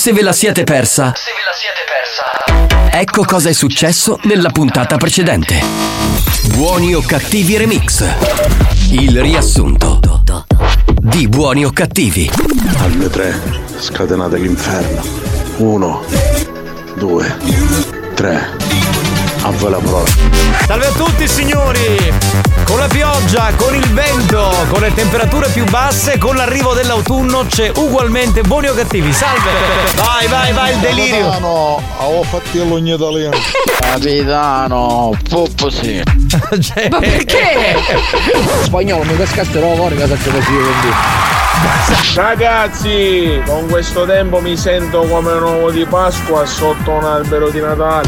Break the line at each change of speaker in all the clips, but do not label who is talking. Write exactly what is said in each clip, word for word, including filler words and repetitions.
Se ve la siete persa, se ve la siete persa, ecco cosa è successo nella puntata precedente. Buoni o cattivi remix. Il riassunto di Buoni o cattivi.
Alle tre scatenate l'inferno. Uno, due, tre. A voi la parola.
Salve a tutti signori! Con la pioggia, con il vento, con le temperature più basse, con l'arrivo dell'autunno c'è ugualmente Buoni o cattivi. Salve! Vai, vai, vai il delirio!
Capitano, avevo fatto il italiano.
Capitano, poppo sì.
Cioè...
Ma perché?
Spagnolo, mi cascassero fuori cosa c'è così, quindi.
Ragazzi, con questo tempo mi sento come un uovo di Pasqua sotto un albero di Natale.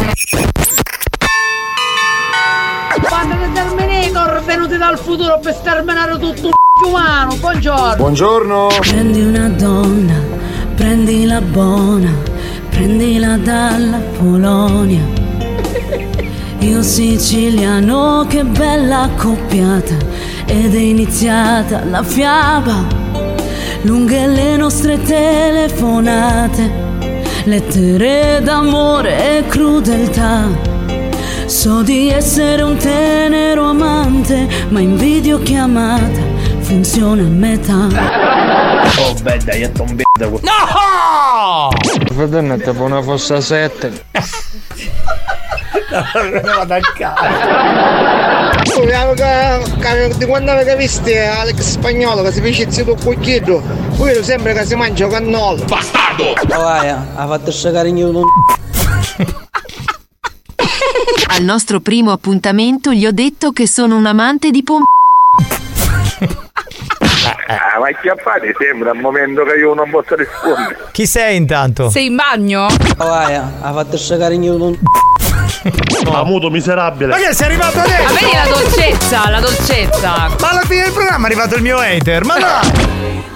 Quando che Terminator venuti dal futuro per sterminare tutto un umano. Buongiorno.
Buongiorno.
Prendi una donna, prendila buona, prendila dalla Polonia. Io siciliano, che bella accoppiata, ed è iniziata la fiaba. Lunghe le nostre telefonate, lettere d'amore e crudeltà. So di essere un tenero amante, ma in videochiamata funziona a metà.
Oh beh dai, è un b***o.
No!
Fratello, te fa una fossa sette.
Non vado a casa.
Di quando avete visto Alex Spagnolo che si fece zitto con chiedo, quello sembra che si mangia cannolo.
Bastardo! Oh vai, ha fatto scegare in
Al nostro primo appuntamento gli ho detto che sono un amante di pom...
Ah, ma che fate? Sembra un momento che io non posso rispondere.
Chi sei intanto?
Sei in bagno?
Oh vai, ha fatto scegare in
No, muto miserabile.
Ma che sei arrivato adesso?
Ma vedi la dolcezza, la dolcezza.
Ma alla fine del programma è arrivato il mio hater, ma dai!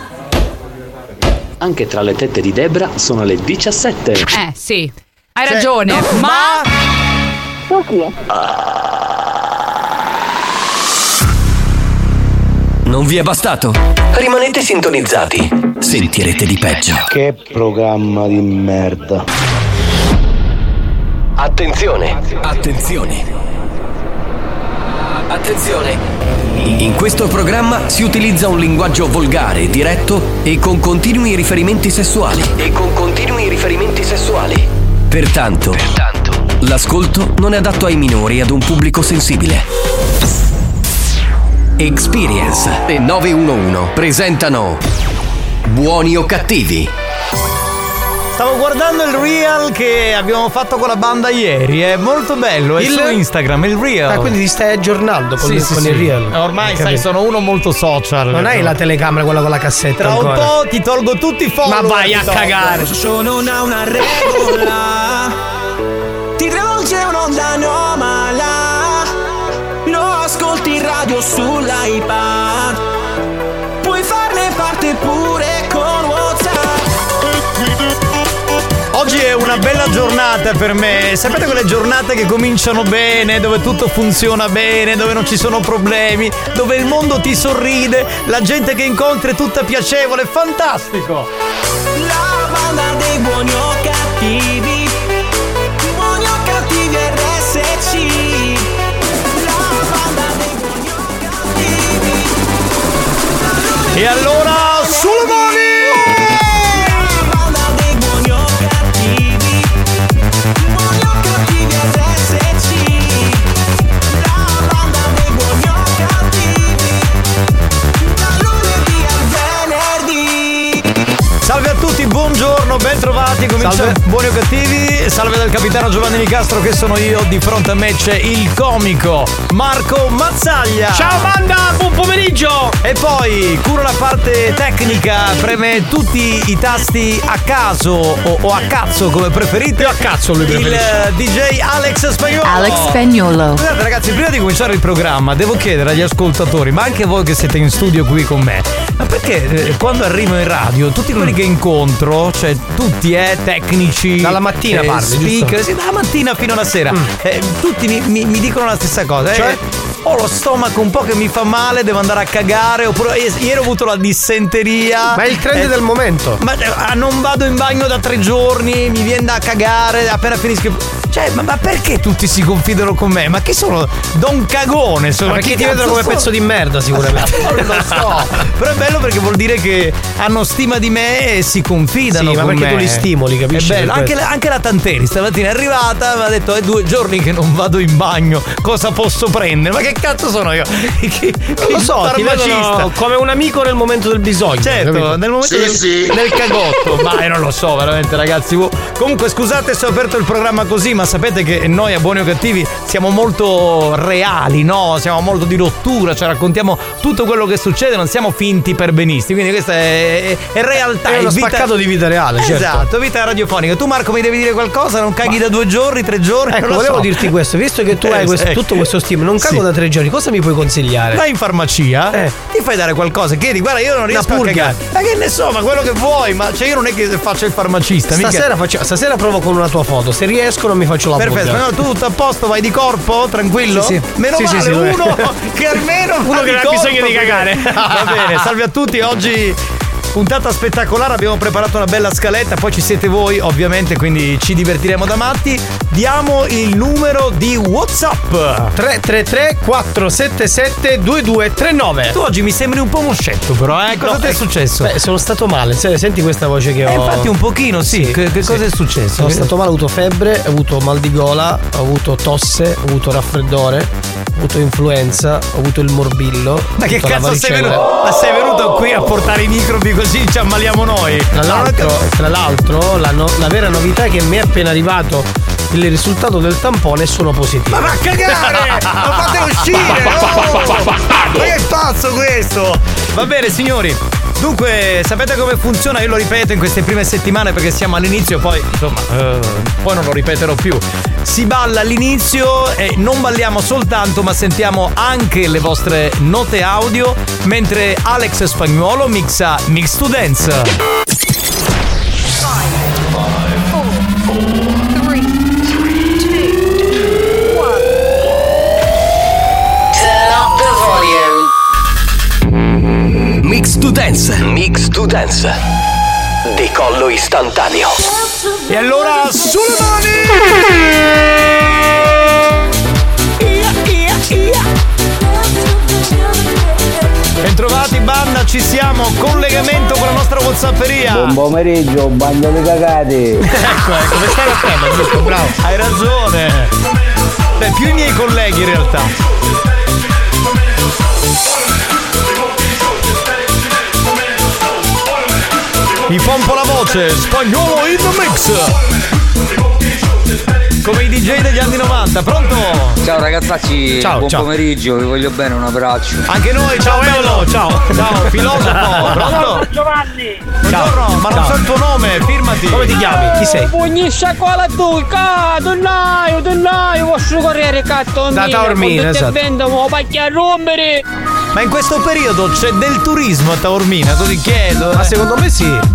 Anche tra le tette di Debra sono le diciassette.
Eh, sì. Hai
Cioè,
ragione,
no,
ma...
ma...
Non vi è bastato? Rimanete sintonizzati. Sentirete di peggio.
Che programma di merda.
Attenzione, attenzione. Attenzione. In questo programma si utilizza un linguaggio volgare, diretto e con continui riferimenti sessuali. E con continui riferimenti sessuali. Pertanto, Pertanto, l'ascolto non è adatto ai minori e ad un pubblico sensibile. Experience e nove uno uno presentano Buoni o cattivi.
Stavo guardando il reel che abbiamo fatto con la banda ieri, è molto bello, è
il...
su Instagram, il reel.
Ah, quindi ti stai aggiornando con,
sì,
il,
sì,
con
sì.
il reel.
Ormai sai, sono uno molto social.
Non hai la telecamera, quella con la cassetta.
Tra
ancora.
un po' ti tolgo tutti i follower.
Ma vai a cagare.
Non ha una regola, ti travolge un'onda anomala, lo ascolti in radio sull'iPad, puoi farne parte pure con WhatsApp.
Oggi è una bella giornata per me. Sapete quelle giornate che cominciano bene, dove tutto funziona bene, dove non ci sono problemi, dove il mondo ti sorride, la gente che incontri è tutta piacevole, fantastico.
La banda dei buoni o cattivi, buoni o cattivi R S C. La banda dei buoni o cattivi.
E allora sulle mani! Salve a tutti, buongiorno, ben trovati, cominciamo Buoni o cattivi. Salve dal capitano Giovanni Nicastro che sono io, di fronte a me c'è il comico Marco Mazzaglia.
Ciao banda, buon pomeriggio.
E poi cura la parte tecnica, preme tutti i tasti a caso o, o a cazzo come preferite.
Io a cazzo lui preferisce.
Il D J Alex Spagnolo.
Alex Spagnolo.
Scusate ragazzi, prima di cominciare il programma devo chiedere agli ascoltatori, ma anche voi che siete in studio qui con me, ma perché eh, quando arrivo in radio tutti quelli che incontro, cioè tutti eh, tecnici
dalla mattina
eh,
parli,
speaker, sì, dalla mattina fino alla sera, mm. eh, tutti mi, mi, mi dicono la stessa cosa,
cioè?
eh, ho lo stomaco un po' che mi fa male, devo andare a cagare, oppure ieri ho avuto la dissenteria.
Ma è il trend
eh,
del momento.
Ma ah, non vado in bagno da tre giorni, mi viene da cagare appena finisco. Cioè, ma, ma perché tutti si confidano con me? Ma che sono Don Cagone? Sono,
ma perché
chi
ti vedono come sono? Pezzo di merda sicuramente.
Non lo so. Però è bello perché vuol dire che hanno stima di me e si confidano
sì,
con
ma perché
me.
tu li stimoli, capisci?
È bello. Anche la, anche la Tanteri stamattina è arrivata, mi ha detto è due giorni che non vado in bagno, cosa posso prendere? Ma che cazzo sono io? Che, che
non lo so, ti vedono come un amico nel momento del bisogno.
Certo,
capito?
nel momento
sì,
del,
sì.
del cagotto. Ma io non lo so, veramente ragazzi. Comunque scusate se ho aperto il programma così, ma sapete che noi a Buoni o Cattivi siamo molto reali, no? Siamo molto di rottura, cioè raccontiamo tutto quello che succede, non siamo finti perbenisti. Quindi questa è, è, è realtà.
È uno
vita...
spaccato di vita reale, certo.
Esatto, vita radiofonica. Tu Marco mi devi dire qualcosa? Non caghi ma... da due giorni, tre giorni?
Ecco,
non lo
volevo
so.
dirti questo, visto che tu eh, hai questo, ecco. tutto questo stimolo, non cago sì. da tre giorni, cosa mi puoi consigliare?
Vai in farmacia,
eh.
ti fai dare qualcosa, chiedi, guarda io non riesco a cagare. Ma che ne so, ma quello che vuoi, ma cioè io non è che faccio il farmacista.
Stasera, faccio, stasera provo con una tua foto, se riesco non mi faccio la
perfetto, no, tu tutto a posto, vai di corpo, tranquillo?
Sì, sì.
Meno
sì,
male,
sì, sì,
uno che almeno
uno che ha bisogno di cagare.
Va bene, salve a tutti, oggi puntata spettacolare, abbiamo preparato una bella scaletta, poi ci siete voi ovviamente, quindi ci divertiremo da matti. Diamo il numero di WhatsApp
tre tre tre quattro sette sette due due tre nove.
Tu oggi mi sembri un po' moscetto però, eh? Cosa no, ti è successo?
Beh, sono stato male, senti questa voce che ho.
Eh, infatti un pochino, sì, sì che, che sì. cosa è successo?
Sono stato male, ho avuto febbre, ho avuto mal di gola, ho avuto tosse, ho avuto raffreddore, ho avuto influenza, ho avuto il morbillo.
Ma che cazzo sei venuto? Ma sei venuto qui a portare i microbi così ci ammaliamo noi?
Tra l'altro, tra l'altro la, no, la vera novità è che mi è appena arrivato il risultato del tampone e sono positivo.
Ma va a cagare! Lo fate uscire! Oh! Ma che pazzo questo! Va bene signori, dunque sapete come funziona? Io lo ripeto in queste prime settimane perché siamo all'inizio, poi insomma uh, poi non lo ripeterò più. Si balla all'inizio e non balliamo soltanto ma sentiamo anche le vostre note audio mentre Alex Spagnuolo mixa Mix to Dance.
Mix to Dance, Mix to Dance. Decollo istantaneo.
E allora sulle mani! Bentrovati banda, ci siamo, collegamento con la nostra WhatsApperia.
Buon pomeriggio, bagno di cagate.
Ecco, ecco, come stai a tema, giusto, bravo. Hai ragione. Beh, più i miei colleghi in realtà. Mi pompo la voce, Spagnuolo in the mix. Come i D J degli anni novanta, pronto?
Ciao ragazzacci,
ciao,
buon
ciao.
pomeriggio, vi voglio bene, un abbraccio.
Anche noi, ciao bello, ciao. Ciao, filosofo, pronto?
Giovanni.
Buongiorno, ma non so il tuo nome, firmati.
Come ti chiami? Chi sei?
Pugni sciacquola tu, donnaio, donnaio, posso correre cazzo
da Taormina, esatto.
Vendo, pacchia a rompere.
Ma in questo periodo c'è del turismo a Taormina, così chiedo.
Ma secondo me sì.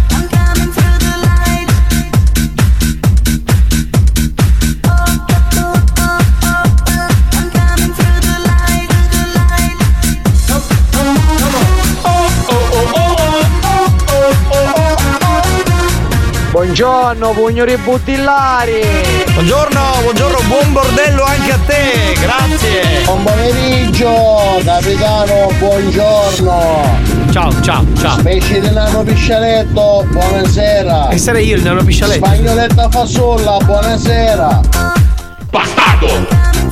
Buongiorno, pugnori buttillari.
Buongiorno, buongiorno, buon bordello anche a te, grazie.
Buon pomeriggio, capitano, buongiorno.
Ciao, ciao, ciao.
Pesce di nano piscialetto, buonasera.
E sarei io il nano piscialetto.
Spagnoletta fasolla, buonasera.
Bastardo.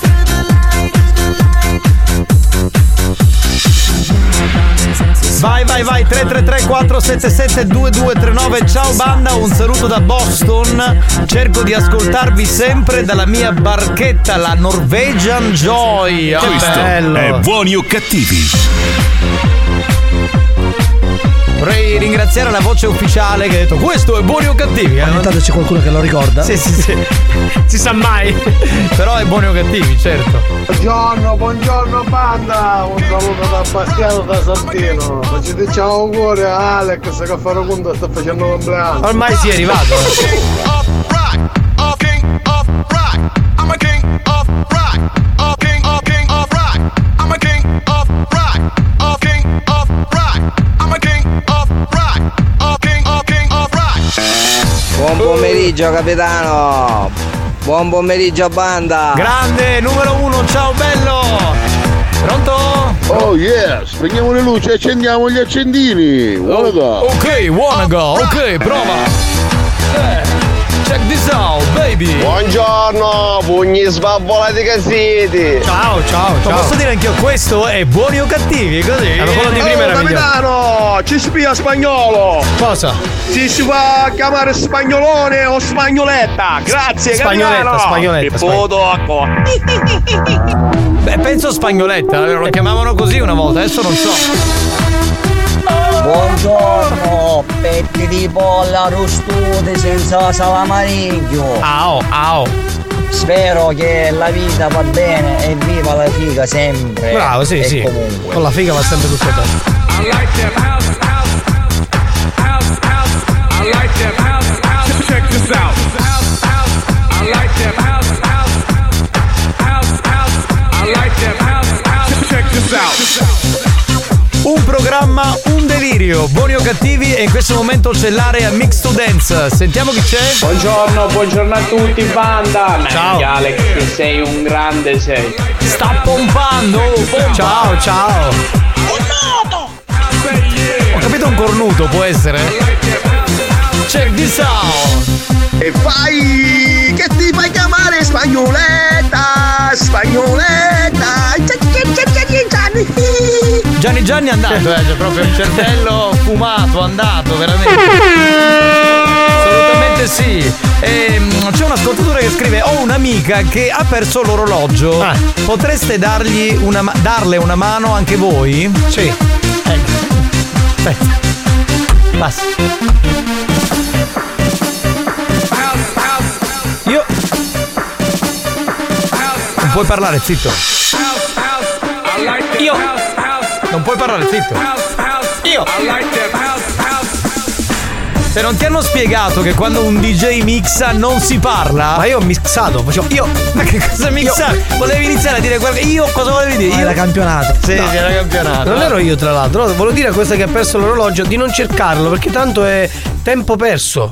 Vai, vai, vai, tre tre tre quattro sette sette due due tre nove. Ciao banda, un saluto da Boston. Cerco di ascoltarvi sempre dalla mia barchetta, la Norwegian Joy. Oh,
questo
bello.
È Buoni o Cattivi.
Vorrei ringraziare la voce ufficiale che ha detto questo è Buoni o Cattivi.
Ogni tanto c'è qualcuno che lo ricorda.
Sì, sì, sì. Si sa mai. Però è Buoni o Cattivi, certo.
Buongiorno, buongiorno banda. Un saluto da Bastiano da Santino. Facete ciao auguri a Alex che a fare conto sta facendo un compleanno.
Ormai si è arrivato.
pomeriggio capitano. Buon pomeriggio banda.
Grande, numero uno, ciao bello. Pronto?
Oh yeah, spegniamo le luci e accendiamo gli accendini. Wanna go.
Ok, wanna go, ok, prova. Eh, check this out, baby.
Buongiorno, pugni sbabbolati che siete.
Ciao, ciao, ciao. Posso dire anch'io, questo è Buoni o Cattivi, così?
Allora, quello di prima era migliore. Capitano, ci spia spagnolo.
Cosa?
Si si fa chiamare spagnolone o spagnoletta. Grazie,
Spagnoletta,
capitano.
spagnoletta,
spagnoletta.
Beh, penso spagnoletta, lo chiamavano così una volta, adesso non so.
Buongiorno, petti di polla rostute senza salamariglio.
Ao, ao.
Spero che la vita va bene e viva la figa sempre.
Bravo, sì,
e
sì.
Comunque.
Con la figa va sempre tutto bene.
I like that house, house, house, house. I like that house, house. Check this out. House, house. I like that house, house, house, house. I like that house, house. Check this out.
Un programma, un delirio, Buoni o Cattivi, e in questo momento c'è l'area Mix to Dance. Sentiamo chi c'è.
Buongiorno, buongiorno a tutti banda.
Ciao
Alex, sei un grande sei.
Sta pompando, pompa. Ciao, ciao. Ho capito, un cornuto può essere? Check this out.
E fai che ti fai chiamare spagnoletta, spagnoletta.
Gianni Gianni è andato, eh, c'è proprio il cervello fumato, andato, veramente. Assolutamente sì. E, c'è un ascoltatore che scrive: ho un'amica che ha perso l'orologio. Ah. Potreste dargli una ma- darle una mano anche voi?
Sì.
Ecco. Aspetta. Basta. Io. Non puoi parlare, zitto. Io. Non puoi parlare, zitto. Io. Se non ti hanno spiegato che quando un D J mixa non si parla.
Ma io ho mixato, facevo io.
Ma che cosa mixare? Volevi iniziare a dire qualcosa. Io cosa volevi dire?
Ma era campionato.
Sì,
No.
sì, era campionato.
Non ero io, tra l'altro. No, volevo dire a questa che ha perso l'orologio di non cercarlo, perché tanto è tempo perso.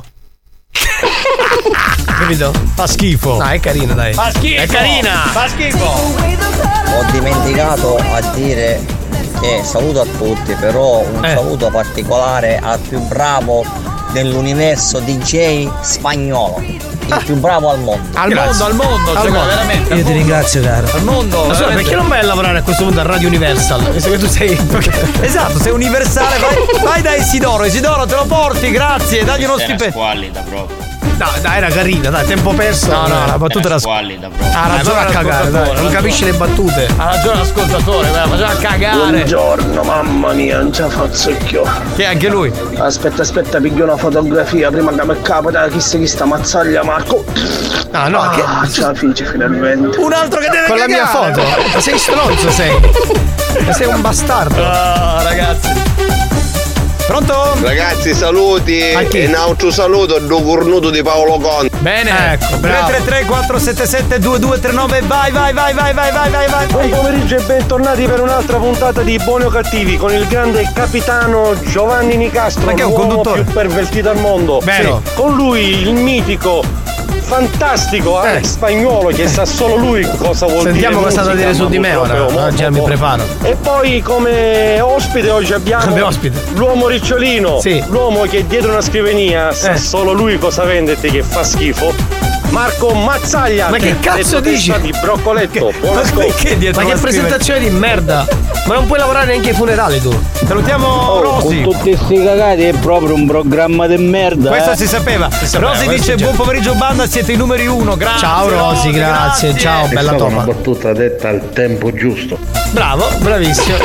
Capito?
Fa schifo.
No, è carina, dai.
Fa schifo.
È carina.
Fa schifo.
Ho dimenticato a dire che saluto a tutti, però un
Eh.
saluto particolare al più bravo dell'universo D J spagnolo. Il più bravo al mondo.
Al
Grazie.
mondo, al mondo,
Al
cioè,
mondo.
veramente. al
Io ti
mondo.
ringrazio, caro.
Al mondo.
Ma scusa,
veramente.
perché non vai a lavorare a questo punto a Radio Universal? Visto che tu sei.
Esatto, sei universale, vai, vai da Isidoro, Isidoro te lo porti, grazie, dagli uno stipendio.
Squallida proprio.
No, dai, era carina, dai, tempo perso.
No, no, la battuta era
squallida proprio.
Ha ragione a cagare, dai,
non capisci le battute.
Ha ragione l'ascoltatore, dai, faceva cagare.
Buongiorno, mamma mia, non ce la faccio io.
Che anche lui.
Aspetta, aspetta, piglio una fotografia prima che mi capita chissà chi sta mazzaglia Marco.
Ah, no, che.
Ah, ce la fece finalmente.
Un altro che deve
Con la mia
cagare.
foto. Ma sei stronzo, sei. Ma sei un bastardo.
Ah, ragazzi. Pronto?
Ragazzi, saluti. E un altro saluto do cornuto di Paolo Conte.
Bene,
ecco,
tre tre tre quattro sette sette due due tre nove, vai vai vai vai vai vai vai vai.
Buon pomeriggio e bentornati per un'altra puntata di Buoni o Cattivi con il grande capitano Giovanni Nicastro,
Ma che è un
l'uomo
conduttore?
più pervertito al mondo.
Vero.
Sì. Con lui il mitico fantastico Alex Spagnuolo, che sa solo lui cosa vuol
Sentiamo
dire
cosa sta da
musica,
dire su
ma
di me ora.
proprio
No, già
molto
mi preparo.
E poi come ospite oggi abbiamo
Come ospite.
l'uomo ricciolino,
Sì.
l'uomo che dietro una scrivania sa
Eh.
solo lui cosa vendete, che fa schifo. Marco Mazzaglia.
Ma che cazzo
detto
dici?
testa di broccoletto. Buon
Ma
ascolto.
perché dietro
Ma che
la scrive-
presentazione di merda! Ma non puoi lavorare neanche ai funerali tu!
Salutiamo
Oh,
Rosy.
con tutti sti cagati è proprio un programma di merda.
Questo
eh.
si sapeva.
sapeva,
Rosy
questo
dice
già.
buon pomeriggio banda, siete i numeri uno. Grazie.
Ciao Rosy, grazie, ciao, bella
È stata una
topa.
battuta detta al tempo giusto.
Bravo, bravissimo.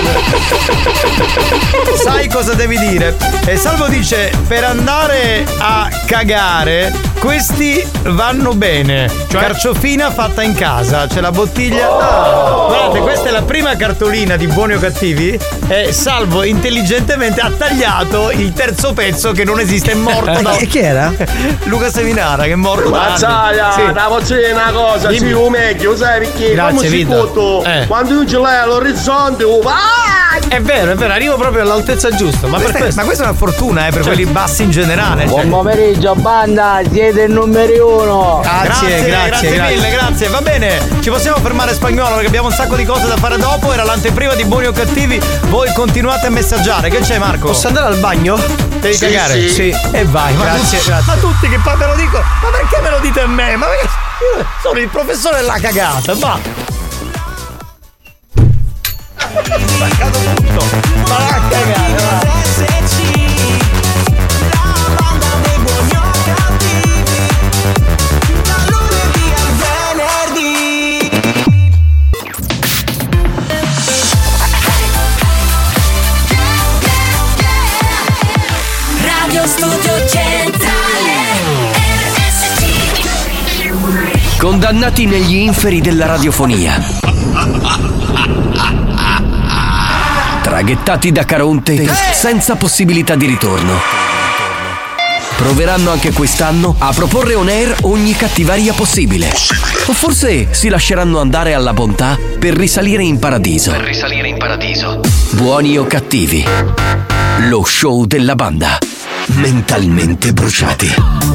Sai cosa devi dire? E Salvo dice: per andare a cagare, questi vanno bene.
Cioè?
Carciofina fatta in casa, c'è la bottiglia. Oh! Guardate, questa è la prima cartolina di Buoni o Cattivi. E Salvo intelligentemente ha tagliato il terzo pezzo che non esiste, è morto da.
E chi era?
Luca Seminara, che è morto da. anni.
Mazzaglia,
Sì.
la posso dire una cosa,
Dimmi.
sì, o meglio, sai perché?
Grazie,
Come si
Vito.
foto,
Eh.
quando io ce l'hai all'orizzonte, oh, vai!
È vero, è vero, arrivo proprio all'altezza giusta. Ma per
Questa è-
questo.
ma questa è una fortuna, eh, per
Cioè-
quelli bassi in generale.
Buon
Cioè.
pomeriggio banda, siete siete il numero uno.
Grazie, grazie, grazie, grazie mille, grazie. Va bene, ci possiamo fermare Spagnuolo perché abbiamo un sacco di cose da fare dopo. Era l'anteprima di Buoni o Cattivi. Voi continuate a messaggiare. Che c'è, Marco?
Posso andare al bagno?
Devi
sì,
cagare?
Sì.
sì. E vai. Ma
grazie,
tutti,
grazie.
Ma tutti che poi me lo dico. Ma perché me lo dite a me? Ma perché io sono il professore della cagata, ma. Spaccato tutto. Ma va a cagare, va.
Studio Centrale R S C.
Condannati negli inferi della radiofonia, traghettati da Caronte senza possibilità di ritorno, proveranno anche quest'anno a proporre on air ogni cattiveria possibile. O forse si lasceranno andare alla bontà per risalire in paradiso. Per risalire in paradiso. Buoni o cattivi, lo show della banda. Mentalmente bruciati.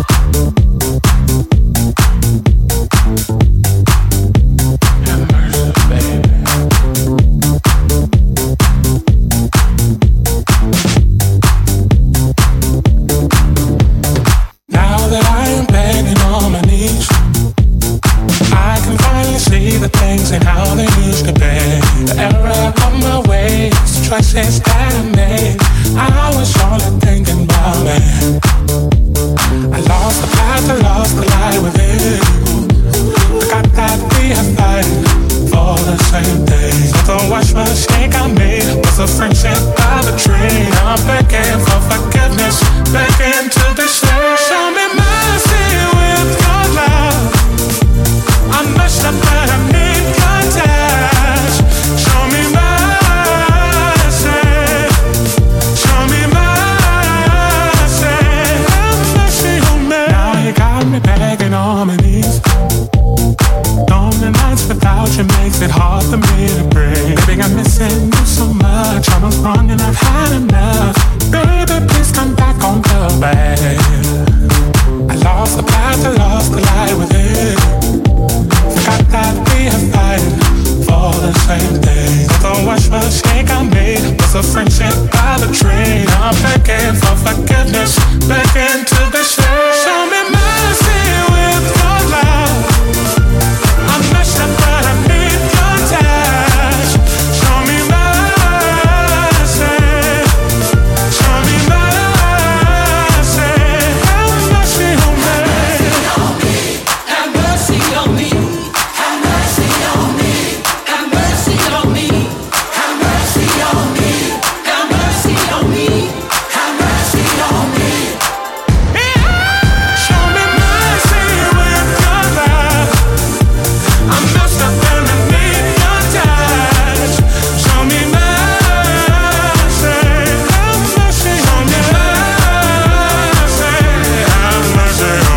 Now that I am begging on my knees, I can finally see the things and how they used to be. The error of my ways, the choices that I made, I was only thinking about me. I lost the path, I lost the light with you. I got that we are fighting for the same thing. So the wash mistake I made was a friendship by the tree. I'm begging for forgiveness, begging to be saved. Show me mercy with your love. I messed up but I need your touch. Show me mercy. Show me mercy. Have mercy on me. Now you got me begging on my knees. Lonely nights without you makes it hard for me to breathe. Baby, I'm missing you so much. I was wrong and I've had enough. Baby, please come back on the way. I lost the path, I lost the light with it. Forgot that we are fighting for the same thing. So the worst mistake I made was a friendship by the tree. I'm begging for forgiveness, begging to be saved. Show me mercy with your love. I messed up but I need your touch. Show me mercy. Show me mercy. Have mercy on me. Have mercy on me. Have mercy on me. Have mercy on me. Have mercy on me. Have mercy on me. Have mercy on me. Show me mercy with your love. I messed up and I need your touch. Show me mercy. Have mercy on me. Have mercy on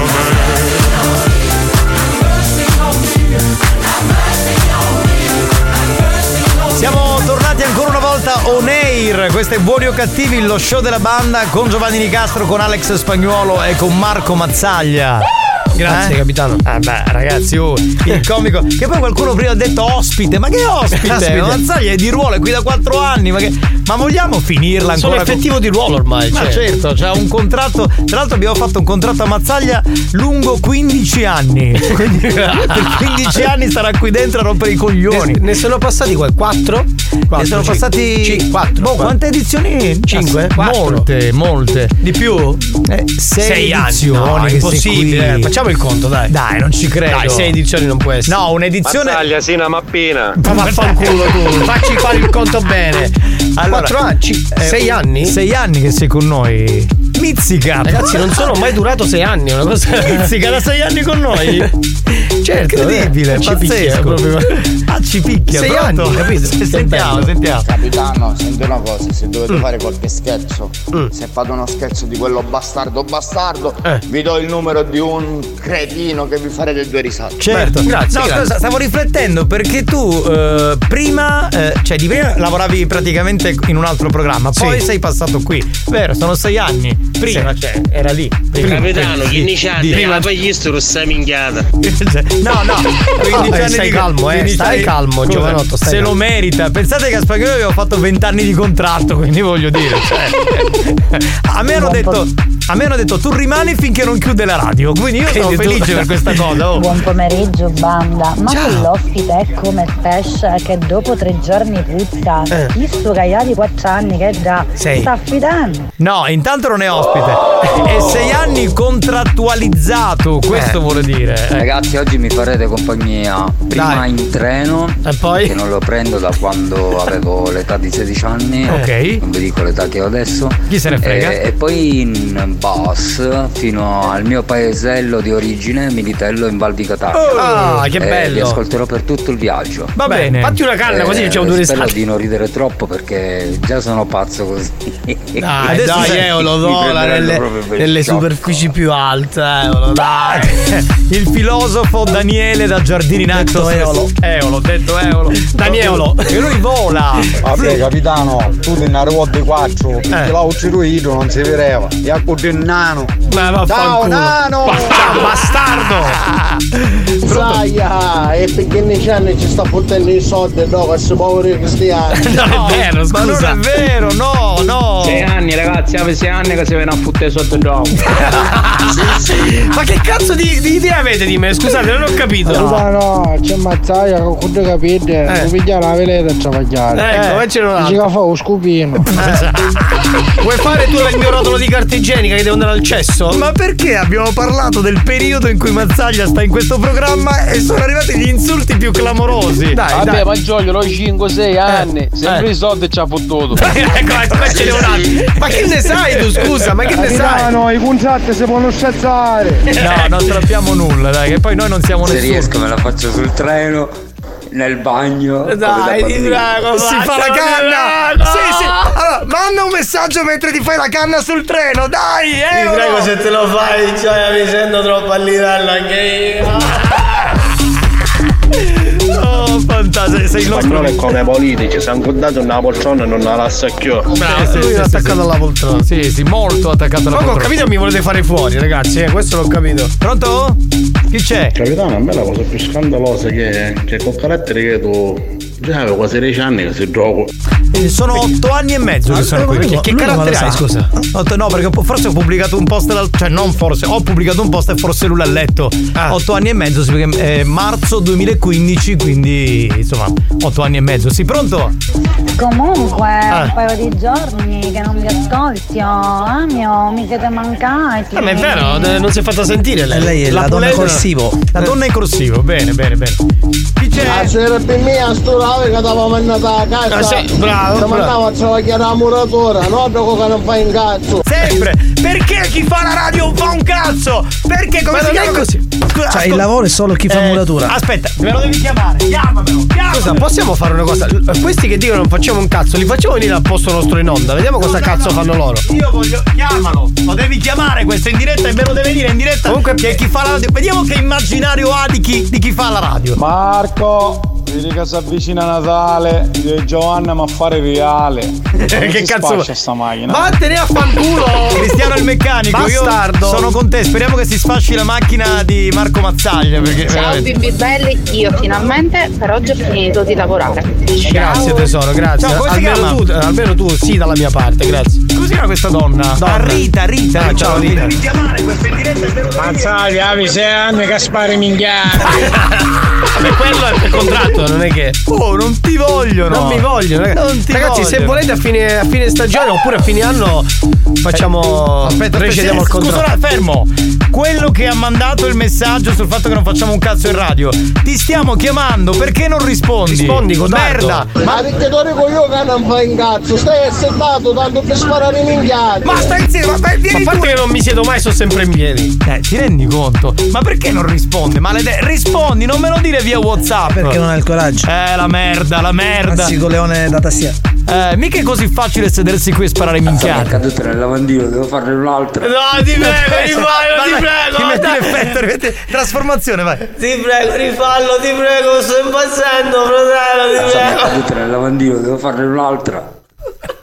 Siamo tornati ancora una volta on air. Questo è Buoni o Cattivi, lo show della banda con Giovanni Nicastro, con Alex Spagnuolo e con Marco Mazzaglia.
Grazie,
eh?
capitano.
Ah beh, ragazzi, oh, il comico. Che poi qualcuno prima ha detto ospite. Ma che ospite?
Ospite.
Mazzaglia è di ruolo, è qui da quattro anni. Ma, che... ma vogliamo finirla ancora?
Sono effettivo
con...
di ruolo ormai.
Ma
cioè.
certo, c'ha un contratto. Tra l'altro abbiamo fatto un contratto a Mazzaglia lungo quindici anni. Quindi per quindici anni starà qui dentro a rompere i coglioni.
Ne, ne sono passati qua quattro?
Ne sono passati
quattro.
Boh, quante edizioni?
cinque?
Molte, molte.
Di più?
Eh, sei,
sei
edizioni.
anni. No,
che
impossibile.
sei qui.
Facciamo il conto, dai.
Dai, non ci credo.
Dai, sei edizioni non può essere.
No, un'edizione.
Mazzaglia, sì, una mappina.
Ma vaffanculo tu. Facci fare il conto bene.
Allora,
quattro anni? C-
eh,
sei anni?
Sei anni che sei con noi. Mizzica.
Ragazzi, non sono mai durato sei anni. Una cosa.
Mizzica da sei anni con noi.
Certo.
Incredibile,
eh,
pazzesco.
ci picchia, proprio.
Ah, ci picchia.
Sei
pronto?
anni, capito?
Sentiamo, sentiamo.
Capitano, senti una cosa, se dovete
Mm.
fare qualche scherzo,
Mm.
se fate uno scherzo di quello bastardo bastardo,
Eh.
vi do il numero di un cretino che vi farete due risate.
Certo,
Beh, grazie,
no,
grazie.
scusa, stavo riflettendo perché tu eh, prima, eh, cioè di prima lavoravi praticamente in un altro programma, poi
Sì.
sei passato qui, vero? Sono sei anni.
Prima,
Sì.
cioè, era lì.
Prima,
Capitano,
prima,
quindici anni,
prima-
la pagistro sta minchiata.
No, no, quindici
eh,
anni
stai
di-
calmo, eh,
quindici
stai
anni-
calmo,
Scusa,
giovanotto, stai
se
calmo.
lo merita. Pensate che a Spagnolo avevo fatto venti anni di contratto, quindi voglio dire, cioè, a me hanno detto a me hanno detto tu rimani finché non chiude la radio, quindi io sono
Quindi tu-
felice per questa cosa. oh.
Buon pomeriggio banda, ma quell'ospite è come il pesce che dopo tre giorni puzza.
Eh.
Visto che ha di quattro anni che da
Sei.
sta affidando.
No, intanto non è ospite. È sei anni contrattualizzato, questo
Eh.
vuole dire.
Ragazzi, oggi mi farete compagnia prima
Dai.
in treno,
e poi
che non lo prendo da quando avevo l'età di sedici anni.
Ok.
Non vi dico l'età che ho adesso.
Chi se ne frega?
E, e poi in bus fino al mio paesello di origine, Militello in Val di Catania.
Ah, che
E
bello.
Vi ascolterò per tutto il viaggio.
Va
Beh,
bene.
fatti una canna così facciamo due
Spero
risate.
di non ridere troppo perché già sono pazzo così.
Dai,
Adesso
dai,
sei-
Eolo,
mi
dola
prenderanno
nelle,
proprio per il
nelle
sciocco.
superfici più alte, Eolo, dai.
Il filosofo Daniele da Giardini Naxos.
Detto Eolo.
Eolo, detto Eolo.
Danielo.
E lui vola.
Vabbè capitano, tu ti ne arrivo di quattro,
Eh.
perché l'ho ucciso non si vedeva. E a cuore il nano.
Ma
Ciao
vaffanculo.
nano!
Ciao, bastardo.
Sai, ah, e per quindici anni ci sta portando i soldi, no, questi poveri cristiani.
No,
è vero,
ma non
scusa.
è vero, no, no.
Sei anni ragazzi, avete sei anni che si viene a fottere sotto il gioco.
Ma che cazzo di, di idea avete di me? Scusate, non ho capito.
No, no, c'è mazzaia, con tu capite,
Eh.
tu pigliare la veleta e travagliare.
Ecco, e ce n'è un
Dici
altro.
che fa lo scupino.
Vuoi fare tu il mio rotolo di carta igienica che devo andare al cesso?
Ma perché abbiamo parlato del periodo in cui Mazzaglia sta in questo programma e sono arrivati gli insulti più clamorosi?
Dai,
Vabbè,
dai.
ma Giorgio, l'ho cinque sei anni, sempre
eh.
i soldi ci ha fottuto.
Ecco, qua ce n'è un altro. Ma che ne sai tu, scusa? Ma che ne sai?
Capitano, i contratti si possono scherzare.
No, non sappiamo nulla, dai, che poi noi non siamo
Se
nessuno.
riesco me la faccio sul treno, nel bagno. come da
Dai, ti
bambino.
prego,
Si fa la canna! Sì, sì! Allora, manda un messaggio mentre ti fai la canna sul treno, dai!
Ti
Euro!
prego, se te lo fai, cioè, mi sento troppo a livello anche io.
Oh, fantastico, sei il nostro.
Spagnolo è come politici, si è incontrato una poltrona e non la lascia più.
Bravo,
sì,
lui
sì,
è
sì,
attaccato
sì.
alla poltrona.
Sì, sì, molto attaccato alla
Poco ho
poltrona.
capito, mi volete fare fuori, ragazzi, eh, questo l'ho capito.
Pronto? Chi c'è?
Capitano, a me la cosa più scandalosa che, che col carattere che tu già avevo quasi dieci anni che si gioco.
Eh, Sono otto anni e mezzo che sono qui.
Che, che
Lui non
carattere
lo
hai,
sa.
scusa?
Otto- no, perché po- forse ho pubblicato un post, l'al- cioè non forse, ho pubblicato un post e forse lui l'ha letto.
Ah.
Otto anni e mezzo, sì, perché è marzo duemilaquindici, quindi insomma, otto anni e mezzo. Sì, pronto?
Comunque,
Ah.
un paio di giorni che non vi ascolti, oh, Amio, mi siete mancati.
Ah, ma è vero, eh, non si è fatta sentire lei.
E lei è la donna
pulente-
corsivo.
La donna in corsivo, bene, bene, bene. Chi c'è?
Ah, c'era per me a sto rave che stava mandata a casa.
Ah, sì, bravo,
Ti
bravo.
mandava a travagliare la muratura, no? Dopo che non fai in cazzo.
Sempre! Perché chi fa la radio fa un cazzo? Perché come
Ma
si
non è
chiama
così.
Scusa,
Cioè, il
ascol-
lavoro è solo chi fa
Eh,
muratura.
Aspetta, me lo devi chiamare, chiamamelo, chiamamelo.
Scusa, possiamo fare una cosa? Questi che dicono non facciamo un cazzo, li facciamo venire al posto nostro in onda, vediamo cosa cazzo fanno loro.
Io voglio. Chiamalo! Lo devi chiamare questo in diretta e me lo deve dire in diretta.
Comunque-
che chi fa la radio. Vediamo che immaginario ha di chi, di chi fa la radio.
Marco, vedi che si avvicina Natale, io e Giovanna ma a fare reale.
Che cazzo
c'è sta macchina?
Vattene a fanculo!
Cristiano il meccanico,
Bastardo!
io sono con te, speriamo che si sfasci la macchina di Marco Mazzaglia. Perché
Ciao
veramente-
bimbi belli, io finalmente per oggi ho finito di lavorare. Ciao.
Grazie tesoro, grazie.
Ciao, come si
almeno,
chiama?
tu, almeno tu sì dalla mia parte, grazie.
Come si chiama questa donna?
Donna.
Ah, Rita, Rita.
Ah, ciao, Rita.
Devi chiamare questa in diretta e me lo devi dire.
Mazzaglia, avevi sei anni che spari minchiati.
Vabbè, quello è per contratto, non è che.
Oh, non ti vogliono.
Non mi vogliono, ragazzi.
Non ti
Ragazzi, se
vogliono.
volete a fine, a fine stagione oppure a fine anno facciamo.
Aspetta,
recediamo il
aspetta, scusa,
contratto.
no, fermo. Quello che ha mandato il messaggio sul fatto che non facciamo un cazzo in radio. Ti stiamo chiamando, perché non rispondi?
Rispondi, Codardo.
Merda.
Ma perché tu dico io che non fai in cazzo? Stai assettato tanto per sparare i minchiati.
Ma stai insieme, ma vai,
Ma
vieni
a parte
tu.
che non mi siedo mai, sono sempre in piedi.
Eh, ti rendi conto? Ma perché non risponde? Maledetto, rispondi, non me lo dire via WhatsApp.
Perché non ha il coraggio.
Eh, la merda, la merda.
Classico leone da tastiera.
Eh, mica è così facile sedersi qui e sparare
Sono
minchiate.
caduto nel lavandino, devo farne un'altra.
No, ti prego, rifallo, ti prego.
Ti metti
dai.
l'effetto, rimetti- trasformazione, vai.
Ti prego, rifallo, ti prego, sto impazzendo, fratello, ti
Sono
prego.
caduto nel lavandino, devo farne un'altra.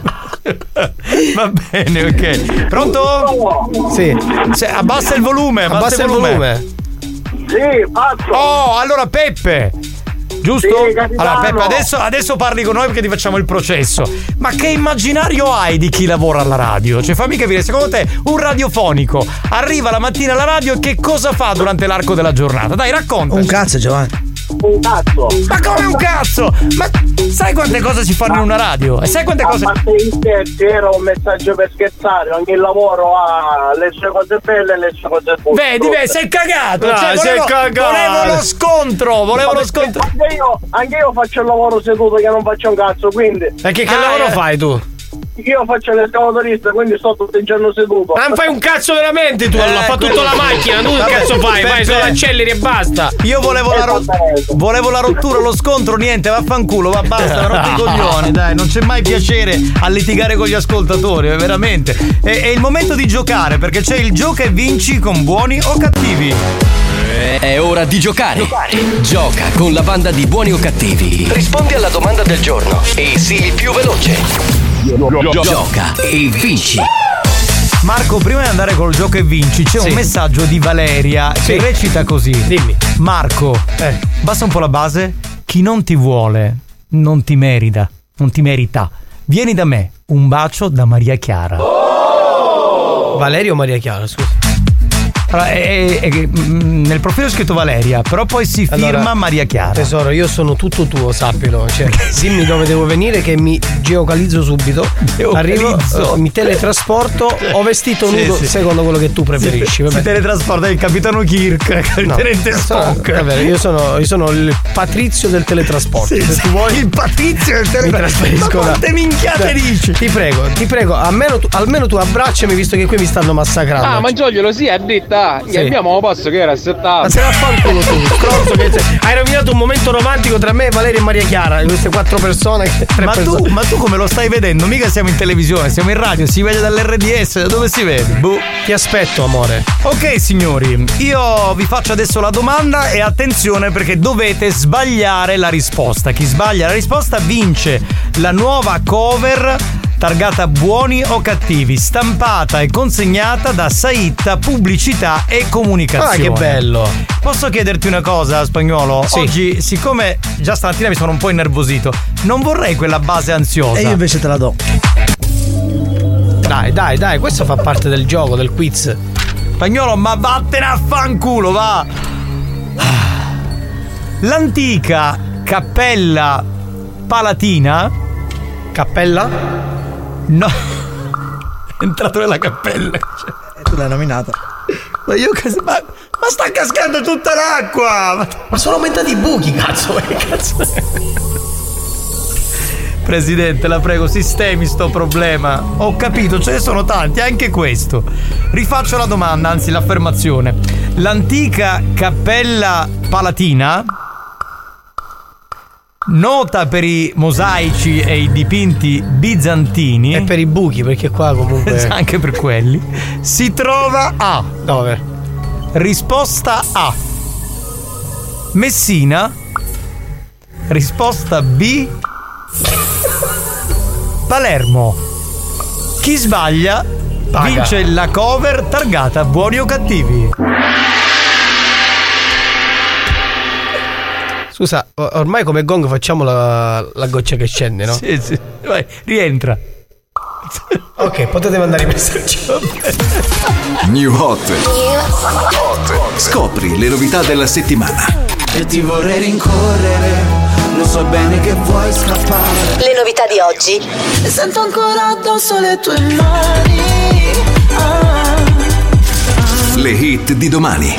Va bene, ok. Pronto?
Sì.
Se, abbassa il volume, abbassa,
Abbassa
il volume.
il volume.
Sì, faccio.
Oh, allora Peppe. Giusto?
Sì,
allora Peppe, adesso, adesso parli con noi perché ti facciamo il processo. Ma che immaginario hai di chi lavora alla radio? Cioè fammi capire, secondo te un radiofonico arriva la mattina alla radio e che cosa fa durante l'arco della giornata? Dai, racconta.
Un cazzo, Giovanni.
Un cazzo.
Ma come un cazzo? Ma sai quante cose si fanno in una radio? E sai quante cose.
Ma se era un messaggio per scherzare, ogni lavoro ha le sue cose belle e le sue cose brutte.
Vedi, vedi, sei cagato.
No,
cioè,
sei
volevo,
cagato.
volevo lo scontro, volevo
Ma
lo scontro.
Anche io, anche io faccio il lavoro seduto che non faccio un cazzo, quindi.
E che, che
Ah,
lavoro
eh.
fai tu?
Io faccio l'escavatorista, quindi sto tutto il giorno seduto.
Ma non fai un cazzo veramente tu, allora,
Eh,
fa
quello-
tutta la macchina, tu che
Vabbè,
cazzo fai? Vai
Peppe.
solo acceleri e basta.
Io volevo la, ro- volevo la rottura, lo scontro, niente, vaffanculo, va basta, rotti i coglioni, dai, non c'è mai piacere a litigare con gli ascoltatori, eh, veramente. È, è il momento di giocare, perché c'è il gioca e vinci con buoni o cattivi.
È ora di giocare. Gioca con la banda di Buoni o Cattivi. Rispondi alla domanda del giorno e sii il più veloce. Gioca e vinci.
Marco, prima di andare col gioco e vinci, c'è
Sì.
un messaggio di Valeria
Sì.
che recita così.
Dimmi.
Marco,
Eh.
basta un po' la base. Chi non ti vuole, non ti merita, non ti merita. Vieni da me, un bacio da Maria Chiara.
Valerio o Maria Chiara, scusa.
Allora, è- è- è- mm, nel profilo è scritto Valeria, però poi si firma
Allora,
Maria Chiara.
Tesoro, io sono tutto tuo, sappilo. Cioè, dimmi dove devo venire che mi geocalizzo subito.
Geocalizzo.
Arrivo, eh, mi teletrasporto o vestito
Sì,
nudo,
sì.
secondo quello che tu preferisci.
Si,
vabbè.
si teletrasporta il capitano Kirk, il
No,
tenente
sono-
Spock.
è vero, io sono, io sono il patrizio del teletrasporto.
Sì,
Se
sì,
tu vuoi,
il patrizio del
mi
teletrasporto.
trasferisco
Ma
da-
quante minchiate
Cioè,
dici?
Ti prego, ti prego, almeno tu, almeno tu abbracciami visto che qui mi stanno massacrando.
Ah, ma Gioglielo sì, ha detto, ah,
Sì.
gli abbiamo posto che era settato.
Ma se la fanculo tu, stronzo che sei. Hai rovinato un momento romantico tra me, Valeria e Maria Chiara, queste quattro persone. Che, tre
Ma tu,
persone.
ma tu come lo stai vedendo? Mica siamo in televisione, siamo in radio, si vede dall'R D S, da dove si vede? Boh.
Ti aspetto, amore.
Ok signori, io vi faccio adesso la domanda e attenzione perché dovete sbagliare la risposta. Chi sbaglia la risposta vince la nuova cover targata Buoni o Cattivi, stampata e consegnata da Saitta Pubblicità e Comunicazione.
Ah, che bello.
Posso chiederti una cosa, Spagnolo?
Sì.
Oggi, siccome già stamattina mi sono un po' innervosito, non vorrei quella base ansiosa.
E io invece te la do.
Dai, dai, dai, questo fa parte del gioco, del quiz.
Spagnolo, ma vattene a fanculo, va! L'antica cappella palatina.
Cappella?
No. È entrato nella cappella.
E tu l'hai nominata.
Ma io che. Ma, ma sta cascando tutta l'acqua! Ma,
Ma sono aumentati i buchi, cazzo, che cazzo è?
Presidente, la prego, sistemi sto problema. Ho capito, ce ne sono tanti, anche questo. Rifaccio la domanda, anzi l'affermazione. L'antica cappella palatina, nota per i mosaici e i dipinti bizantini,
E per i buchi, perché qua comunque.
anche per quelli, si trova a.
No, vabbè.
Risposta A, Messina. Risposta B, Palermo. Chi sbaglia
Paga.
vince la cover targata Buoni o Cattivi.
Scusa, o- ormai come gong facciamo la, la goccia che scende, no?
Sì, sì. Vai, rientra.
Ok, potete mandare i messaggi.
New Hot. Scopri le novità della settimana.
E ti vorrei rincorrere, lo so bene che vuoi scappare.
Le novità di oggi.
Sento ancora addosso le tue mani. Ah,
Le hit di domani.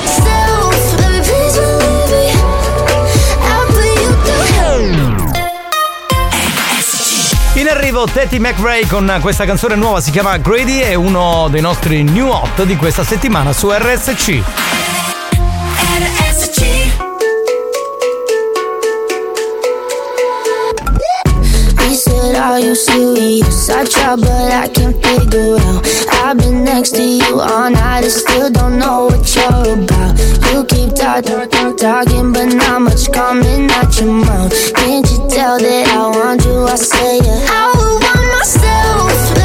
In arrivo Teddy McRae con questa canzone nuova, si chiama Grady, è uno dei nostri new hot di questa settimana su R S C.
He said, are you serious? I try but I can't figure out. I've been next to you all night and still don't know what you're about. You keep talking, talking but not much coming out your mouth. Can't you tell that I want you? I say yeah. I would want myself.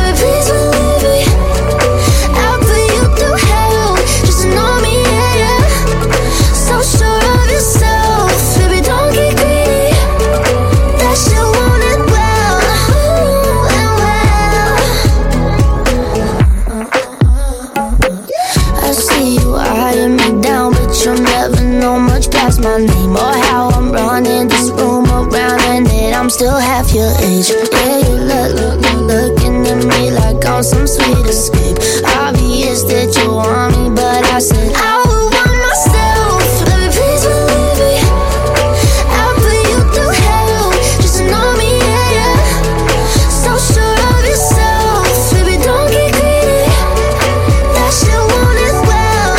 see you eyeing me down, but you'll never know much past my name or how I'm running this room around, and that I'm still half your age. Yeah, you look, look, look, looking at me like I'm some sweet escape. Obvious that you want me, but I said I would want myself. Let me please believe me. I'll put you through hell just to know me, yeah, yeah. So sure of yourself, baby, don't get greedy. That shit won't as well,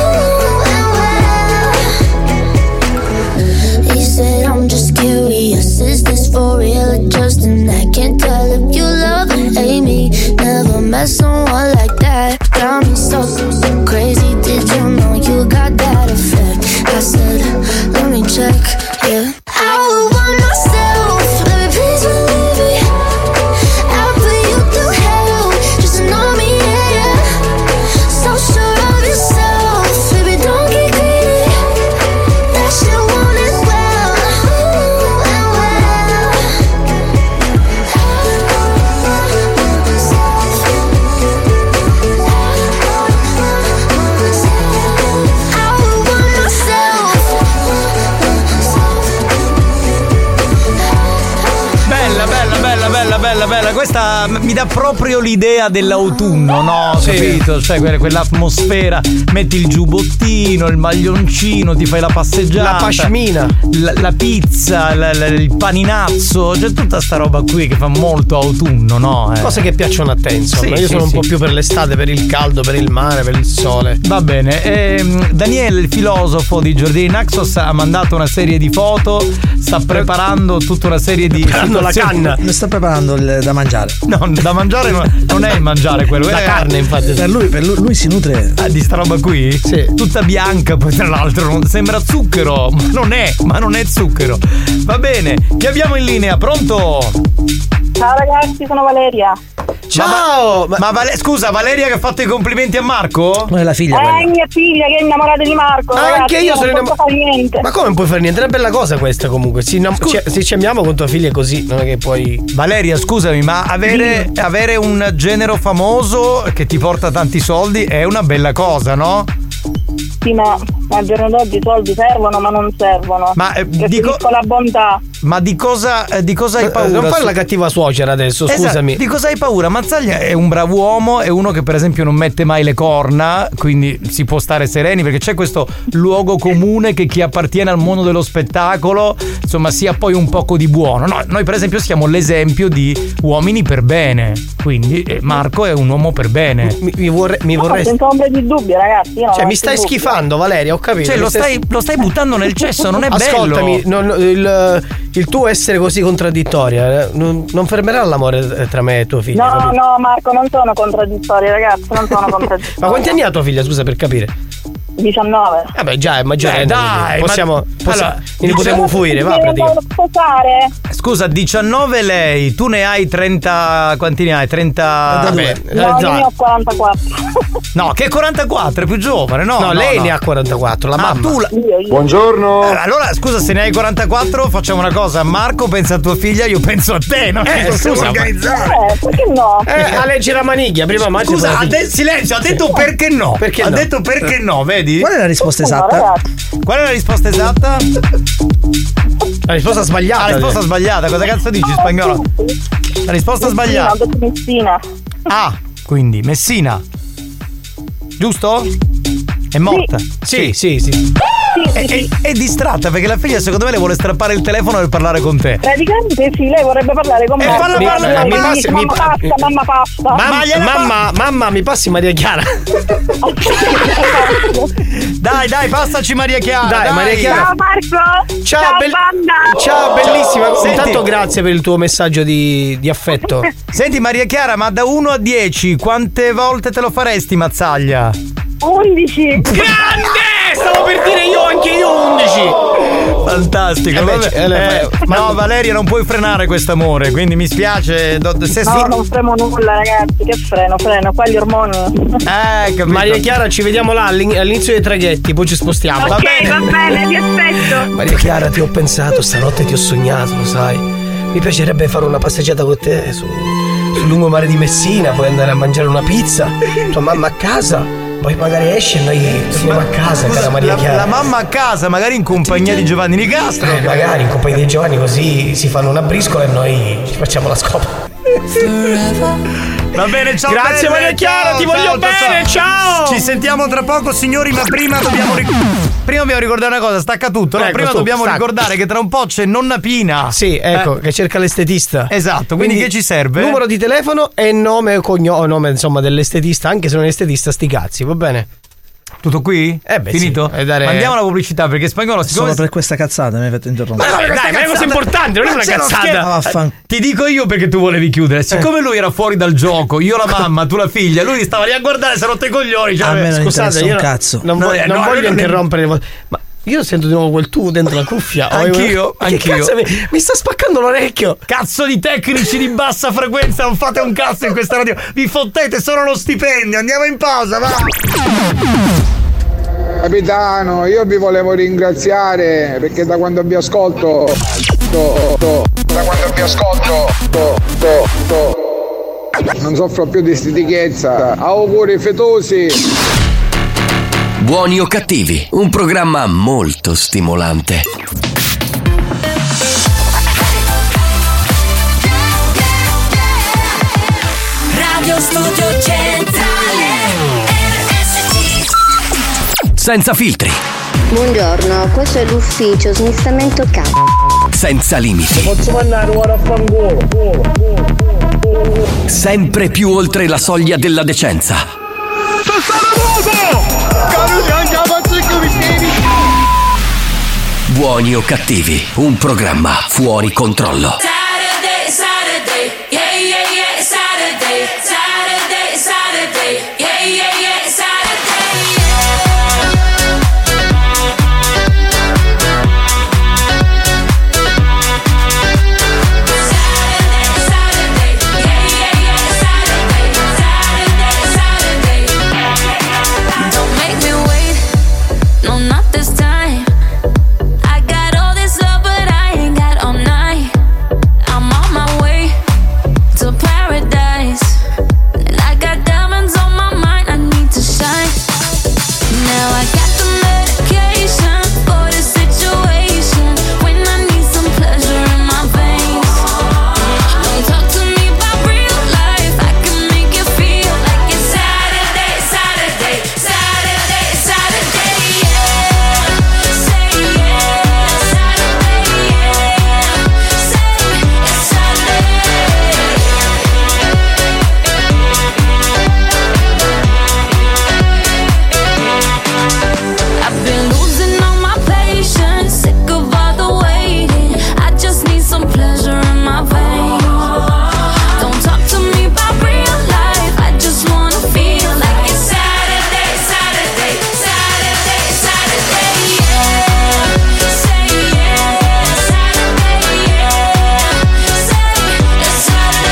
ooh, and well. He said I'm just curious, is this for real or just an act? Can't tell if you love or hate me. Never met someone like that. Got me so, so, so crazy. Did you know you got that effect? I said, let me check, yeah. I would want myself. Let me please believe me. I'll put you through hell just to know me, yeah, yeah. So sure of yourself, baby, don't get greedy. That shit won't as well, ooh, and well.
Bella, bella, bella, bella, bella, bella. Questa mi dà proprio l'idea dell'autunno, no?
Sì.
Capito? Cioè quella- quell'atmosfera. Metti il giubbottino, il maglioncino, ti fai la passeggiata.
La pashmina.
La, la pizza, la- la- il paninazzo. C'è tutta sta roba qui che fa molto autunno, no? Eh.
Cose che piacciono a te, insomma.
Sì,
Io
sì,
sono un
sì.
po' più per l'estate, per il caldo, per il mare, per il sole.
Va bene, ehm, Daniele, il filosofo di Giordini Naxos, ha mandato una serie di foto, sta preparando tutta una serie di
Preparando la
situazioni-
canna.
Mi sta preparando il, da mangiare.
No, da mangiare non, non è il mangiare quello,
La
è
carne, infatti.
Per lui, per lui, lui si nutre.
Ah, di sta roba qui?
Sì.
Tutta bianca, poi tra l'altro non- sembra zucchero, ma non è, ma non è zucchero. Va bene, chi abbiamo in linea? Pronto?
Ciao ragazzi, sono Valeria.
Ciao!
Ma, ma Vale- scusa, Valeria che ha fatto i complimenti a Marco?
Non è la figlia
Eh,
quella.
mia figlia che è innamorata di Marco.
Ah,
ragazzi,
anche io sono
non posso
innamor-
fare niente.
Ma come non puoi fare niente? È una bella cosa questa comunque. Si, innam-
Scusa.
ci, se ci amiamo con tua figlia è così, non è che puoi.
Valeria, scusami, ma avere, avere un genero famoso che ti porta tanti soldi è una bella cosa, no?
Sì, ma al giorno d'oggi i soldi servono, ma non servono.
Ma, eh,
Preferisco
dico-
la bontà.
Ma di cosa, eh, di cosa hai
Eh,
paura?
Non fare
Su-
la cattiva suocera adesso,
Esatto,
scusami.
di cosa hai paura? Mazzaglia è un bravo uomo, è uno che per esempio non mette mai le corna, quindi si può stare sereni perché c'è questo luogo comune che chi appartiene al mondo dello spettacolo, insomma, sia poi un poco di buono. No, noi per esempio siamo l'esempio di uomini per bene, quindi eh, Marco è un uomo per bene.
Mi, mi vorrei. Mi
No,
vorrei...
senza ombra di dubbio, ragazzi. io non
Cioè,
ho
mi stai
dubbi.
schifando, Valeria, ho capito.
Cioè,
Mi
lo stai, lo stai buttando nel cesso, non è
Ascoltami,
bello.
non- il, il tuo essere così contraddittoria eh, non, non fermerà l'amore eh, tra me e tuo figlio.
No,
capito?
no, Marco, non sono contraddittorie, ragazzi, non sono contraddittorie.
Ma quanti anni ha tua figlia, scusa, per capire?
diciannove.
Vabbè, già è maggiore.
Eh, dai,
possiamo,
ma-
possiamo
allora,
ne potremmo fuire, va,
Devo
praticamente.
sposare.
Scusa, diciannove lei, tu ne hai trenta. Quanti ne hai? trenta.
Vabbè,
No,
eh,
io ne ho quarantaquattro.
No, che quarantaquattro, è più giovane, no?
No, lei
no.
ne ha quarantaquattro, la
Ah,
mamma.
tu la-
Io, io.
Buongiorno.
Eh, Allora, scusa, se ne hai quarantaquattro, facciamo una cosa. Marco pensa a tua figlia, io penso a te, no?
Eh, scusa, ma-
Eh, perché no?
Eh, a leggere la maniglia, prima ma
Scusa, ha de- silenzio, ha detto perché no?
Perché
ha
no?
detto perché no, vedi?
Qual è la risposta
No,
esatta?
ragazzi.
Qual è la risposta esatta?
La risposta sbagliata.
La risposta sbagliata, cosa cazzo dici, spagnolo? La risposta
Messina,
sbagliata.
ho detto Messina.
Ah, quindi Messina. Giusto? È morta.
Sì, sì, sì.
Sì,
È,
sì,
è-
sì.
è distratta perché la figlia secondo me le vuole strappare il telefono per parlare con te.
Praticamente sì, lei vorrebbe parlare con
Eh,
me.
falla
Lei
parlare,
mi
mi
dice,
passi- mi
mamma
pa-
pasta, mamma pasta.
Mamma,
Ma gliela fa-
mamma, mamma, mi passi Maria Chiara?
Dai, dai, passaci Maria Chiara.
Dai, Maria Chiara.
Ciao Marco.
Ciao, bel-
banda.
Ciao, bellissima.
Senti.
Intanto grazie per il tuo messaggio di, di affetto.
Senti Maria Chiara, ma da uno a dieci quante volte te lo faresti Mazzaglia?
undici.
Grande! Stavo per dire io, anche io undici.
Fantastico.
Eh beh,
vabbè.
c- eh, le
Eh,
fai-
no, Valeria, non puoi frenare quest'amore, quindi mi spiace. do- Se
No, non fremo nulla, ragazzi. Che freno, freno. Qua gli ormoni.
Eh, capito.
Maria Chiara, ci vediamo là all'in- all'inizio dei traghetti, poi ci spostiamo.
Ok, va bene, ti aspetto.
Maria Chiara, ti ho pensato, stanotte ti ho sognato, lo sai. Mi piacerebbe fare una passeggiata con te su, sul lungomare di Messina, poi andare a mangiare una pizza. Tua mamma a casa, poi magari esce e noi torniamo a casa,
Scusa,
cara Maria
la,
Chiara.
la mamma a casa, magari in compagnia di Giovanni Nicastro.
Eh, magari in compagnia di Giovanni, così si fanno una briscola e noi ci facciamo la scopa.
Va bene, ciao.
Grazie,
belle,
Maria Chiara,
ciao,
ti voglio
ciao,
bene, ciao.
Ci sentiamo tra poco, signori, ma prima dobbiamo ric- prima dobbiamo ricordare una cosa, stacca tutto, no?
Ecco,
Prima
tu,
dobbiamo
stacca.
ricordare che tra un po' c'è nonna Pina.
Sì, ecco,
Eh.
che cerca l'estetista.
Esatto, quindi, che ci serve?
Numero di telefono e nome e cognome, nome insomma dell'estetista, anche se non è estetista, sti cazzi, va bene?
Tutto qui?
Eh beh,
Finito?
sì. E dare...
Mandiamo la pubblicità perché Spagnolo siccome
Solo per questa cazzata mi avete interrotto.
Ma no, dai, ma è una cosa importante, non è una cazzata.
Eh, ti dico io perché tu volevi chiudere. Siccome lui era fuori dal gioco, io la mamma, tu la figlia, lui stava lì a guardare, si è rotto i coglioni. Cioè,
A me non
scusate,
interessa
io
un
no-
cazzo.
non,
No,
voglio,
eh,
non
no,
voglio
non-
interrompere, le vo- ma io sento di nuovo quel tu dentro la cuffia.
Anch'io,
Che
anch'io.
cazzo mi, mi sta spaccando l'orecchio.
Cazzo di tecnici di bassa frequenza, non fate un cazzo in questa radio. Vi fottete solo lo stipendio. Andiamo in pausa, va.
Capitano, io vi volevo ringraziare perché da quando vi ascolto to, to, da quando vi ascolto to, to, to, non soffro più di stitichezza. Auguri fetosi.
Buoni o cattivi, un programma molto stimolante.
Radio Studio Centrale R S C.
Senza filtri,
Buongiorno, questo è l'ufficio smistamento capo.
senza limiti,
Posso mandare ora a fangolo.
sempre più oltre la soglia della decenza. Buoni o cattivi, un programma fuori controllo.
Saturday, Saturday, yeah, yeah, yeah, Saturday, Saturday, Saturday, yeah, yeah, yeah, Saturday,
Don't make me wait, no, not this time. I got all this love, but I ain't got all night. I'm on my way to paradise, and I got diamonds on my mind. I need to shine. Now I got the medication for the situation when I need some pleasure in my veins. Don't talk to me about real life. I can make you feel like it's Saturday, Saturday, Saturday, Saturday, yeah. Say yeah, Saturday, yeah. Say it's Saturday. I've been losing all my patience, sick of all the waiting. I just need some pleasure in my veins. Don't talk to me about real life. I just wanna feel like it's Saturday, Saturday, Saturday, Saturday, yeah. Say yeah, Saturday, yeah. Say it's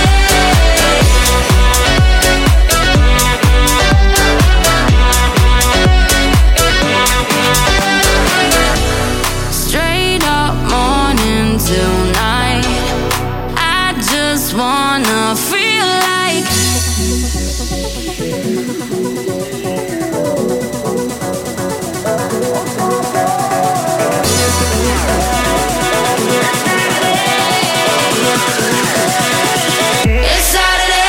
Saturday. Straight up morning till night. I just wanna feel like it's Saturday.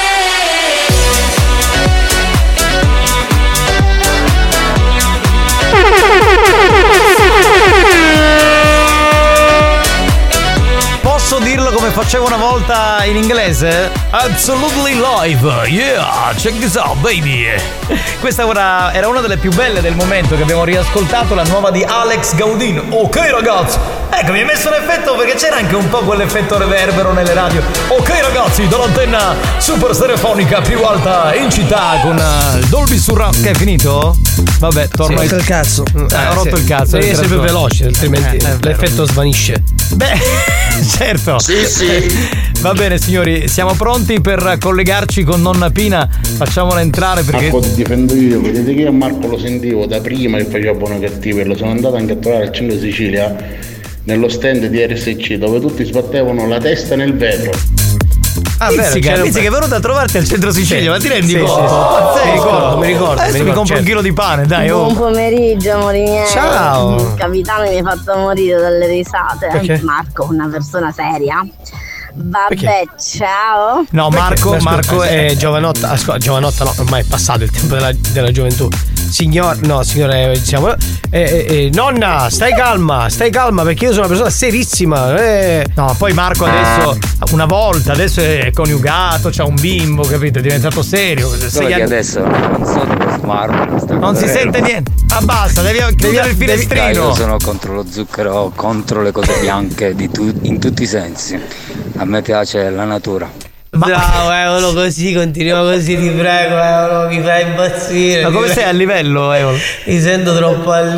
Posso dirlo come facevo una volta in inglese? Absolutely live, yeah, check this out baby. Questa era, era una delle più belle del momento che abbiamo riascoltato, la nuova di Alex Gaudin. Ok ragazzi, ecco mi hai messo l'effetto perché c'era anche un po' quell'effetto reverbero nelle radio. Ok ragazzi, dall'antenna super stereofonica più alta in città con uh, il Dolby Surround. Che è finito? Vabbè, torno
Sì,
ai...
rotto il cazzo.
Eh, ho rotto il cazzo.
Devi essere più veloce, altrimenti
Eh, è vero.
l'effetto svanisce.
Beh, certo.
Sì, sì.
Va bene signori, siamo pronti per collegarci con nonna Pina. Facciamola entrare perché...
Marco ti difendo io, vedete che io a Marco lo sentivo da prima che faceva buono cattivo e lo sono andato anche a trovare al centro Sicilia nello stand di R S C dove tutti sbattevano la testa nel vetro.
Ah, Pizzica,
vero,
Pizzica è venuta a trovarti al centro Sicilia,
sì,
ma ti rendi
sì,
conto?
Sì, sì, sì. Mi ricordo, mi ricordo.
Adesso mi,
mi ricordo,
compro
certo.
un chilo di pane, dai. Oh.
Buon pomeriggio, amori miei.
Ciao.
Capitano mi hai fatto morire dalle risate.
Perché?
Marco, una persona seria. Vabbè,
Perché?
ciao.
No, Marco,
Perché?
Marco
è
è
giovanotta, ascolta, giovanotta no, ormai è passato il tempo della, della gioventù. Signor, no, signore, diciamo, eh, eh, eh, nonna, stai calma, stai calma perché io sono una persona serissima. Eh.
No, poi Marco adesso, una volta, adesso è coniugato, c'ha un bimbo, capito? È diventato serio.
Solo che
anni...
adesso non so dove smarlo.
Non si sente niente. Ah, basta, devi chiudere il finestrino.
Dai, io sono contro lo zucchero, contro le cose bianche di tu, in tutti i sensi. A me piace la natura.
Bravo, Eolo, così, continua così, ti prego, Eolo, mi fai impazzire.
Ma come sei a livello, Eolo?
Mi sento troppo a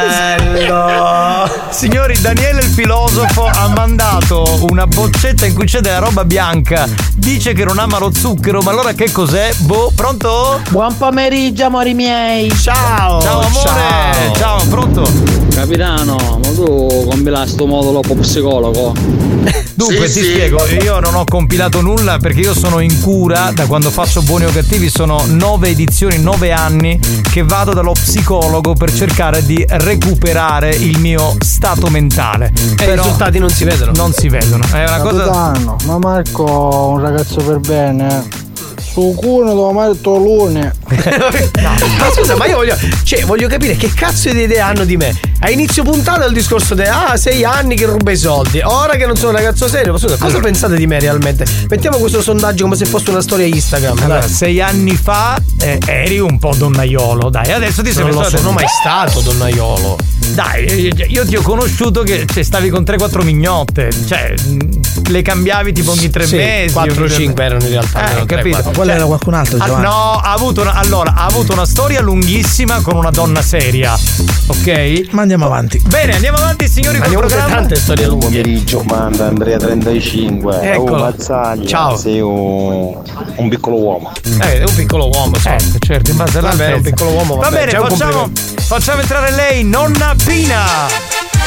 livello.
Signori, Daniele il filosofo ha mandato una boccetta in cui c'è della roba bianca. Dice che non ama lo zucchero, ma allora che cos'è? Boh, pronto?
Buon pomeriggio, amori miei.
Ciao. Ciao, amore. Ciao, Ciao pronto?
Capitano, ma tu compila sto modulo psicologo?
Dunque
Sì,
ti
sì.
spiego, io non ho compilato nulla perché io sono in cura da quando faccio Buoni o Cattivi, sono nove edizioni, nove anni che vado dallo psicologo per cercare di recuperare il mio stato mentale.
E i risultati non si vedono.
Non si vedono, è una cosa.
Capitano, ma Marco un ragazzo per bene. Su culo devo mettere lune.
Ma scusa, ma io voglio, cioè, voglio capire che cazzo di idee hanno di me. A inizio puntata il discorso di ah, sei anni che ruba i soldi. Ora che non sono un ragazzo serio. Ma scusa, cosa
Allora.
pensate di me realmente? Mettiamo questo sondaggio come se fosse una storia Instagram.
Allora,
dai.
sei anni fa eh, eri un po' donnaiolo, dai, adesso ti sei
Non lo
messo a-
sono mai stato donnaiolo.
Dai, io ti ho conosciuto che cioè, stavi con tre quattro mignotte, cioè mh, le cambiavi tipo ogni tre
Sì,
mesi.
quattro cinque erano in realtà.
Eh,
erano tre,
capito.
quattro.
Quello era qualcun altro,
Ah,
Giovanni.
no, ha avuto una, allora, ha avuto una storia lunghissima con una donna seria, ok?
Ma andiamo avanti.
Bene, andiamo avanti signori col
Andiamo con
programma.
tante storie lunghe.
Pomeriggio, manda Andrea trentacinque.
Eccolo.
Oh, Mazzaglia.
Ciao.
Sei un, un piccolo uomo.
Eh, è un piccolo uomo, so.
Eh, certo, in base alla
Vabbè, è un
altezza.
piccolo uomo.
Va
vabbè,
bene,
già un
facciamo,
complimento.
facciamo entrare lei, nonna Pina.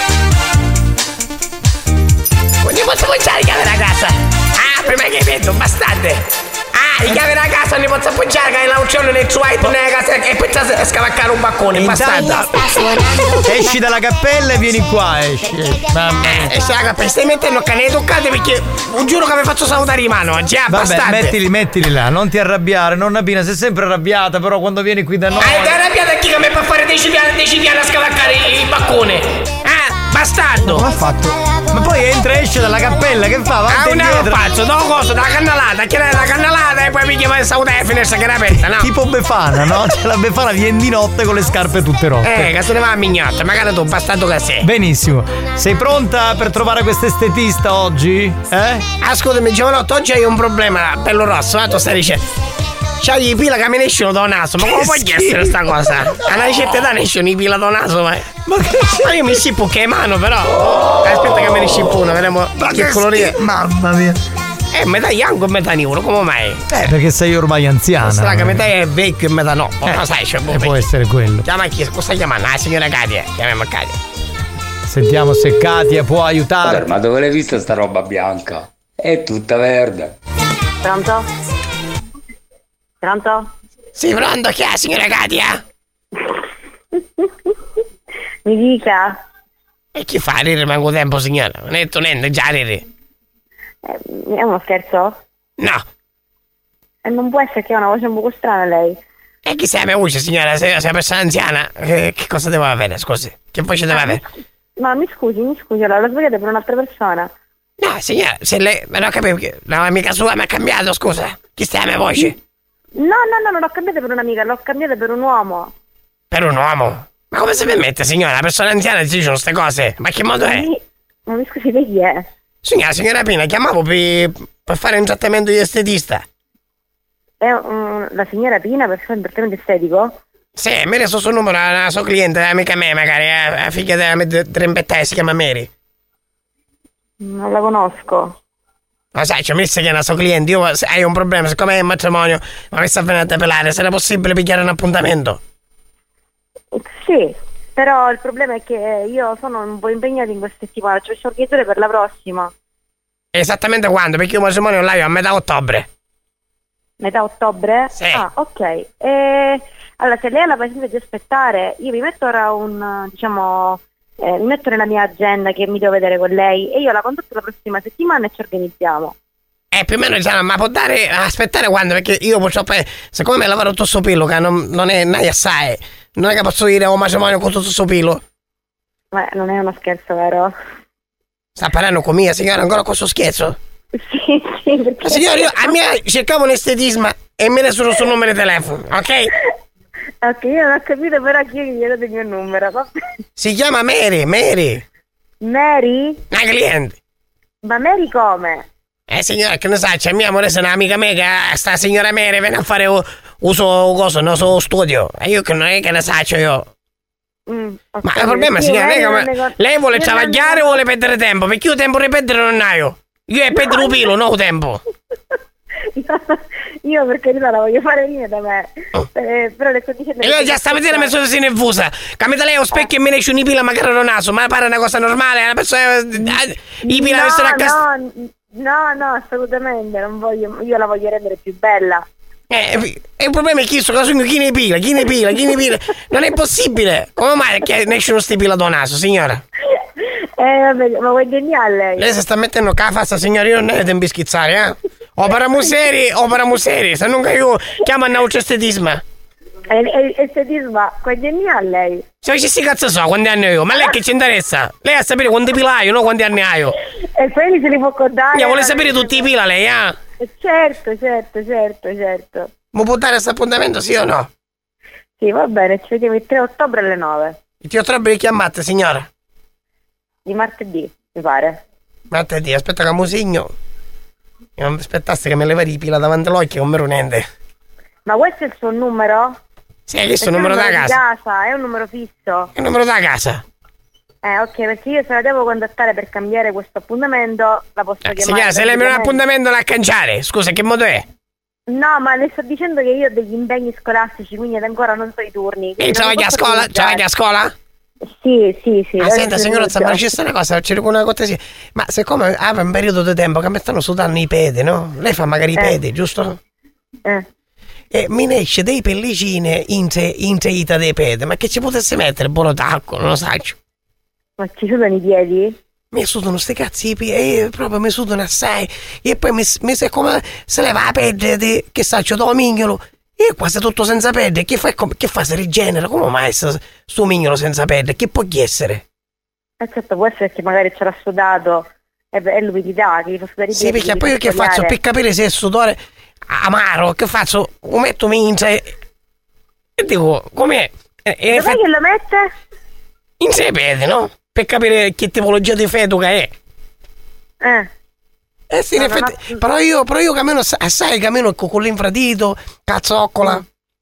Non posso appoggiare le chiavi della casa. Ah, prima che hai detto, bastarde. Ah, le chiavi della casa non li posso appoggiare che hai l'auzione nel suo item nella casa e poi a scavaccare un baccone, bastardo.
Esci dalla cappella e vieni qua, esci. esci. Mamma mia.
Eh, esci dalla cappella, stai mettendo cane toccate perché giuro che vi faccio salutare in mano, oggi, ah,
Vabbè,
bastarde.
mettili, mettili là, non ti arrabbiare, nonna Pina, sei sempre arrabbiata, però quando vieni qui da noi.
Ah, ti arrabbiata chi che mi fa fare dei piani, dei piani a scavaccare il baccone? Ah, bastardo.
Come ha fatto? Ma poi entra e esce dalla cappella, che fa?
Ah,
Avanti e
non lo
indietro.
faccio, do coso, dalla cannalata, chiedere la cannalata e poi mi chiama il salutare e finestra che era aperta, no?
Tipo Befana, no? Cioè la Befana viene di notte con le scarpe tutte rotte.
Eh, che se ne va a mignotta, magari tu, bastardo che sei.
Benissimo. Sei pronta per trovare questo estetista oggi? Eh?
Ascoltami, giovanotto, oggi hai un problema, bello rosso, eh, tu stai dicendo. C'hai i pila che mi ne escono da un naso, ma come
Che
può
schifo.
essere sta cosa? Alla ricetta da ne escono i pila da un naso, ma.
Ma che
Ma io mi scippo che è mano, però. Aspetta che me ne scippo uno, vediamo che colore è.
Mamma mia.
È metà bianco e metà nero, come mai?
Eh, perché sei ormai anziana.
Sarà che metà è vecchio e metà no.
Eh,
Non sai, c'è un
e può essere quello.
Chiama chi? Cosa chiamano? La signora Katia. Chiamiamo Katia.
Sentiamo se Katia può aiutare.
Vabbè, ma dove l'hai vista sta roba bianca? È tutta verde.
Pronto? Pronto?
Sì, pronto, chi è, signora Katia?
Mi dica.
E chi fa? Rire manco tempo, signora. Non è detto niente, già rire.
Eh, è uno scherzo?
No.
E non può essere che ha una voce un po' strana lei.
E chi sei la mia voce, signora? Sei, sei una persona anziana? Eh, che cosa devo avere, scusi? Che voce devo
Ah,
avere?
Ma mi scusi, mi scusi, allora l'ho sbagliata per un'altra persona.
No, signora, se lei. Ma non capivo che. L'amica sua mi ha cambiato, scusa. Chi sta la mia voce?
No, no, no, non l'ho cambiata per un'amica, l'ho cambiata per un uomo.
Per un uomo? Ma come si permette, signora? Una persona anziana ti dicono queste cose? Ma che modo è?
Mi- Ma mi scusi, lei chi è?
Signora, signora Pina, chiamavo per, per fare un trattamento di estetista.
È um, la signora Pina per fare un trattamento estetico?
Sì, mi ha reso il suo numero a una sua cliente, amica mia magari, eh, la figlia della trembetta si chiama Mary.
Non la conosco.
Ma sai, ci ho messo che è una sua cliente, io se hai un problema, siccome è un matrimonio, ma mi sta venendo a pelare, sarà possibile pigliare un appuntamento?
Sì, però il problema è che io sono un po' impegnata in queste settimane, cioè ci organizzare per la prossima.
Esattamente quando? Perché io il matrimonio là a metà ottobre.
Metà ottobre?
Sì.
Ah, ok. E, allora, se lei ha la pazienza di aspettare, io vi metto ora un, diciamo, eh, mi metto nella mia agenda che mi devo vedere con lei e io la contatto la prossima settimana e ci organizziamo.
Eh, più o meno, diciamo, ma può dare, aspettare quando? Perché io purtroppo, eh, siccome mi lavoro tutto sto pilo, che non, non è mai assai, non è che posso dire a un matrimonio con tutto sto pilo.
Ma non è uno scherzo, vero?
Sta parlando con mia signora ancora con questo scherzo?
Sì, sì, perché...
Signora, io a me cercavo un estetisma e me ne sono sul numero di telefono, ok?
Ok, io non ho capito però chi è che gli ha dato il mio numero.
Si chiama Mary, Mary.
Mary?
Una cliente.
Ma Mary come?
Eh signora, che ne sa, c'è mia amore, se una amica mia che sta signora Mary viene a fare u- uso cosa, no, suo studio. E io che non è che ne saccio io.
Mm,
ma il problema,
sì,
signora,
lei,
lei, come,
nego-
lei vuole
io
travagliare
non-
o vuole perdere tempo? Perché io tempo ripetere non ne ho. Io è perdere un pilo, non ho tempo.
Io per carità la voglio fare venire da me.
Oh.
Eh, però le sto dicendo.
E lei già sta vedendo la mia sono nervosa. Camita lei lo specchio e mi ne esce un'ipila magari non naso. Ma pare una cosa normale. Una persona. I pila
no,
essere a casa.
no, no, no, assolutamente. Non voglio. Io la voglio rendere più bella.
Eh, e il problema è chi sto cosa chi ne pila, chi ne pila, chi ne pila. Non è possibile. Come mai che ne esce uno stipila da naso, signora?
Eh vabbè, ma vuoi dire a lei?
Lei si sta mettendo ca faccia, signora, io non è tempo di schizzare, eh? Opera museri, opera museri, se non che io chiamo a nauce estetisma.
E estetisma, quanti anni ha lei?
Se ci si cazzo so quanti anni ho io, ma lei che ci interessa? Lei a sapere quanti pila io, no quanti anni ho io.
E quelli se li può contare.
Io vuole sapere tutti i pila lei, eh?
Certo, certo, certo, certo.
Mi può dare questo appuntamento, sì o no?
Sì, va bene, ci vediamo il tre ottobre alle nove.
Il tre ottobre di chiamate, signora?
Di martedì, mi pare.
Martedì, aspetta che mi segno. Non aspettasse che me levari i pila davanti all'occhio non mi ero niente.
Ma questo è il suo numero?
Sì, questo è il numero da casa.
casa. È un numero fisso?
È il numero da casa.
Eh, ok, perché io se la devo contattare per cambiare questo appuntamento, la posso
eh,
chiamare.
Signora, se lei mi ha un appuntamento da cangiare, scusa, che modo è?
No, ma le sto dicendo che io ho degli impegni scolastici, quindi ancora non so i turni.
E c'è a scuola? C'è a scuola?
Sì, sì, sì.
Ah, senta, signora, ma c'è una cosa, c'è una cortesia. Ma siccome ha un periodo di tempo che mi stanno sudando i pedi, no? Lei fa magari i
eh.
pedi, giusto?
Eh.
E mi ne esce dei pellicine intraita dei pedi, ma che ci potesse mettere buono tacco, non lo so.
Ma ci sudano i piedi?
Mi sudano sti cazzi i piedi, e proprio mi sudano assai. E poi mi, mi è come se leva la pelle di, che saccio da mignolo. E quasi tutto senza pelle. Che fa, che fa si rigenera? Come mai sto, sto mignolo senza pelle? Che può essere?
Eh certo, può essere che magari ce l'ha sudato. È, è l'umidità che gli fa sudare i piedi.
Sì, perché poi io che faccio? Per capire se è sudore amaro, che faccio? Lo metto in e, e dico, com'è? E,
e dov'è che lo mette?
In sei piedi, no? Per capire che tipologia di feto che è.
Eh.
Eh sì,
no,
in effetti,
no, no.
però io, però io cammino assai, cammino con l'infradito, cazzoccola.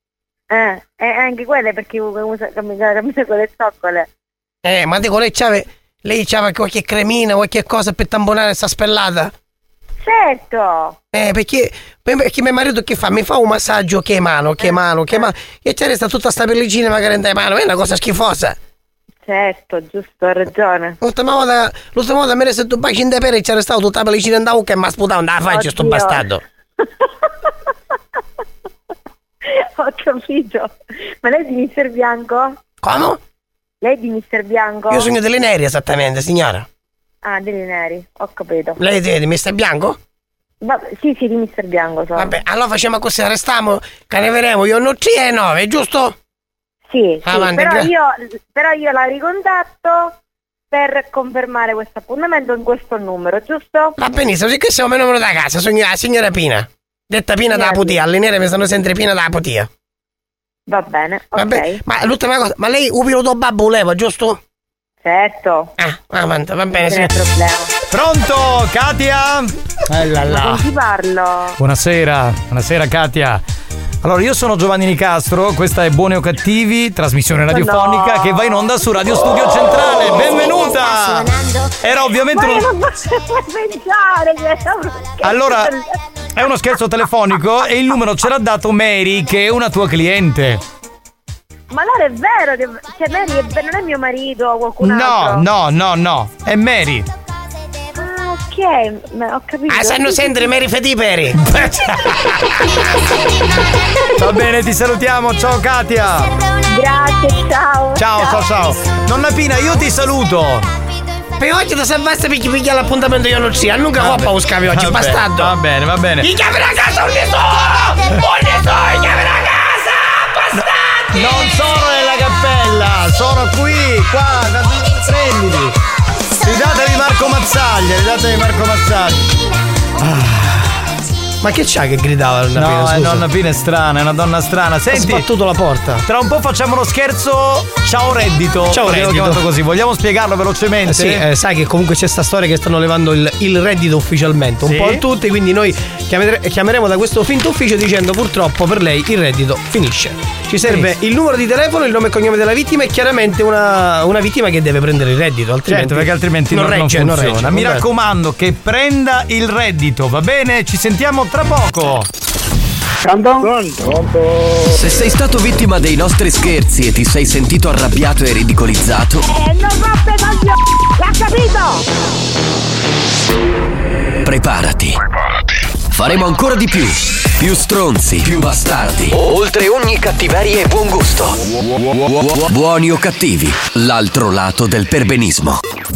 Eh, e anche quelle perché usa camminare con le zoccole.
Eh, ma dico, lei c'ave, lei c'aveva qualche cremina, qualche cosa per tamponare sta spellata?
Certo.
Eh, perché, perché mio marito che fa? Mi fa un massaggio che mano, che mano, che mano, e c'è resta tutta sta pellicina magari in mano, è una cosa schifosa.
Certo, giusto, ha ragione.
L'ultima volta, l'ultima volta mi resta due baci in te e c'era stato tutta la pellicina in bocca e mi ha sputato in faccia sto bastardo.
Ho capito. Ma lei è di mister Bianco?
Come?
Lei è di mister Bianco?
Io sogno delle neri esattamente, signora.
Ah, delle neri, ho capito.
Lei è di mister Bianco?
Va, sì, sì, di mister Bianco sono.
Vabbè, allora facciamo così, restiamo, che ne vedremo io non tre e nove, giusto?
Sì, sì,
Avanti,
però,
gra-
io, però io la ricontatto per confermare questo appuntamento in questo numero, giusto?
Va benissimo, sì che siamo il numero da casa, signora, signora Pina. Detta Pina da Putia, alle nere mi stanno sempre Pina da Putia.
Va bene, ok.
Vabbè, ma l'ultima cosa, ma lei un pilota babbo leva, giusto?
Certo.
Ah, avanti, va bene,
non
sì.
c'è problema.
Pronto, Katia? Eh là là.
Ma con chi parlo?
Buonasera, buonasera Katia. Allora, io sono Giovanni Nicastro, questa è Buoni o Cattivi, trasmissione radiofonica
no.
che va in onda su Radio Studio Centrale. Benvenuta! Era ovviamente
Ma io
uno...
non posso pensare che è uno scherzo.
Allora, è uno scherzo telefonico e il numero ce l'ha dato Mary, che è una tua cliente.
Ma allora è vero che cioè Mary è, non è mio marito o qualcun
No,
altro?
no, no, no, è Mary.
Ah, ok, che? Ma ho capito.
Ah, sanno sentire Mary Feti Peri.
Va bene, ti salutiamo, ciao Katia.
Grazie, ciao.
Ciao, ciao, ciao. Nonna Pina, io ti saluto.
Per oggi ti salvaste perché piglia l'appuntamento io non sia. Nunca coppa lo scavi oggi,
Va bene,
bastardo.
Va bene, va bene.
Gli chiami la casa, un nessuno! Un nessuno, gli chiami la casa, bastardi!
Non sono nella cappella, sono qui, qua, prendili. Ridatevi Marco Mazzaglia, ridatevi Marco Mazzaglia. Ah.
Ma che c'ha che gridava Nonna Pina?
No,
Scusa.
è Nonna Pina è strana, è una donna strana. Senti,
ha sbattuto la porta.
Tra un po' facciamo uno scherzo. Ciao reddito.
Ciao
L'abbiamo
reddito.
chiamato così. Vogliamo spiegarlo velocemente?
Eh sì, eh, sai che comunque c'è sta storia che stanno levando il, il reddito ufficialmente, un
Sì.
po' a tutti, quindi noi chiamere- chiameremo da questo finto ufficio dicendo purtroppo per lei il reddito finisce. Ci serve
Sì.
il numero di telefono, il nome e cognome della vittima e chiaramente una, una vittima che deve prendere il reddito, altrimenti,
Certo, perché altrimenti non,
non regge,
non
non
funziona.
regge.
Mi
Va bene.
raccomando che prenda il reddito, va bene? Ci sentiamo tra poco.
Se sei stato vittima dei nostri scherzi e ti sei sentito arrabbiato e ridicolizzato,
Eh, non roppe coglioni! L'ha capito!
preparati. Faremo ancora di più. Più stronzi, più bastardi. Oltre ogni cattiveria e buon gusto. Buoni o cattivi, l'altro lato del perbenismo.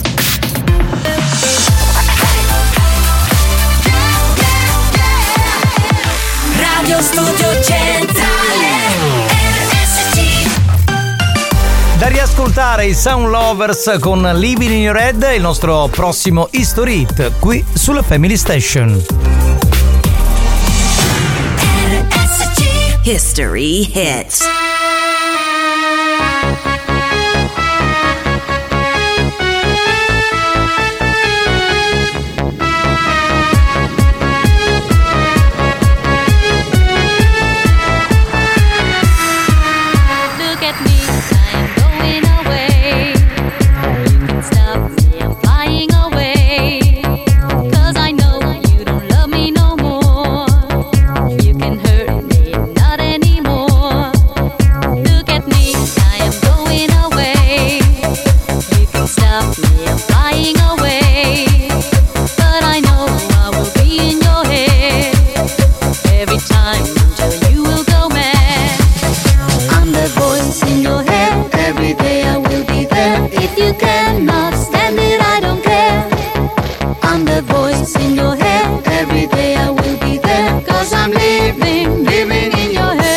Radio Studio Centrale R S C.
Da riascoltare i Sound Lovers con Living in Your Head, il nostro prossimo History Hit qui sulla Family Station.
R S C History Hits.
Look at me, I am going away. You can stop me, I'm flying away. 'Cause I know you don't love me no more. You can hurt me, not anymore. Look at me, I am going away. You can stop me, I'm flying away. But I know I will be in your head every time until you will go mad. I'm the voice in your head. Every day I will be there. If you cannot stand it, I don't care. I'm the voice in your head. Every day I will be there. 'Cause I'm living, living in your head.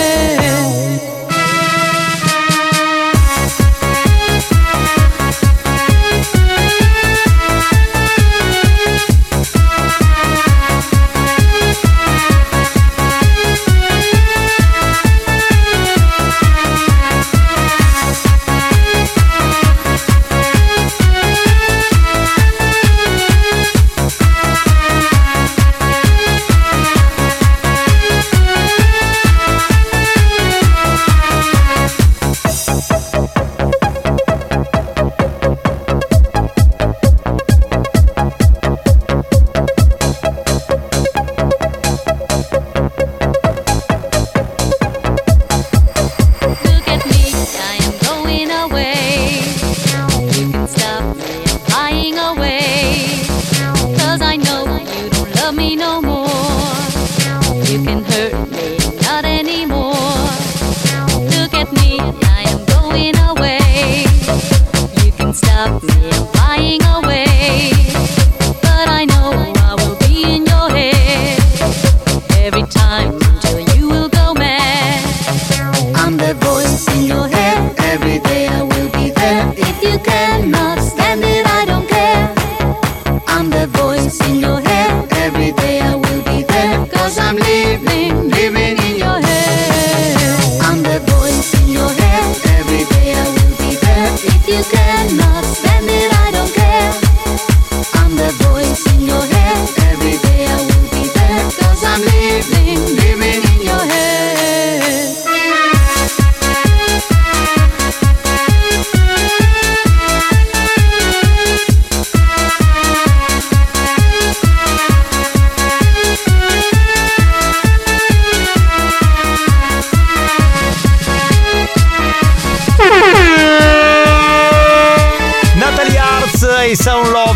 Look at me, I am going away. You can stop me, I'm flying away. 'Cause I know you don't love me no more. You can hurt me, not anymore. Look at me, I am going away. You can stop me, I'm flying away. But I know I will be in your head every time until you will go mad. I'm the voice in your head. Every day I will be there. If you cannot stand it, I don't care. I'm the voice in your head. Every day I will be there. 'Cause I'm living, living in your head. I'm the voice in your head. Every day I will be there. If you cannot stand it, I don't care. I'm the voice in your head. Every day I will be there. 'Cause I'm living, living in your head.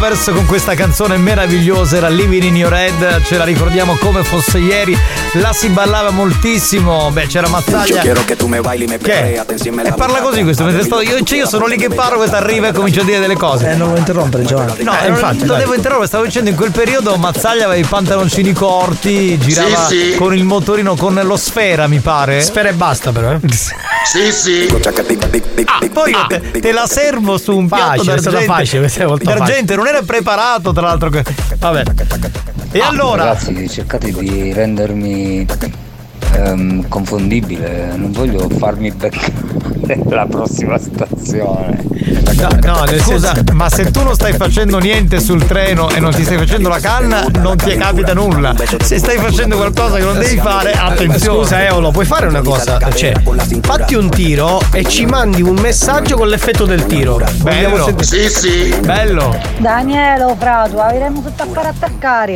Lovers con questa canzone meravigliosa, era Living in Your Head, ce la ricordiamo come fosse ieri, la si ballava moltissimo. Beh, c'era Mazzaglia che e parla così questo mentre sto io, cioè io sono lì che parlo, questo arriva e comincia a dire delle cose.
Eh, non vuoi interrompere, Giovanni.
No,
eh,
non,
infatti,
non devo interrompere, stavo dicendo in quel periodo Mazzaglia aveva i pantaloncini corti, girava
sì, sì.
con il motorino, con lo Sfera, mi pare.
Sfera e basta però, eh.
Sì, sì.
Ah, poi io te, te la servo su un piatto
Facile, è stata
d'argento.
facile, questa è molto
D'argento, non era preparato, tra l'altro. che- Vabbè. E allora?
Ragazzi, cercate di rendermi ehm, confondibile, non voglio farmi beccare la prossima stazione.
No, no, scusa, ma se tu non stai facendo niente sul treno e non ti stai facendo la canna, non ti capita nulla. Se stai facendo qualcosa che non devi fare, attenzione.
Scusa Eolo, puoi fare una cosa? Cioè, fatti un tiro e ci mandi un messaggio con l'effetto del tiro.
Bello.
Sì, sì.
Bello.
Daniele, Frato, avremo tutto a fare attaccare.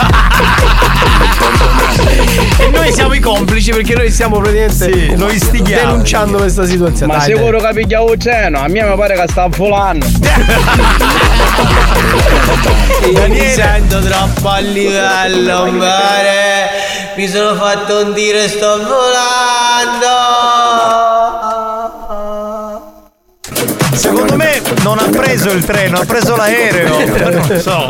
E noi siamo i complici perché noi stiamo praticamente
Sì, lo istighiamo.
denunciando questa situazione.
Ma
Dai,
sicuro che pigliavo il treno, a me mi pare che sta volando.
Io mi sento troppo a livello, mare. Mi sono fatto un tiro e sto volando.
Secondo me non ha preso il treno, ha preso l'aereo. Non so.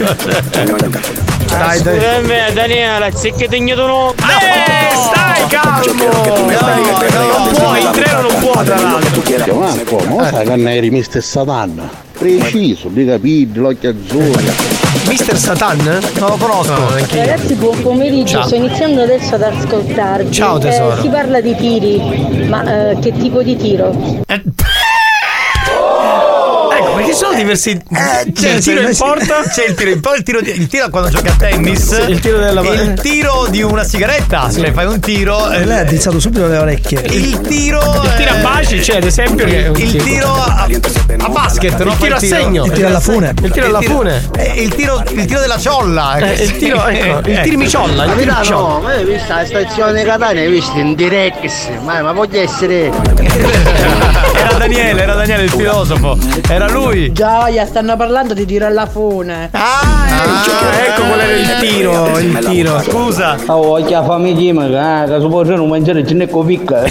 Dai, dai.
Per me, Daniela, se che tegnato no.
Eh, stai calmo. Non può, il treno non può, tra l'altro.
Marco, ma sai che ne eri mister Satan? Preciso, di capire, l'occhio azzurro.
mister Satan? Non lo conosco.
Ragazzi, buon pomeriggio,
Ciao.
sto iniziando adesso ad ascoltarvi.
Ciao, tesoro.
Eh, si parla di tiri, ma eh, che tipo di tiro?
Ecco, perché sono diversi. C'è il tiro in porta.
C'è il tiro in porta, il tiro, di, il tiro quando giochi a tennis.
Il tiro della
Il tiro di una sigaretta. Se fai un tiro.
E lei ha addizzato subito le orecchie.
Il tiro.
Il tiro a baci, c'è ad esempio che è un
Il tiro a, a basket, no?
Il tiro a segno.
Il tiro alla fune.
Il tiro alla fune.
Eh, il tiro, il tiro della ciolla.
Eh, il tiro, ecco, il tirmiciolla, il
Capitano,
tirmiciolla.
ma hai visto la stazione di Catania, hai visto in Direx, ma, ma voglio essere.
Era Daniele, era Daniele il filosofo. Era lui.
Gioia, stanno parlando di tiro alla fune.
Ah,
ecco qual era il tiro, il tiro.
Scusa.
Oh, che a famiglia, che si può non mangiare ce n'è copicca.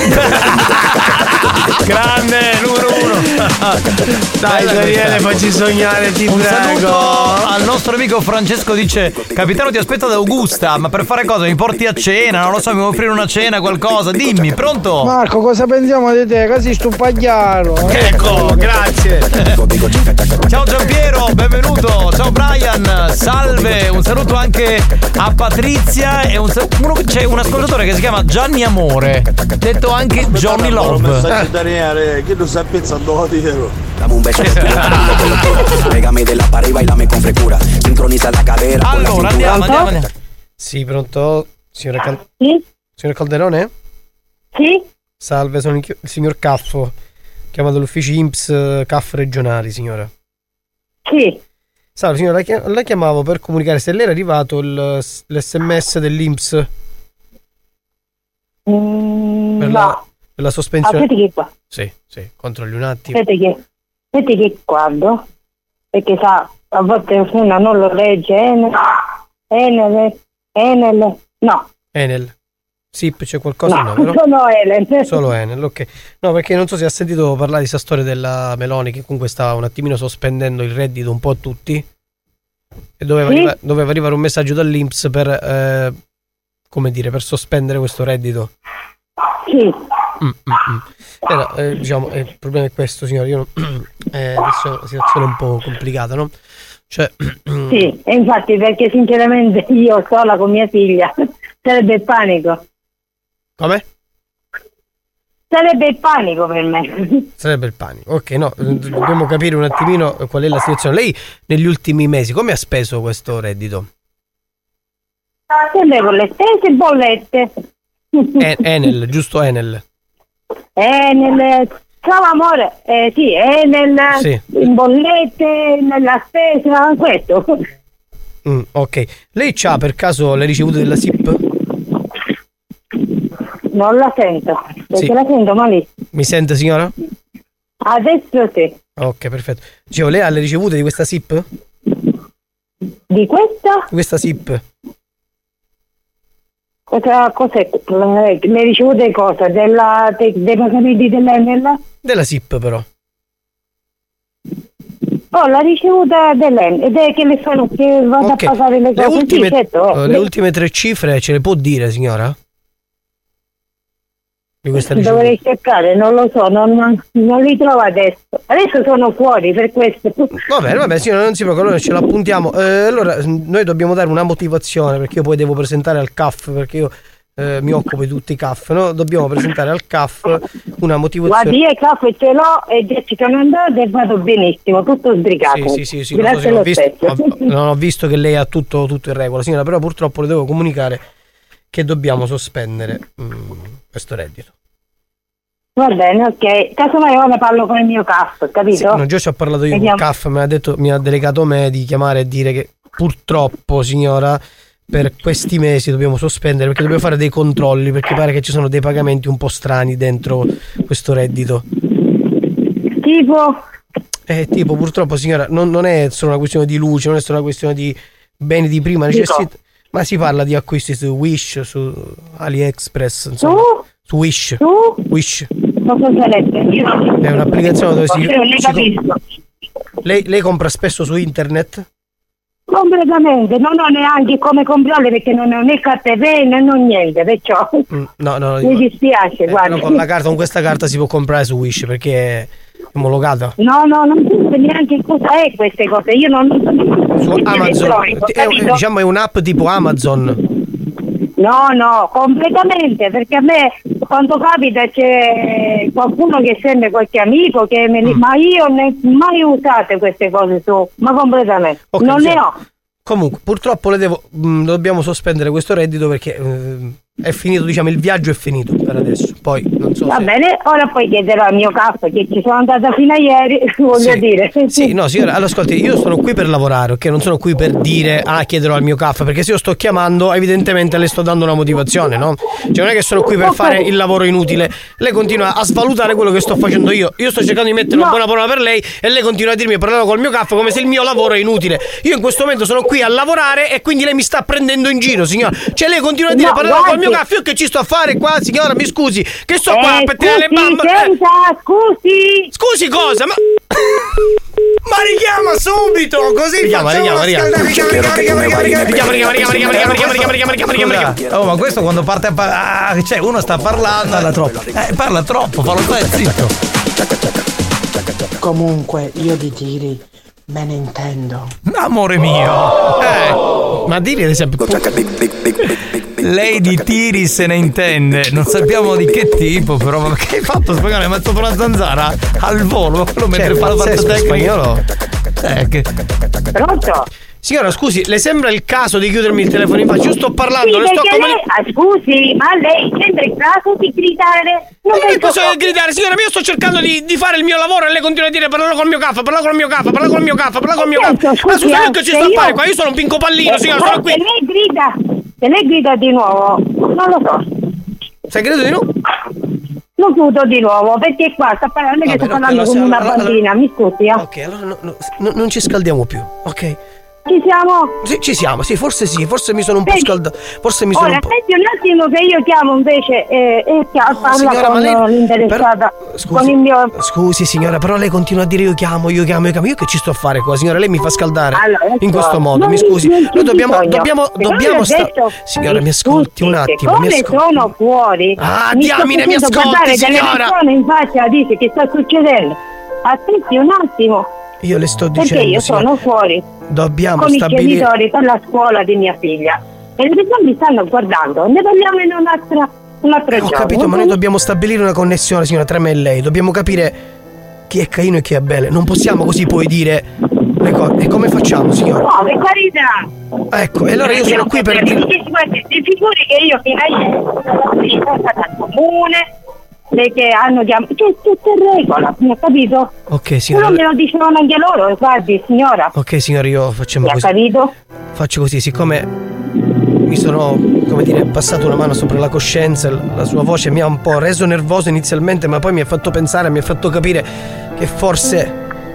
Grande, numero uno.
Dai Daniele, facci sognare, ti
Un
prego.
saluto al nostro amico Francesco, dice: capitano, ti aspetto ad Augusta, ma per fare cosa? Mi porti a cena? Non lo so, mi vuoi offrire una cena, qualcosa? Dimmi, pronto?
Marco, cosa pensiamo di te? Così stupagliaro.
Ecco, grazie. Ciao Giampiero, benvenuto. Ciao Brian, salve. Un saluto anche a Patrizia e un, uno, c'è un ascoltatore che si chiama Gianni Amore, detto anche Johnny Love.
Daniele, che lo sa pensando a tiro.
Dame un beso, pégame de la pared y bailame con frescura. Sincroniza la cadera. con la
Allora,
cintura.
andiamo, andiamo, andiamo.
Sì, pronto? Signora Cal-
Sì?
Signor Calderone?
Sì?
Salve, sono il, chi- il signor Caffo. Chiamato dall'ufficio I N P S eh, C A F regionali, signora.
Sì.
Salve, signora, la, chi- la chiamavo per comunicare se le era arrivato il- l'esse emme esse dell'I N P S
Mm,
per,
no.
la, per la sospensione.
Aspetti che qua.
Sì, sì, controlli un attimo.
Aspetti che. Aspetti che guardo. Perché sa, a volte una non lo legge. Enel. Enel. Enel. No.
Enel. S I P c'è qualcosa?
No,
No, vero?
sono Enel.
Solo Enel, ok. No, perché non so se ha sentito parlare di questa storia della Meloni che comunque sta un attimino sospendendo il reddito un po' a tutti. E doveva,
Sì?
arriva- doveva arrivare un messaggio dall'I N P S per, eh, come dire, per sospendere questo reddito.
Sì.
Mm, mm, mm. Era, eh, diciamo, eh, il problema è questo, signore. Io non- eh, adesso è una situazione un po' complicata, no? Cioè,
Sì, e infatti perché sinceramente io sola con mia figlia sarebbe il panico.
come?
Sarebbe il panico per me.
Sarebbe il panico. Ok, no, eh, dobbiamo capire un attimino qual è la situazione. Lei negli ultimi mesi come ha speso questo reddito?
Sempre con le stesse bollette.
E- Enel, giusto Enel?
Enel, ciao amore, eh, sì, Enel,
Sì.
in bollette, nella spesa, questo.
Mm, ok. Lei c'ha per caso le ricevute della S I P?
Non la sento, perché
Sì.
la sento malissimo.
Mi sente, signora?
Adesso sì.
Ok, perfetto. Dicevo, lei ha le ricevute di questa S I P?
Di questa?
Questa S I P.
Cosa, cos'è? Le ricevute cosa? Della, de, dei pagamenti dell'Enel?
Della S I P però.
Oh, la ricevuta dell'Enel ed è che le sono che vado
Okay.
a pagare le cose.
Le ultime,
Sì, certo.
oh, le ultime tre cifre ce le può dire, signora? Di questa ricevuta?
Dovrei cercare, non lo so, non, non, non li trovo adesso. Adesso sono fuori per questo.
Va bene, va bene, signora, non si preoccupi, allora ce l'appuntiamo. Eh, allora, noi dobbiamo dare una motivazione, perché io poi devo presentare al C A F, perché io eh, mi occupo di tutti i C A F, no? Dobbiamo presentare al C A F una motivazione.
Guardi, io il caffè ce l'ho e già ci sono andata e vado benissimo, tutto sbrigato.
Sì, sì, sì, sì, lo so,
Grazie
sì, ho
lo
visto,
stesso.
ho- non ho visto che lei ha tutto, tutto in regola, signora, però purtroppo le devo comunicare che dobbiamo sospendere mm, questo reddito.
Va bene, ok. Casomai ora parlo con il mio C A F, capito?
Sì, no, già ci ho parlato io
Vediamo.
con il C A F, mi ha detto, mi ha delegato me di chiamare e dire che purtroppo, signora, per questi mesi dobbiamo sospendere perché dobbiamo fare dei controlli, perché pare che ci sono dei pagamenti un po' strani dentro questo reddito.
Tipo?
Eh, tipo, purtroppo, signora, non, non è solo una questione di luce, non è solo una questione di beni di prima necessità, ma si parla di acquisti su Wish, su AliExpress, insomma,
Tu?
su Wish.
Tu?
Wish.
Cosa sarebbe? Io non-
È un'applicazione dove si,
non ne
si-
capisco.
lei, lei compra spesso su internet?
Completamente, non ho neanche come comprarle perché non ho né carta né non niente, perciò
Mm, No, no,
mi dispiace,
eh,
guarda.
però con la carta, con questa carta si può comprare su Wish perché è omologata.
No, no, non so neanche cosa è queste cose, io non
Su Amazon, è, è- diciamo è un'app tipo Amazon.
No, no, completamente, perché a me quando capita c'è qualcuno che sente qualche amico che me li...
Mm.
ma io ne mai usate queste cose su, ma completamente,
Ok,
non ne
sì.
ho.
Comunque, purtroppo le devo, mh, dobbiamo sospendere questo reddito perché eh, è finito, diciamo, il viaggio è finito per adesso. Poi non so
Va
se...
bene, ora poi chiederò al mio capo che ci sono andata fino a ieri, voglio
Sì.
dire.
Sì, no, signora, allora ascolti, io sono qui per lavorare, ok? Non sono qui per dire, ah, chiederò al mio caffè, perché se io sto chiamando, evidentemente le sto dando una motivazione, no? Cioè non è che sono qui per fare il lavoro inutile. Lei continua a svalutare quello che sto facendo io. Io sto cercando di mettere una buona parola per lei e lei continua a dirmi parlare col mio caffè come se il mio lavoro è inutile. Io in questo momento sono qui a lavorare e quindi lei mi sta prendendo in giro, signora. Cioè lei continua a dire
No,
parlare col
guardi.
mio caffè, io che ci sto a fare qua, signora, mi scusi, che sto qua a
Eh,
pettinare le
scusi,
bambole. Eh.
senta, scusi.
Scusi cosa? Ma
Ma richiama subito, così
Richiama,
facciamo
richiama,
una
richiama.
scaldata. Richiama, richiama, richiama, richiama,
Richiama, richiama, richiama, richiama, richiama, richiama, richiama, richiama, richiama, richiama, richiama.
Oh, ma questo quando parte a parlare, cioè uno sta parlando, parla troppo. Eh, parla troppo, fallo stare zitto.
Comunque, io di tiri me ne intendo.
Amore mio.
Eh, ma digli ad esempio.
Lei di tiri se ne intende. Non sappiamo di che tipo, però. Ma che hai fatto? Spagnolo? Hai messo una zanzara al volo? Quello mentre fa la parte
pazzesco,
tecnica.
spagnolo.
Eh, che.
Pronto?
Signora, scusi, le sembra il caso di chiudermi il telefono in faccia? Io sto
Sì,
parlando, le sto
perché
come...
lei, ah, scusi, ma lei sembra il caso di gridare? Non
Ma che
penso
cosa
proprio.
gridare, signora? Ma io sto cercando di, di fare il mio lavoro e lei continua a dire parla col mio caffè, parla col mio caffè, parla col mio caffè, parla col mio
Certo,
caffè. Ma
scusi,
scusa,
eh,
che ci
se
sto a
io-
fare qua? Io sono un pinco pallino,
Eh,
signora,
però
sono qui.
Se lei grida, se lei grida di nuovo, non lo so.
Sei credo di no?
Non chiudo di nuovo, perché qua sta parlando che
Vabbè,
sto
ok,
parlando
allora,
come una
allora,
bambina, mi scusi, eh.
Ok, allora no, no, no, non ci scaldiamo più, ok?
Ci siamo?
Sì, ci siamo, sì, forse sì, forse mi sono un po'
Senti,
scaldato. Forse mi sono
Ora,
un po'.
aspetti un attimo che io chiamo invece e, e chia- parlo
signora,
con
ma lei-
l'interessata,
Scusi,
con il mio...
scusi signora, però lei continua a dire io chiamo, io chiamo, io chiamo. Io che ci sto a fare qua, signora? Lei mi fa scaldare
Allora,
in
ecco,
questo modo,
non
mi scusi.
non c'è
Noi dobbiamo,
bisogno.
dobbiamo,
Siccome
dobbiamo
ho
sta-
detto-
Signora, mi ascolti un
Scusi,
attimo, mi
Siccome
ascolti.
sono fuori,
Ah,
mi sto
diamine, mi
facendo
ascolti,
guardare delle
signora.
persone in faccia, dice che sta succedendo. Aspetti un attimo,
Io le sto
perché
dicendo,
io
signora,
sono fuori
dobbiamo
con i
stabilire.
genitori per la scuola di mia figlia e le persone mi stanno guardando. Ne parliamo in un'altra, un altro
Ho
giorno.
capito, ma noi dobbiamo stabilire una connessione, signora, tra me e lei. Dobbiamo capire chi è Caino e chi è Abele. Non possiamo così poi dire le cose. E come facciamo, signora?
No, per carità.
Ecco, e allora io sono qui per dire.
Guardi, ti figuri che io fino a ieri sono partecipata al comune, perché hanno chiamato, che è tutto in regola, mi ha capito?
Ok,
Però
signora.
me lo dicevano anche loro, guardi signora,
Ok, signora, io facciamo
mi ha
così.
capito?
Faccio così, siccome mi sono, come dire, passato una mano sopra la coscienza, la sua voce mi ha un po' reso nervoso inizialmente, ma poi mi ha fatto pensare, mi ha fatto capire che forse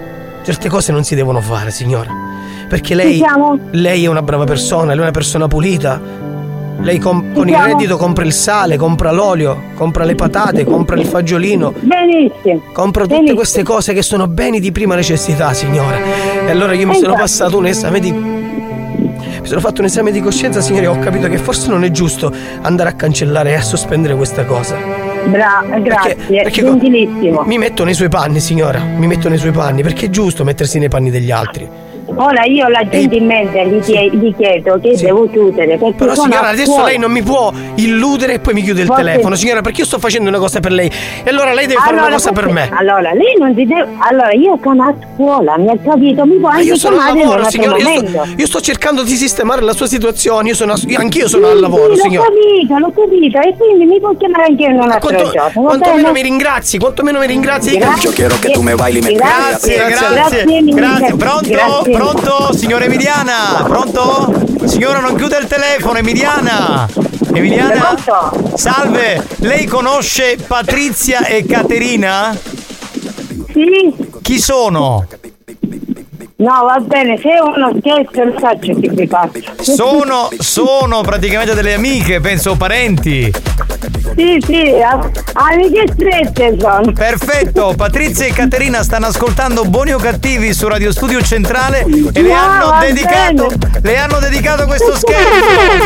certe cose non si devono fare, signora. Perché lei, lei è una brava persona, lei è una persona pulita. Lei com- con il reddito compra il sale, compra l'olio, compra le patate, compra il fagiolino.
Benissimo.
Compra tutte Benissimo. queste cose che sono beni di prima necessità, signora. E allora io mi esatto. sono passato un esame di... Mi sono fatto un esame di coscienza, signore, e ho capito che forse non è giusto andare a cancellare e a sospendere questa cosa.
Bra- grazie, perché, perché gentilissimo.
Mi metto nei suoi panni, signora, mi metto nei suoi panni, perché è giusto mettersi nei panni degli altri.
Ora io la gentilmente e... gli, chie- gli chiedo che sì. devo chiudere.
Però signora, adesso fuori. lei non mi può illudere e poi mi chiude il Forse... telefono, signora, perché io sto facendo una cosa per lei e allora lei deve allora, fare una cosa
forse...
per me.
Allora, lei non ti deve. Allora, io sono a scuola, mi ha capito, mi può anche chiamare in un altro
signora, io sto, io sto cercando di sistemare la sua situazione, io sono a... anch'io sono sì, al lavoro,
sì,
signora.
L'ho capito, l'ho capito, e quindi mi può chiamare anche in un altro
quanto,
giorno.
Quantomeno mi ringrazi, quantomeno mi ringrazi.
Grazie.
Io quiero che tu me baili me. Grazie, grazie, grazie.
Grazie,
grazie. Pronto?
Grazie.
Pronto? Signora Emiliana, pronto? Signora, non chiude il telefono, Emiliana. Emiliana?
Pronto?
Salve, lei conosce Patrizia e Caterina?
Sì.
Chi sono?
No, va bene, se è uno scherzo lo faccio che vi faccio.
Sono, sono praticamente delle amiche, penso parenti.
Sì, sì, amiche strette sono.
Perfetto, Patrizia e Caterina stanno ascoltando Buoni o Cattivi su Radio Studio Centrale e
no,
le hanno dedicato
bene.
le hanno dedicato questo scherzo.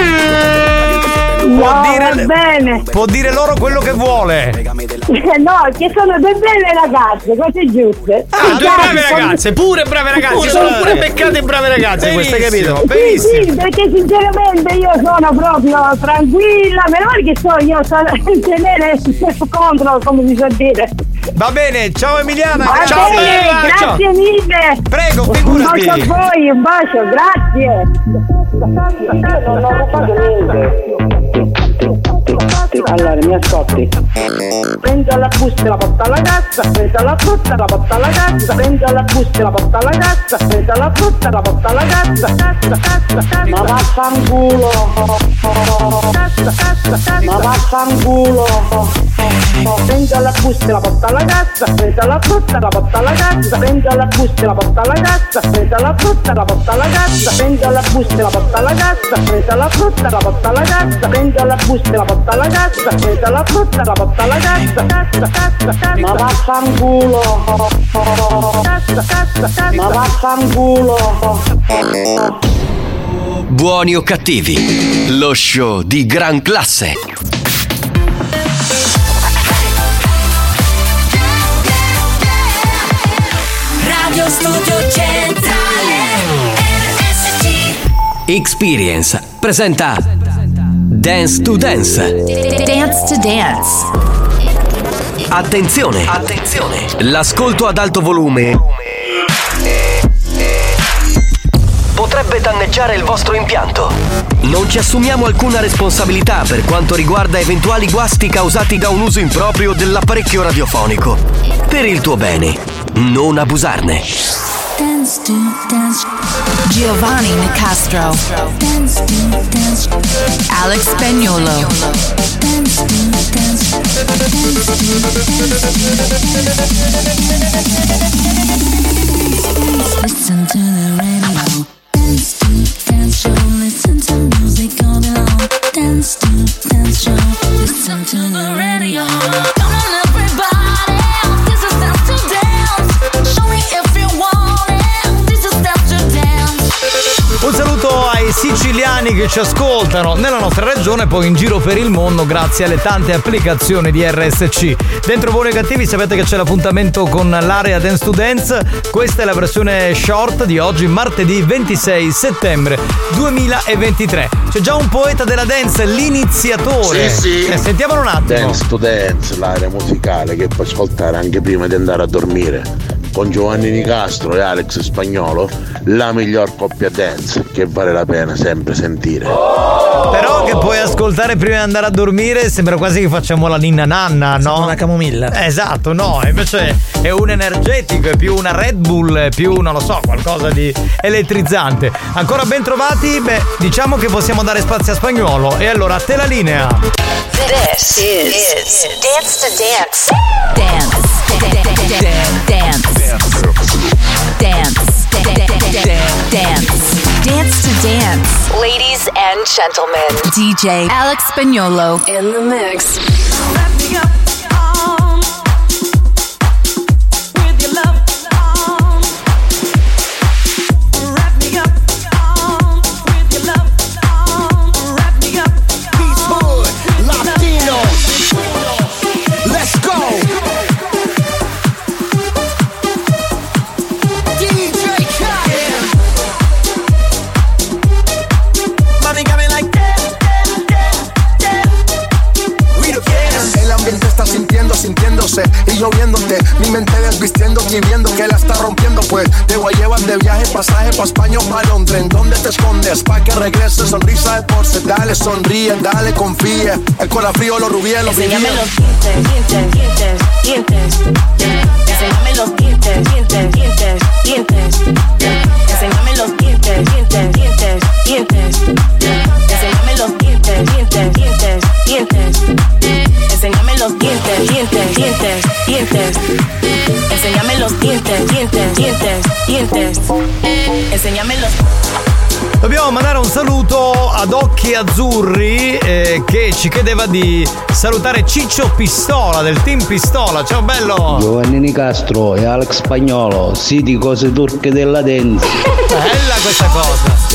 No,
può dire,
va bene.
Può dire loro quello che vuole.
No, che sono due belle ragazze, cose giuste.
Ah, due brave ragazze, pure brave ragazze. Pure, sono pure beccate brave ragazze queste, capito? Benissimo.
Sì, sì, perché sinceramente io sono proprio tranquilla, meno male che so io so tenere contro, come si suol dire.
Va bene, ciao Emiliana.
Va
ciao,
bene,
bella,
grazie
ciao.
mille.
Prego, figurati.
Un bacio a voi, un bacio, grazie. Non ho rubato niente. Allora, mi ascolti. Prendo la busta e la porta alla cassa, prendo la frutta e la porta alla cassa, prendo la busta e la porta alla cassa, prendo la frutta e la porta alla cassa, cassa, cassa, cassa. Ma vaffanculo. Cassa, cassa, cassa. Ma vaffanculo. Prendo la busta e la porta alla cassa, prendo la frutta e la porta alla cassa, prendo la busta e la porta alla cassa, prendo la frutta e la porta alla cassa, prendo la busta e la porta alla cassa, prendo la frutta e la porta alla cassa, prendo la busta e la porta alla cassa, prendo la frutta e la porta alla cassa, cassa, cassa, cassa. Ma vaffanculo. Cassa, cassa, cassa. Ma vaffanculo.
Buoni o Cattivi, lo show di gran classe.
Radio Studio Centrale R S C.
Experience presenta Dance to Dance.
Dance to Dance.
Attenzione, attenzione. L'ascolto ad alto volume potrebbe danneggiare il vostro impianto. Non ci assumiamo alcuna responsabilità per quanto riguarda eventuali guasti causati da un uso improprio dell'apparecchio radiofonico. Per il tuo bene, non abusarne.
Dance to dance. Giovanni Nicastro. Dance to dance. Alex Spagnuolo. Dance to dance. Dance to listen to the radio. Dance to dance show. Listen to music all day long. Dance to dance show. Listen to the radio. Come on everybody. This is dance to dance. Show me if you want it. This is dance to dance.
Un saluto ai siciliani che ci ascoltano nella nostra regione e poi in giro per il mondo grazie alle tante applicazioni di R S C. Dentro Buoni o Cattivi sapete che c'è l'appuntamento con l'area Dance to Dance. Questa è la versione short di oggi, martedì ventisei settembre duemilaventitré. C'è già un poeta della dance, l'iniziatore.
Sì, sì.
Eh, sentiamolo un attimo.
Dance to Dance, l'area musicale che puoi ascoltare anche prima di andare a dormire. Con Giovanni Nicastro e Alex Spagnuolo, la miglior coppia dance che vale la pena sempre sentire.
Però che puoi ascoltare prima di andare a dormire sembra quasi che facciamo la ninna nanna, no?
Una camomilla.
Esatto, no, invece è un energetico, è più una Red Bull, è più, non lo so, qualcosa di elettrizzante. Ancora ben trovati? Beh, diciamo che possiamo dare spazio a Spagnuolo e allora a te la linea.
This is, is Dance to Dance. Dance. Dance. Dance.
Dance. Dance. Dance to dance. Ladies and gentlemen, D J Alex Spagnolo in the mix. Wrap me up.
Y yo viéndote, mi mente desvistiendo y viendo que la está rompiendo. Pues te voy a llevar de viaje, pasaje pa' España o pa' Londres. ¿En dónde te escondes? Pa' que regrese, sonrisa de porce. Dale, sonríe, dale, confía. El corazón frío, los rubíes, los
Enséñame los dientes, dientes, dientes, dientes. Enséñame los dientes, dientes, dientes, dientes. Enséñame los dientes, dientes, dientes, dientes. Enséñame los dientes, dientes, dientes, dientes. Enséñame los dientes, dientes, dientes, dientes. Enséñame los dientes, dientes, dientes, dientes. Enséñame los.
Dobbiamo mandare un saluto ad Occhi Azzurri eh, che ci chiedeva di salutare Ciccio Pistola del team Pistola. Ciao bello!
Giovanni Nicastro e Alex Spagnolo, sì di cose turche della dance.
Bella questa cosa!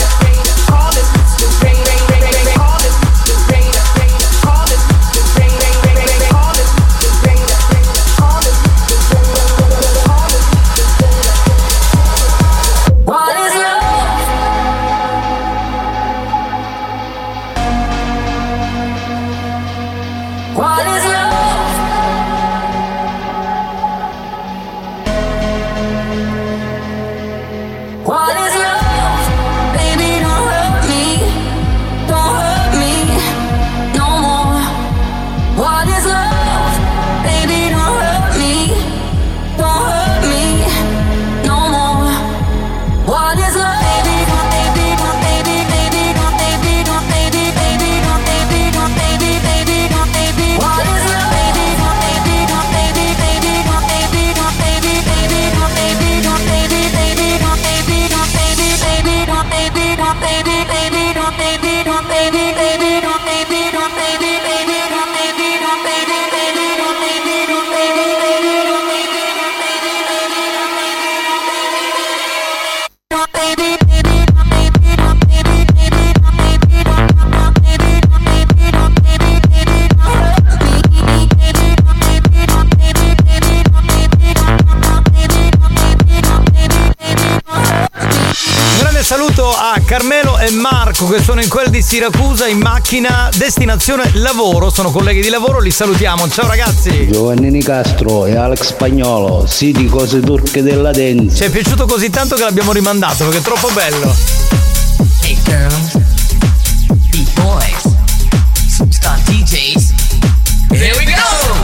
Carmelo e Marco che sono in quel di Siracusa in macchina, destinazione lavoro, sono colleghi di lavoro, li salutiamo, ciao ragazzi.
Giovanni Nicastro e Alex Spagnolo, sì di cose turche della dance.
Ci è piaciuto così tanto che l'abbiamo rimandato perché è troppo bello.
Hey girls, beat boys, superstar D Js, here we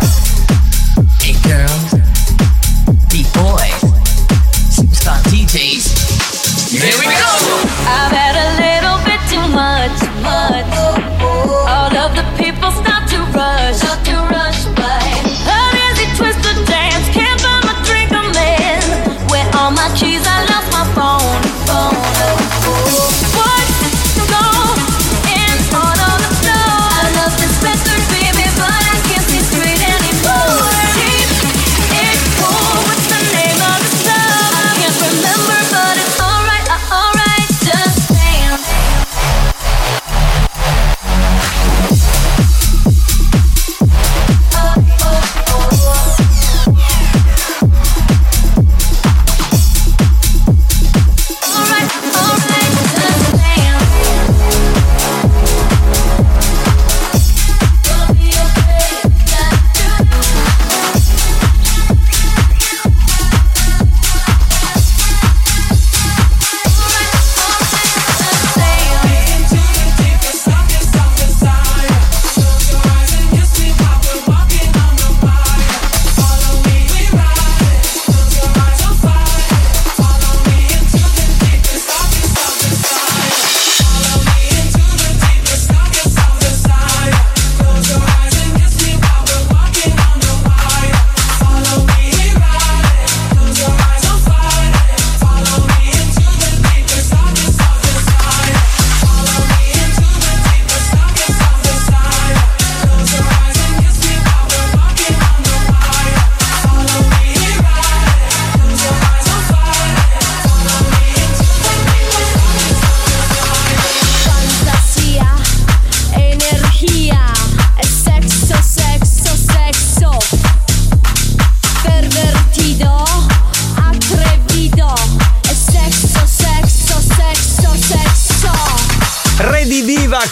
go. Hey girls, beat boys, superstar D Js, here we go.
I've had a little bit too much, much. All of the people start to rush, start to rush by. An easy twist to dance, can't buy my drink, I'm in. Where all my keys, I lost my phone, phone. What? Go in on on the floor. I love this record, baby, but I can't see straight anymore. Keep it cool, what's the name of the song? I can't remember, but it's alright. Uh-oh.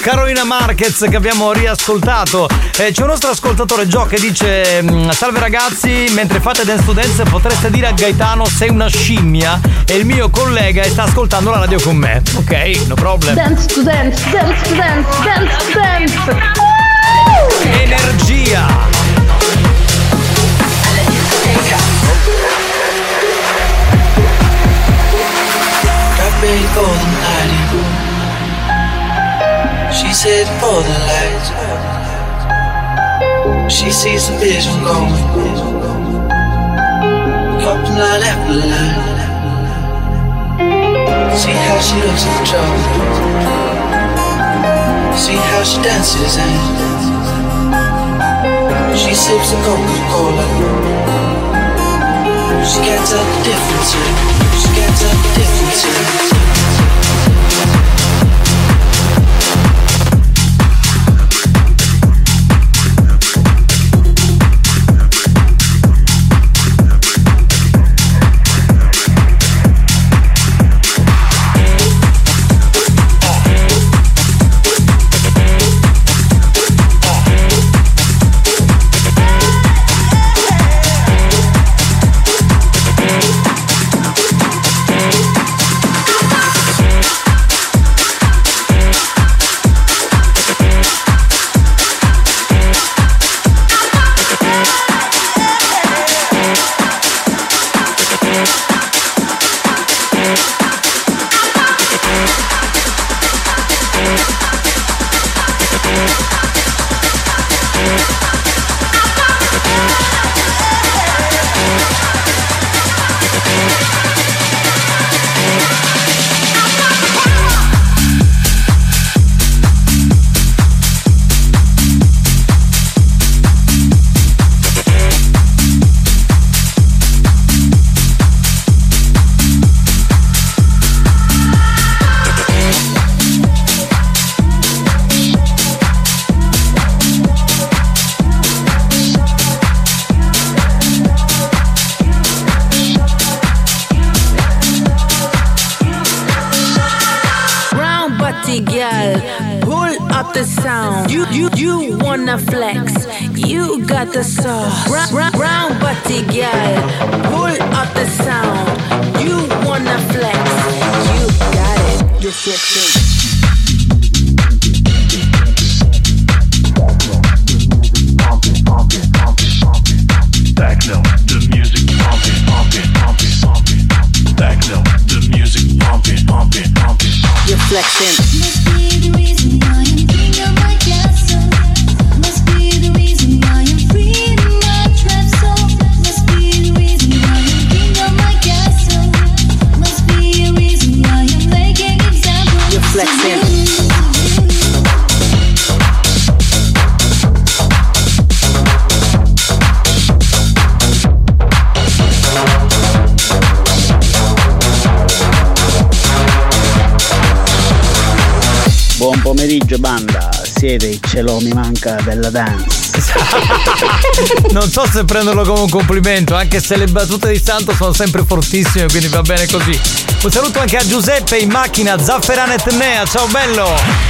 Carolina Marquez che abbiamo riascoltato. Eh, c'è un nostro ascoltatore Gio che dice: salve ragazzi, mentre fate Dance to Dance potreste dire a Gaetano sei una scimmia e il mio collega sta ascoltando la radio con me. Ok, no problem.
Dance to Dance, Dance to Dance, Dance to Dance.
Energia.
Ready for the night. She's heading for the lights. She sees the vision going, dropping line after line. See how she looks in trouble. See how she dances and she sips the Coca-Cola. She can't tell the difference. She can't tell the difference.
Buon pomeriggio banda, siete il cielo mi manca della dance.
Non so se prenderlo come un complimento, anche se le battute di Santo sono sempre fortissime, quindi va bene così. Un saluto anche a Giuseppe in macchina, Zafferana e Tennea, ciao bello!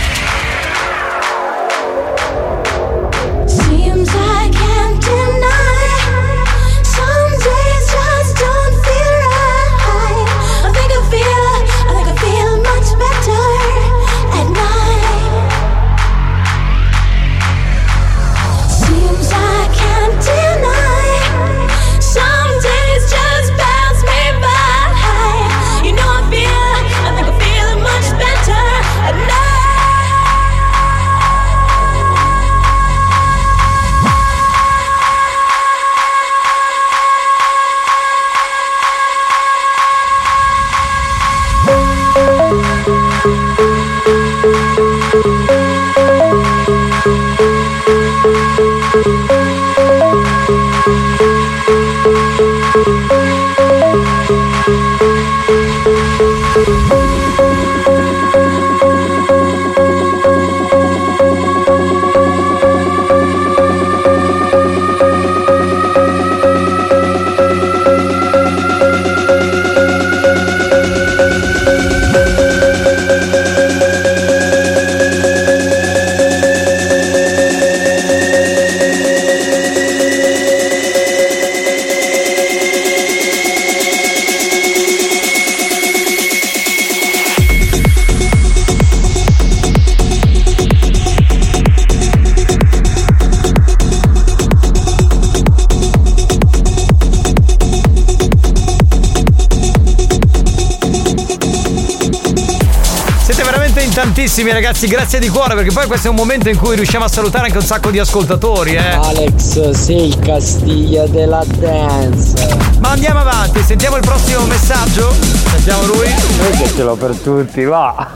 tantissimi ragazzi, grazie di cuore, perché poi questo è un momento in cui riusciamo a salutare anche un sacco di ascoltatori, eh.
Alex, sei il Castiglia della dance.
Ma andiamo avanti, sentiamo il prossimo messaggio. Sentiamo lui.
Noi che ce l'ho per tutti, va.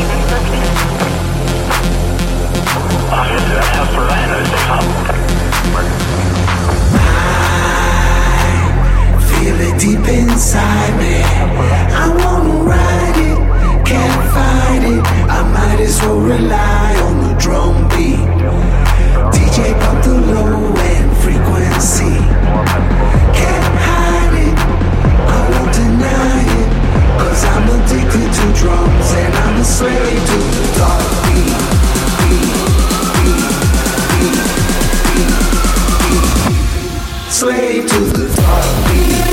Feel it deep inside me. I wanna ride it, can't fight it. I might as well rely on the drum beat. D J pump the low end frequency. Can't hide it, I won't deny it. Cause I'm addicted to drums and I'm a slave to the dark beat. Beat, beat, beat, beat, beat. Slave to the dark beat.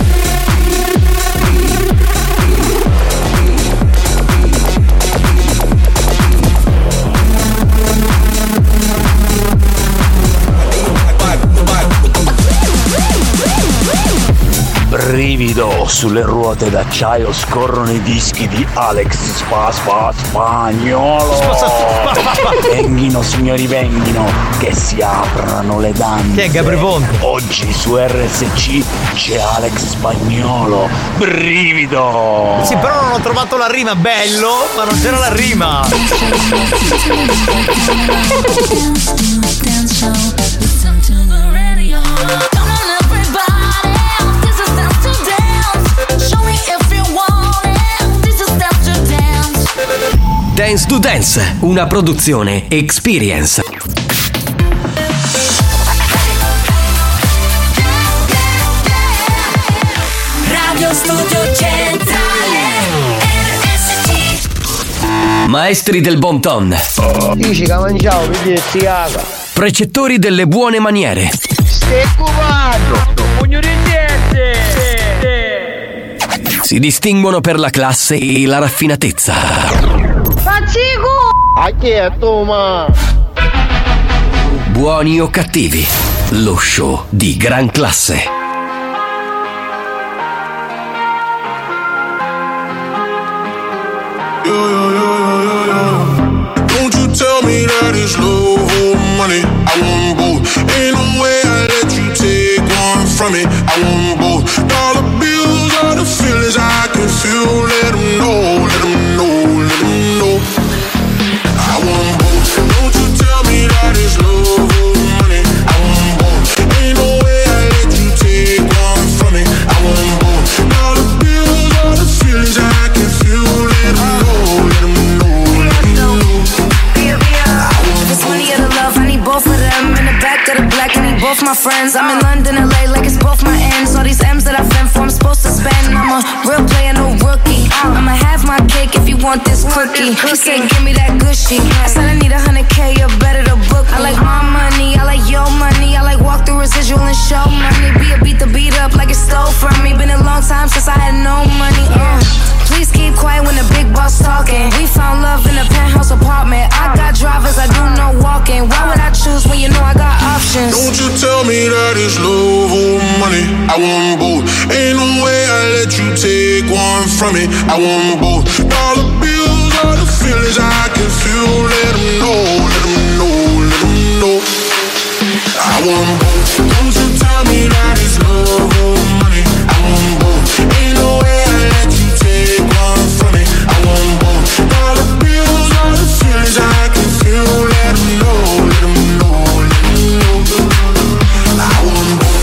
Brivido, sulle ruote d'acciaio scorrono i dischi di Alex Spa Spa Spagnolo. Venghino signori, venghino, che si aprano le danze.
Che è Gabri Ponte?
Oggi su R S C c'è Alex Spagnolo. Brivido.
Sì, però non ho trovato la rima, bello, ma non c'era la rima.
Dance to Dance, una produzione Experience.
Radio Studio Centrale R S C.
Maestri del bon ton.
Dici che mangiavo, vedi si caga.
Precettori delle buone maniere.
Stai cubando, pugno di niente.
Si distinguono per la classe e la raffinatezza.
Pazzico! A chi è tu, ma?
Buoni o cattivi, lo show di gran classe.
Don't you tell me that it's love or money. I want both. Ain't no way I let you take one from me. I want both. Dollar bills are the feelings I can feel. Let them know, let them know, let them know. I want both. Don't you tell me that it's love or money. I want both. Ain't no way I let you take one from me. I want both. Dollar bills are the feelings I can feel. Let them know, let them know, let them know.
If it's money or the love, I need both of them. In the back of the black, I need both my friends. I'm in London, L A, like it's both my ends. All these M's that I fend for, I'm supposed to spend. I'm a real player, no rookie. I'ma have my cake if you want this cookie. He said, give me that gushy. I said, I need a hundred K, you better to book. I like my money, I like your money. I like walk through residual and show money. Be a beat the beat up like it stole from me. Been a long time since I had no money. Uh. Please keep quiet when the big boss talking. We found love in a penthouse apartment. I got drivers, I do no walking. Why would I choose when you know I got options?
Don't you tell me that it's love or money. I want both. Ain't no way I let you take one from me. I want both. Dollar bills are the feelings I can feel. Let them know, let them know, let them know. I want both. Don't you tell me that it's love or money. I want both. Ain't no way I let you take one from me. I want both. Dollar bills are the feelings I can feel. Let them know, let them know, let them know. I want both.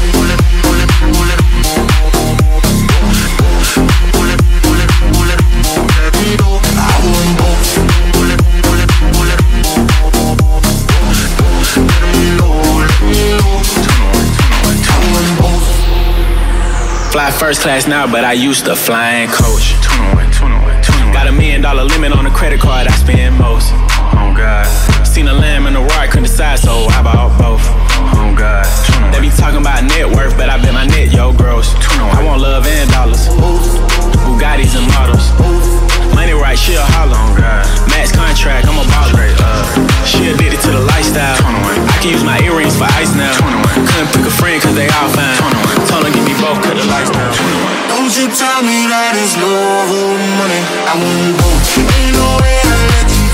Fly first class now, but I used to fly in coach. Got a million dollar limit on the credit card I spend most. Oh God. Seen a lamb and a roar, I couldn't decide, so I bought both. Oh God. They be talking about net worth, but I bet my net yo gross. I want love and dollars. Bugattis and models. Money right, she a holler. Oh God. Max contract, I'm a baller. Uh, she addicted to the lifestyle. I can use my earrings for ice now. Couldn't pick a friend cause they all fine. Told her give me both cause the lifestyle.
Don't you tell me that it's love or money. I want both. Ain't no way I let you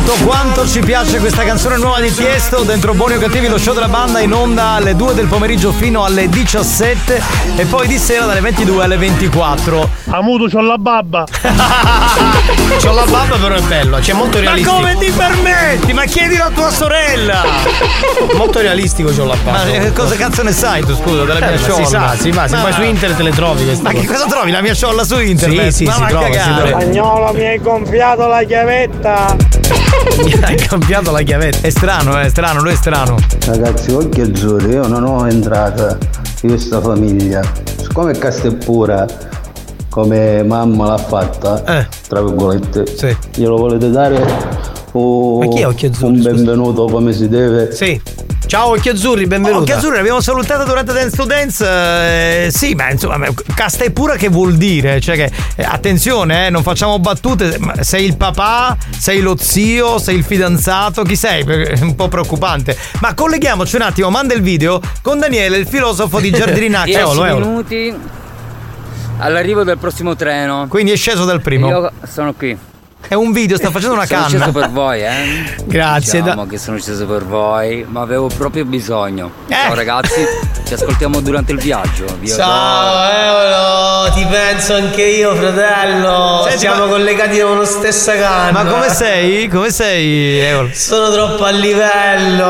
Quanto, quanto ci piace questa canzone nuova di Tiesto dentro Buoni o Cattivi, lo show della banda in onda alle due del pomeriggio fino alle diciassette e poi di sera dalle ventidue alle ventiquattro.
Amuto, c'ho la babba.
C'ho la babba, però è bello, c'è molto realistico.
Ma come ti permetti? Ma chiedilo a tua sorella.
Molto realistico c'ho la babba.
Ma eh, cosa cazzo ne sai tu, scusa, della
eh,
mia ciolla?
Si sa, si va, se vai su internet le trovi queste
Ma
cose.
che cosa trovi? La mia ciolla su internet?
Sì, sì,
ma
si
va
trova,
a cagare.
Spagnolo, mi hai gonfiato la chiavetta.
Mi hai cambiato la chiavetta.
È strano, è strano, lui è strano.
Ragazzi, occhi azzurri, io non ho entrata in questa famiglia. Siccome Castepura, come mamma l'ha fatta,
eh.
tra virgolette,
sì.
glielo volete dare o
Ma chi è Occhi Azzurri,
un
scusa?
benvenuto come si deve?
Sì. Ciao Occhi Azzurri, benvenuto.
Occhi Azzurri l'abbiamo salutata durante Dance to Dance. Eh, sì, ma insomma, casta e pura che vuol dire? Cioè che eh, attenzione, eh, non facciamo battute. Ma sei il papà, sei lo zio, sei il fidanzato, chi sei? È un po' preoccupante. Ma colleghiamoci un attimo, manda il video con Daniele, il filosofo di Giardinaccio.
dieci minuti all'arrivo del prossimo treno.
Quindi è sceso dal primo.
Io sono qui.
È un video, sta facendo una
sono
canna.
Sono sceso per voi, eh.
Grazie.
Diciamo
da...
che sono sceso per voi, ma avevo proprio bisogno.
Eh.
Ciao ragazzi, ci ascoltiamo durante il viaggio. Vi
Ciao Eolo, ti penso anche io, fratello.
Senti,
siamo
ma...
collegati con la stessa canna.
Ma come sei? Come sei, Eolo?
Sono troppo a livello.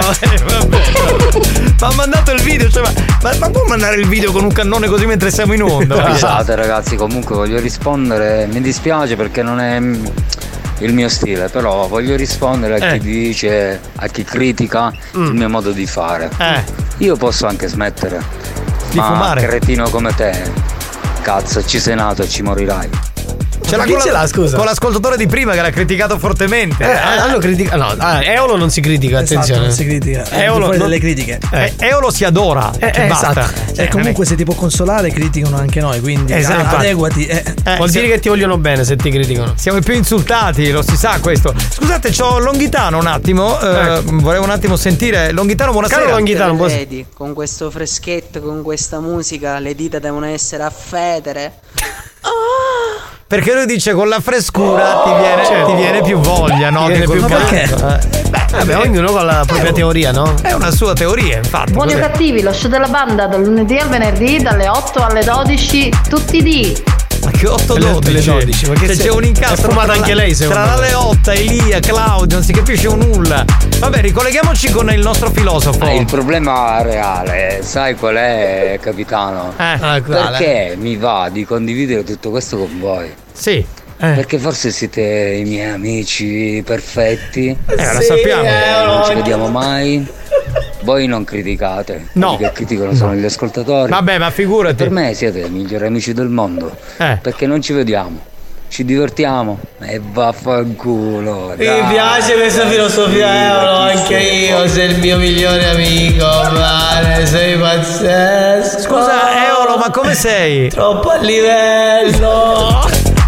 Ma ha mandato il video, cioè, ma, ma, ma può mandare il video con un cannone così mentre siamo in onda?
Scusate ragazzi, comunque voglio rispondere, mi dispiace perché non è il mio stile, però voglio rispondere a
eh.
chi dice, a chi critica mm. il mio modo di fare.
Eh.
Io posso anche smettere,
di
ma
fumare.
cretino come te, cazzo, ci sei nato e ci morirai.
Ce l'ha, con, la, scusa? Con l'ascoltatore di prima che l'ha criticato fortemente.
Eh, hanno criticato. No, ah, Eolo non si critica,
esatto,
attenzione.
non si critica.
Eolo
fuori
non...
delle critiche.
Eh, Eolo si adora.
Eh,
eh,
esatto.
E comunque se ti può consolare criticano anche noi, quindi
esatto.
adeguati. Eh.
Eh, Vuol dire che ti vogliono bene se ti criticano.
Siamo i più insultati, lo si sa questo. Scusate, c'ho Longhitano un attimo. Eh, eh. Volevo un attimo sentire. Longhitano, buonasera.
Caro Longhitano, buonasera.
Vedi, con questo freschetto, con questa musica, le dita devono essere a federe.
Oh! Perché lui dice con la frescura ti viene, cioè, ti viene più voglia, no?
Ti viene
che
più
perché?
Eh. Beh, vabbè, ognuno con la propria teoria, no?
È una sua teoria, infatti.
Buoni o cattivi, lo show della banda dal lunedì al venerdì dalle otto alle dodici tutti i dì.
Ma che otto dodici? Ma che cioè, c'è un incastro.
È fumata anche lei, secondo
tra le Leotta, Elia, Claudio, non si capisce un nulla. Vabbè, ricolleghiamoci con il nostro filosofo.
Eh, il problema reale, sai qual è, capitano?
Eh,
Perché mi va di condividere tutto questo con voi?
Sì. Eh.
Perché forse siete i miei amici perfetti.
Eh, lo sappiamo.
Eh, non ci vediamo mai. Voi non criticate.
No.
Quelli che criticano sono gli ascoltatori.
Vabbè, ma figurati.
Per me siete i migliori amici del mondo.
Eh.
Perché non ci vediamo. Ci divertiamo e vaffanculo.
Mi piace questa filosofia, Eolo, anche io sei il mio migliore amico, mare, sei pazzesco.
Scusa, Eolo, ma come sei?
Troppo a livello.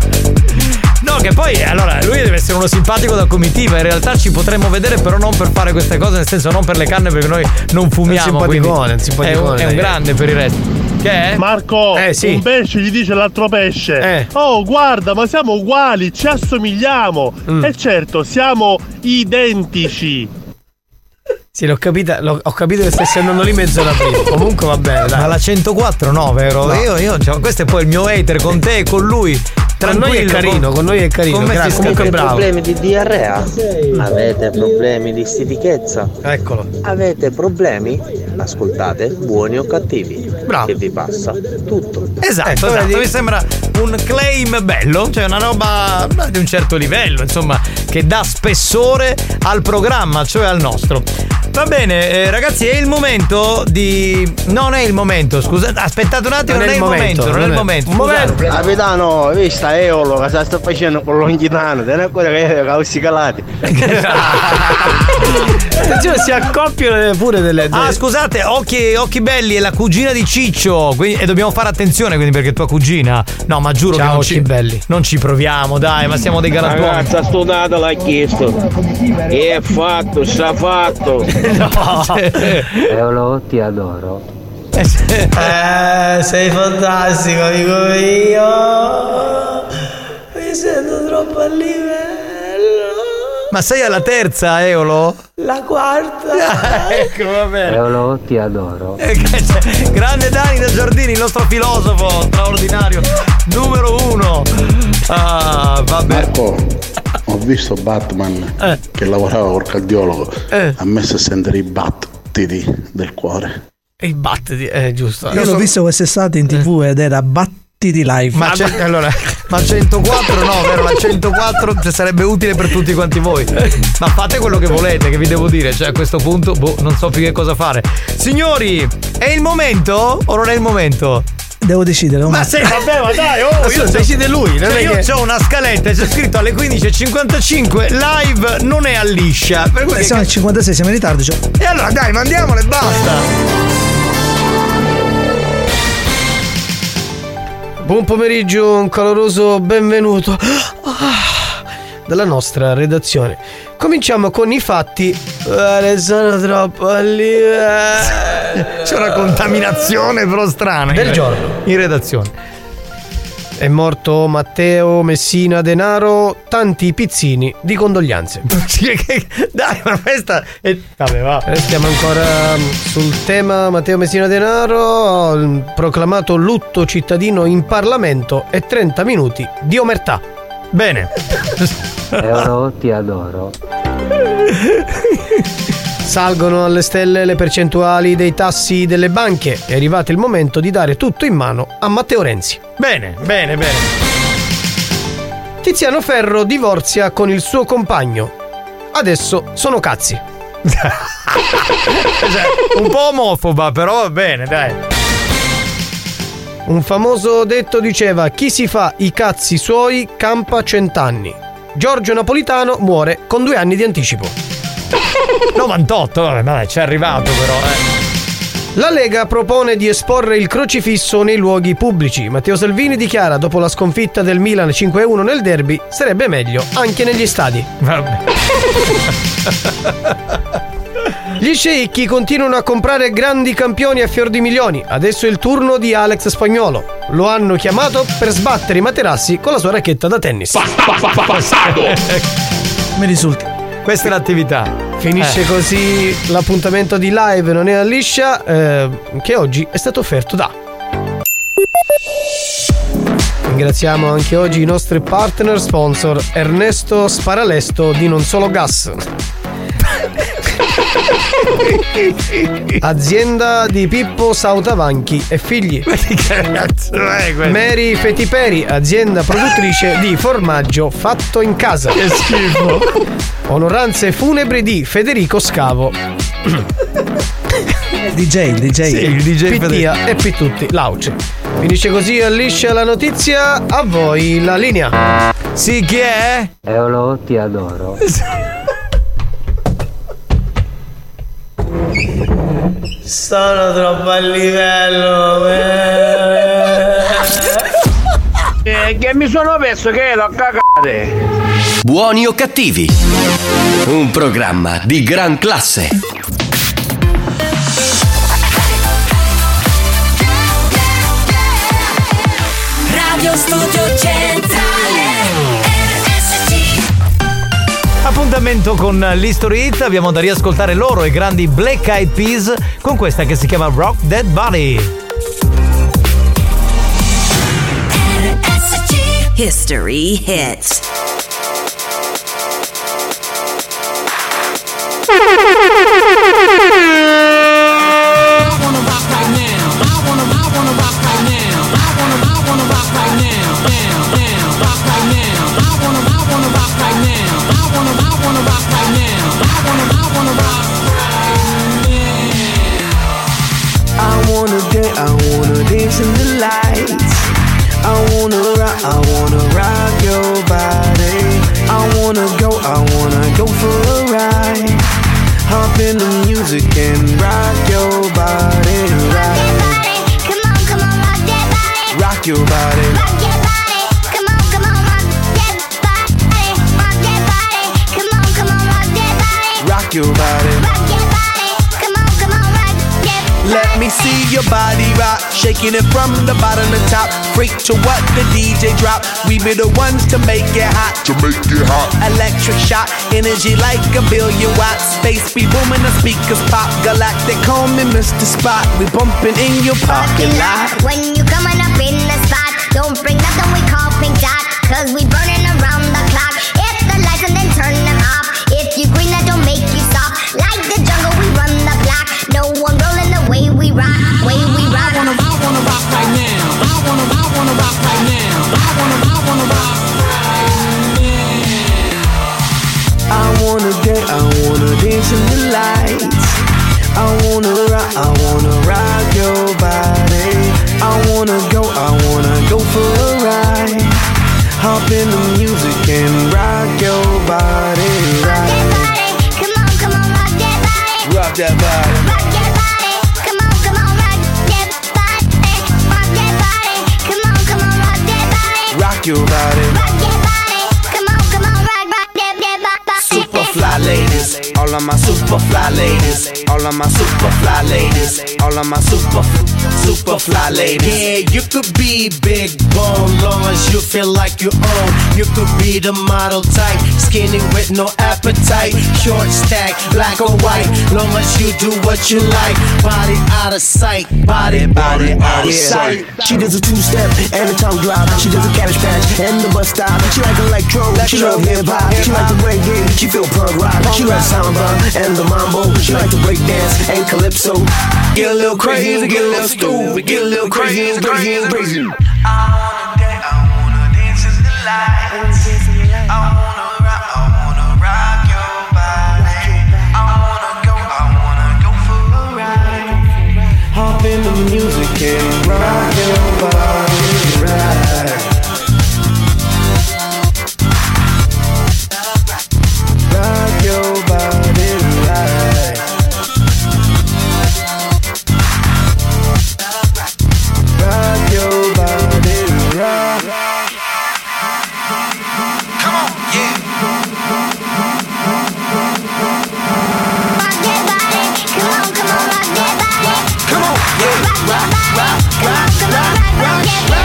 No, che poi allora lui deve essere uno simpatico da comitiva. In realtà ci potremmo vedere, però non per fare queste cose, nel senso non per le canne, perché noi non fumiamo.
Un simpaticone, un simpaticone,
è un, è un grande per il resto. Che è?
Marco,
eh, sì.
un pesce gli dice all'altro pesce:
eh.
oh, guarda, ma siamo uguali, ci assomigliamo. Mm. E certo, siamo identici.
Sì, l'ho capita, l'ho, ho capito che stai andando lì mezz'ora prima. Comunque va bene, dai.
Alla centoquattro no, vero? No. Io, io, cioè, questo è poi il mio hater con te e con lui.
Con noi è carino, con, con noi è carino.
Con me
grazie,
comunque
bravo.
Avete problemi di diarrea? Avete problemi di stitichezza?
Eccolo.
Avete problemi? Ascoltate, buoni o cattivi.
Bravo.
Che vi passa tutto.
Esatto, eh, esatto. Mi sembra un claim bello, cioè una roba di un certo livello, insomma, che dà spessore al programma, cioè al nostro. Va bene, eh, ragazzi, è il momento di. Non è il momento, scusate, aspettate un attimo, non, non è il momento, momento non è il momento.
Un momento. Capitano, hai visto Eolo che sta facendo con Longhitano? Te ne ancora che causi calati.
Attenzione, si accoppiano pure delle.
Ah, scusate, occhi, occhi belli, è la cugina di Ciccio. Quindi, e dobbiamo fare attenzione, quindi, perché tua cugina. No, ma giuro
Ciao,
che non
occhi
ci
belli.
Non ci proviamo, dai, ma siamo dei galantuomini.
Ragazza, studiata l'ha chiesto. E è fatto, s'ha fatto.
No.
Eolo, ti adoro.
Eh, sei fantastico, amico mio. Mi sento troppo a livello.
Ma sei alla terza, Eolo?
La quarta.
Ecco, va bene.
Eolo, ti adoro.
Grande Dani da Giardini, il nostro filosofo straordinario, numero uno. Ah, vabbè.
Marco, ho visto Batman
eh.
che lavorava col cardiologo.
Eh.
Ha messo a sentire i battiti del cuore.
E i battiti, eh, giusto.
Io l'ho visto quest'estate in tv ed era battiti live.
Ma, c'è, allora, ma centoquattro no, vero? La centoquattro cioè, sarebbe utile per tutti quanti voi. Ma fate quello che volete, che vi devo dire. Cioè a questo punto, boh, non so più che cosa fare. Signori, è il momento o non è il momento?
Devo decidere.
Ma sì, vabbè, ma dai, oh, io
decide lui.
Cioè, io
che...
ho una scaletta, c'è scritto alle quindici e cinquantacinque, live non è a liscia. Per
eh, siamo alle cinquantasei, siamo in ritardo. Cioè.
E allora dai, mandiamole e basta.
Buon pomeriggio, un caloroso benvenuto dalla nostra redazione. Cominciamo con i fatti. Eh, sono troppo lì.
C'è una contaminazione però strana
del
in
giorno
in redazione.
È morto Matteo Messina Denaro, tanti pizzini di condoglianze.
Dai, ma questa è... Vabbè, va.
Restiamo ancora sul tema Matteo Messina Denaro, proclamato lutto cittadino in Parlamento e trenta minuti di omertà.
Bene.
Euro, ti adoro.
Salgono alle stelle le percentuali dei tassi delle banche. È arrivato il momento di dare tutto in mano a Matteo Renzi.
Bene, bene, bene.
Tiziano Ferro divorzia con il suo compagno. Adesso sono cazzi.
Un po' omofoba, però va bene, dai.
Un famoso detto diceva: chi si fa i cazzi suoi campa cent'anni. Giorgio Napolitano muore con due anni di anticipo.
novantotto, vabbè, ma ci è arrivato però, eh.
La Lega propone di esporre il crocifisso nei luoghi pubblici. Matteo Salvini dichiara: dopo la sconfitta del Milan cinque a uno nel derby, sarebbe meglio anche negli stadi.
Vabbè.
Gli sceicchi continuano a comprare grandi campioni a fior di milioni. Adesso è il turno di Alex Spagnuolo. Lo hanno chiamato per sbattere i materassi con la sua racchetta da tennis.
Mi risulta.
Questa è l'attività.
Finisce
eh.
così l'appuntamento di Live non è a liscia, eh, che oggi è stato offerto da. Ringraziamo anche oggi i nostri partner sponsor Ernesto Sparalesto di Non Solo Gas, azienda di Pippo Sautavanchi e figli.
Ma che cazzo è questo?
Mary Fetiperi, azienda produttrice di formaggio fatto in casa.
Che schifo.
Onoranze funebri di Federico Scavo.
D J, D J.
Sì, il D J
Pittia e Pittutti, Lauce. Finisce così a liscia la notizia, a voi la linea.
Sì, chi è?
Eolo, ti adoro.
Sono troppo a livello.
Eh, che mi sono perso che l'ho cagate.
Buoni o cattivi? Un programma di gran classe.
Radio Studio Centrale R S C.
Appuntamento con l'History Hit. Abbiamo da riascoltare loro, i grandi Black Eyed Peas, con questa che si chiama Rock That Body.
R S C History Hit.
I wanna dance in the lights. I wanna rock, I wanna rock your body. I wanna go, I wanna go for a ride. Hop in the music and rock your body, right? Come on, come on, rock that body. Rock your body. Rock your body. Come on, come on, rock that body. Rock that body. Come on, come on, rock that body. Rock your body. Rock your body. Come on, come on, rock that body.
Let me see your body rock, shaking it from the bottom to top. Freak to what the D J drop. We be the ones to make it hot.
To make it hot.
Electric shock, energy like a billion watts. Space be booming, the speakers pop. Galactic, call me Mister Spot. We bumping in your parking lot.
When you coming up in the spot, don't bring nothing we call pink dot, cause we burning around the clock. Hit the lights and then turn them off. If you green, that don't make you stop. Like the jungle, we run the block. No one rolling the way we rock, way we rock.
I wanna, I wanna rock right now. I wanna, I wanna rock right now. I wanna, I wanna rock right now.
I wanna get, I wanna dance in the lights. I wanna rock, I wanna rock your body. I wanna go, I wanna go for a ride. Hop in the music and rock your body, right?
Come on, come on, rock that body.
Rock that body.
Rock that body. Come on, come on, rock that body. Rock that body. Come on, come on, rock that body.
Rock your body.
Rock that body. Come on, come on, rock, rock that, that body.
Super fly ladies, all of my super fly ladies, all of my super fly ladies, all of my super, super fly ladies.
Yeah, you could be big bone, long as you feel like you own. You could be the model type, skinny with no appetite, short stack, black or white, long as you do what you like. Body out of sight, body, body out of sight.
She does a two-step and a tongue drop. She does a cabbage patch and the bus stop. She like electro, she love hip-hop. She like the reggae, she feel punk rock. She loves samba and the mambo. She like to break dance and calypso. Get a little crazy, get a little stupid, get a little crazy and crazy and crazy. I wanna dance, I wanna dance in the lights. I wanna rock, I wanna rock your body. I wanna go, I wanna go for a ride. Hop in the music and rock your body, right? Rock your body right. Rock your body right. Come on, yeah.
Rock that body. Come on, come on, rock that body.
Come on, yeah.
Rock, rock, rock, rock, come on, rock, rock that body.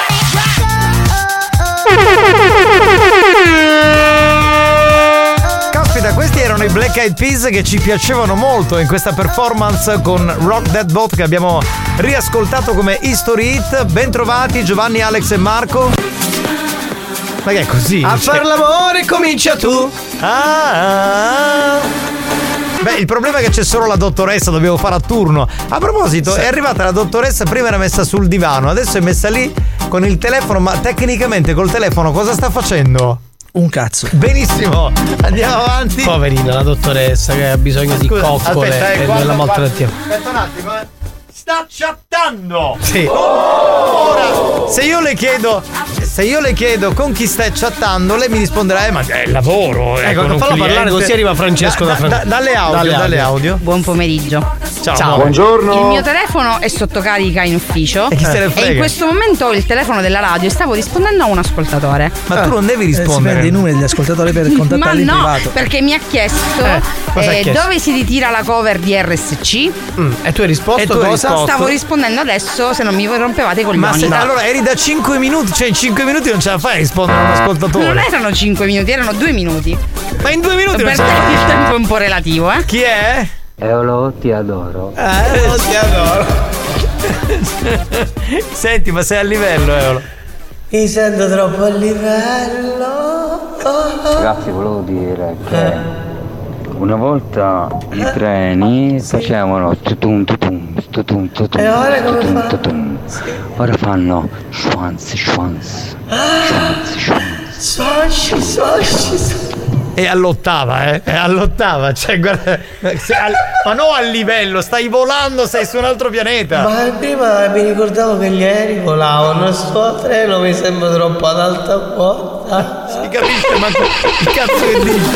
Caspita, questi erano i Black Eyed Peas che ci piacevano molto in questa performance con Rock That Boat che abbiamo riascoltato come History Hit. Bentrovati Giovanni, Alex e Marco. Ma che è così?
A far l'amore comincia tu.
Ah, ah. Beh, il problema è che c'è solo la dottoressa, dobbiamo fare a turno. A proposito, è arrivata la dottoressa, prima era messa sul divano, adesso è messa lì con il telefono, ma tecnicamente col telefono cosa sta facendo?
Un cazzo.
Benissimo, andiamo avanti.
Poverina la dottoressa che ha bisogno di
Scusa,
coccole
aspetta, eh,
e
guarda,
della maltrattiva.
Aspetta un attimo, eh. Sta chattando.
Sì.
Ora, se io le chiedo, se io le chiedo con chi stai chattando, lei mi risponderà: eh, ma è il lavoro. Eh,
Ecco,
con un
fallo
cliente.
parlare così arriva Francesco da,
da, da, dalle audio, dalle, dalle audio.
Buon pomeriggio.
Ciao.
Ciao.
Buongiorno.
Il mio telefono è sotto carica in ufficio
E chi se ne frega?
e in questo momento ho il telefono della radio e stavo rispondendo a un ascoltatore.
Ma tu non devi
Eh, si
rispondere.
prende i numeri degli ascoltatori per
Ma
contattarli in
no,
privato.
perché mi ha chiesto,
Eh, cosa ha
eh,
chiesto?
dove si ritira la cover di R S C.
Mm, e tu hai risposto
E tu hai
cosa?
risposto?
Stavo rispondendo adesso se non mi rompevate i coglioni.
Ma se,
No.
allora eri da cinque minuti, cioè in cinque minuti non ce la fai a rispondere a un ascoltatore.
Non erano cinque minuti, erano due minuti.
Ma in due minuti non
Per
ce
te
la fai.
il tempo è un po' relativo, eh?
Chi è?
Eolo, ti adoro.
Eh, lo ti adoro. Senti, ma sei a livello, Eolo?
Mi sento troppo a livello.
Ragazzi, volevo dire che una volta i treni facevano tutum tutum tutum tutum
E ora come
tutum
fa?
tutum. Ora fanno schwanz schwanz schwanz schwanz.
Soci, soci.
È all'ottava, eh? È all'ottava, cioè guarda. sei al- ma no a livello, stai volando, sei su un altro pianeta.
Ma prima mi ricordavo che gli aerei volavano, sto treno mi sembra troppo ad alta quota.
Si capisce, ma che cazzo che dice,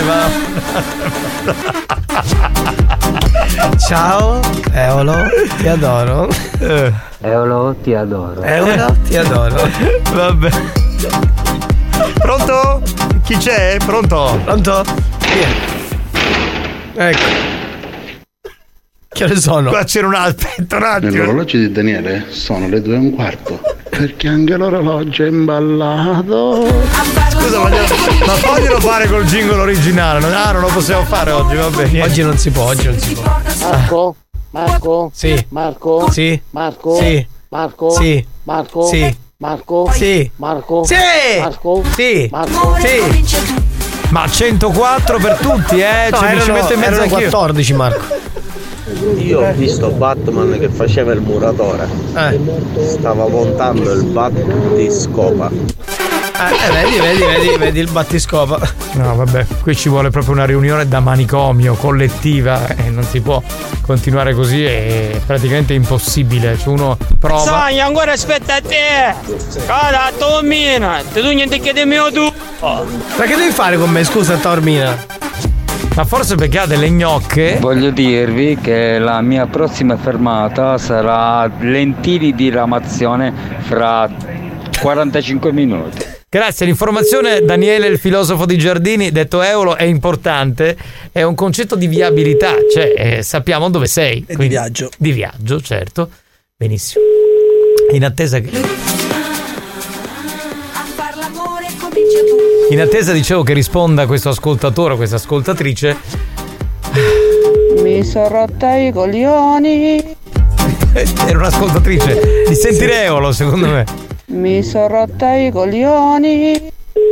ma.
Ciao, Eolo, ti adoro.
Eh,
Eolo, ti adoro.
Eolo, ti adoro.
vabbè. Pronto? Chi c'è? Pronto?
Pronto? Chi è? Ecco. Che ore sono?
Qua c'era un aspetta un attimo.
Nell'orologio di Daniele sono le due e un quarto. Perché anche l'orologio è imballato.
Scusa, ma, ma faglielo fare col jingle originale. No, non lo possiamo fare oggi, va bene.
Oggi non si può, oggi non si può.
Marco? Marco?
Sì.
Marco?
Sì.
Marco?
Sì.
Marco?
Sì.
Marco?
Sì.
Marco?
Sì.
Marco?
Sì.
Marco?
Sì.
Marco?
Sì.
Ma centoquattro per tutti, eh?
No,
cioè, mi ci
erano,
metto in mezzo
erano
anch'io.
quattordici, Marco.
Io ho visto Batman che faceva il muratore.
Eh.
Stava montando il battiscopa.
Eh, vedi, vedi, vedi, vedi il battiscopa.
No, vabbè, qui ci vuole proprio una riunione da manicomio collettiva e eh, non si può continuare così, è praticamente impossibile. Cioè uno prova.
Sai, ancora aspetta a te! Cara, Tomina, te tu niente che mio tu!
Ma che devi fare con me, scusa, Taormina?
Ma forse perché ha delle gnocche?
Voglio dirvi che la mia prossima fermata sarà lentili di ramazione fra quarantacinque minuti.
Grazie, l'informazione Daniele il filosofo di Giardini, detto Eolo, è importante, è un concetto di viabilità, cioè eh, sappiamo dove sei.
E di viaggio.
Di viaggio, certo. Benissimo. In attesa che... In attesa, dicevo, che risponda questo ascoltatore, questa ascoltatrice.
Mi sono rotta i coglioni.
Era un'ascoltatrice di Sentire Eolo, secondo me.
Mi sono rotta i coglioni.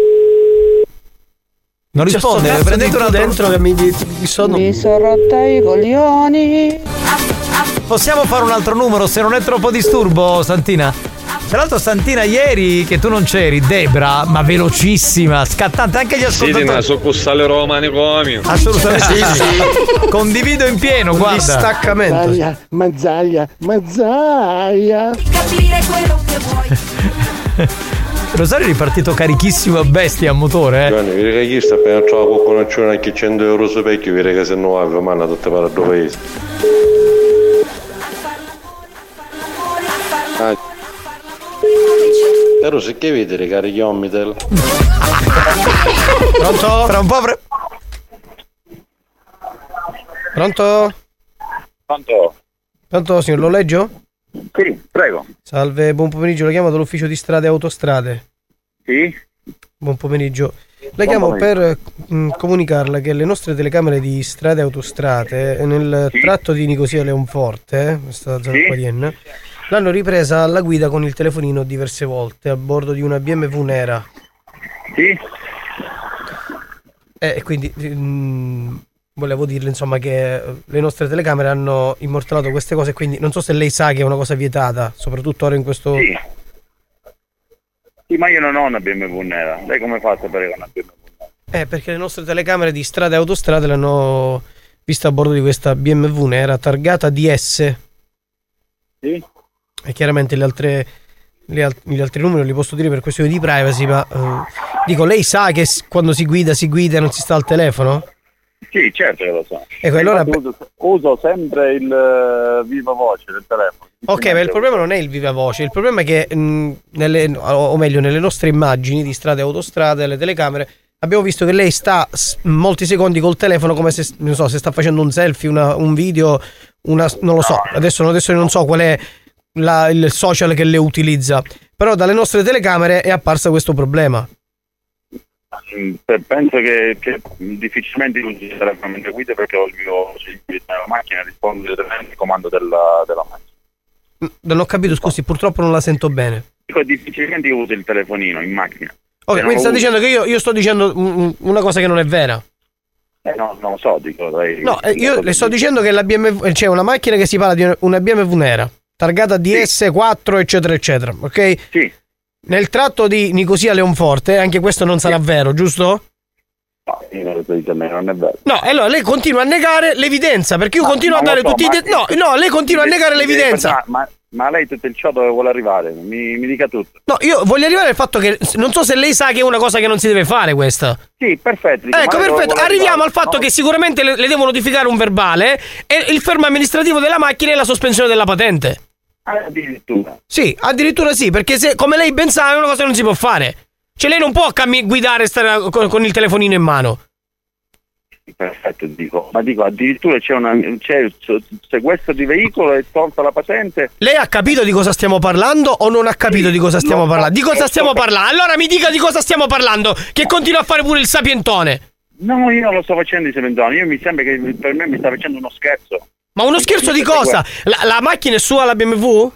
Non risponde,
cazzo
prendete
di
una
dentro che mi, mi sono.
Mi sono rotta i coglioni.
Possiamo fare un altro numero se non è troppo disturbo, Santina? Tra l'altro Santina ieri che tu non c'eri, Debra, ma velocissima, scattante, anche gli ascoltatori.
Sì, ma so cussale romani come.
Assolutamente sì, sì. Condivido in pieno,
Un
guarda.
distaccamento.
Mazzaglia, mazzaglia, mazzaglia.
Capire quello che vuoi.
Rosario è ripartito carichissimo a bestia a motore, eh.
Gianni, vedi che chi sta appena trovato qualcuno anche cento euro su vecchio, vedi che se no aveva manna tutte per due paesi. Ah. Però se che vedere cari gli ommitel.
Pronto?
Fra un po' pre...
Pronto?
Pronto?
Pronto, signor Loleggio?
Sì, prego.
Salve, buon pomeriggio, la chiamo dall'ufficio di strade e autostrade.
Sì?
Buon pomeriggio. La
Buon
chiamo
pomeriggio.
per mh, comunicarle che le nostre telecamere di strade e autostrade eh, nel
Sì.
tratto di Nicosia Leonforte, eh, questa zona
Sì.
qua di Enna, l'hanno ripresa alla guida con il telefonino diverse volte a bordo di una B M W nera.
Sì?
E quindi mh, volevo dirle insomma che le nostre telecamere hanno immortalato queste cose, quindi non so se lei sa che è una cosa vietata, soprattutto ora in questo...
Sì. Sì, ma io non ho una B M W nera. Lei come fa a sapere che ho una B M W nera?
Eh, perché le nostre telecamere di strade e autostrade l'hanno vista a bordo di questa B M W nera targata D S.
Sì?
E chiaramente le altre, le al- gli altri numeri li posso dire per questioni di privacy, ma eh, dico, lei sa che s- quando si guida si guida e non si sta al telefono?
Sì, certo che lo so.
Ecco, allora-
Infatti uso, uso sempre il uh, viva voce del telefono.
Ok, ma il problema non è il viva voce, il problema è che mh, nelle, o o meglio nelle nostre immagini di strade e autostrade, le telecamere, abbiamo visto che lei sta s- molti secondi col telefono come se, non so, se sta facendo un selfie, una- un video, una, non lo so, adesso, adesso non so qual è la- il social che le utilizza, però dalle nostre telecamere è apparso questo problema.
Mm, pe- Penso che, che difficilmente usi il telefono mentre guida perché ho il mio cellulare nella macchina e rispondo direttamente al comando della, della macchina.
Non ho capito, scusi, purtroppo non la sento bene.
Dico, difficilmente io uso il telefonino in macchina.
Ok,
Se non
quindi
lo
sta
uso-
dicendo che io, io sto dicendo mm, una cosa che non è vera.
Eh no, non lo so, dico lei.
No, eh, io le sto dicendo che la B M W, c'è una macchina che si parla di una B M W nera, targata D S quattro, eccetera, eccetera, ok?
Sì.
Nel tratto di Nicosia Leonforte, anche questo non sarà vero, giusto?
No, io non lo sto dicendo, non è vero.
No, e allora lei continua a negare l'evidenza, perché io
Ma-
continuo a
ma
dare
lo so,
tutti i
ma-
de- No, no, lei continua a negare
Mi deve
l'evidenza.
parlare, Ma, ma lei tutto il ciò dove vuole arrivare? Mi, mi dica tutto.
No, io voglio arrivare al fatto che non so se lei sa che è una cosa che non si deve fare questa.
Sì, perfetto. dico,
Ecco,
ma lei dove
perfetto.
vuole
Arriviamo al
arrivare?
fatto
No.
che sicuramente le, le devono notificare un verbale e il fermo amministrativo della macchina e la sospensione della patente.
Ah, addirittura.
Sì, addirittura sì, perché se, come lei ben sa, è una cosa che non si può fare. Cioè lei non può cammi- guidare e stare con, con il telefonino in mano.
Perfetto, dico, ma dico addirittura c'è una c'è il sequestro di veicolo e tolta la patente.
Lei ha capito di cosa stiamo parlando o non ha capito di cosa stiamo parlando? Di cosa stiamo parlando? Allora mi dica di cosa stiamo parlando, che continua a fare pure il sapientone.
No, io non lo sto facendo di sapientone, io mi sembra che per me mi sta facendo uno scherzo.
Ma uno scherzo di cosa? La, la macchina è sua, la B M W?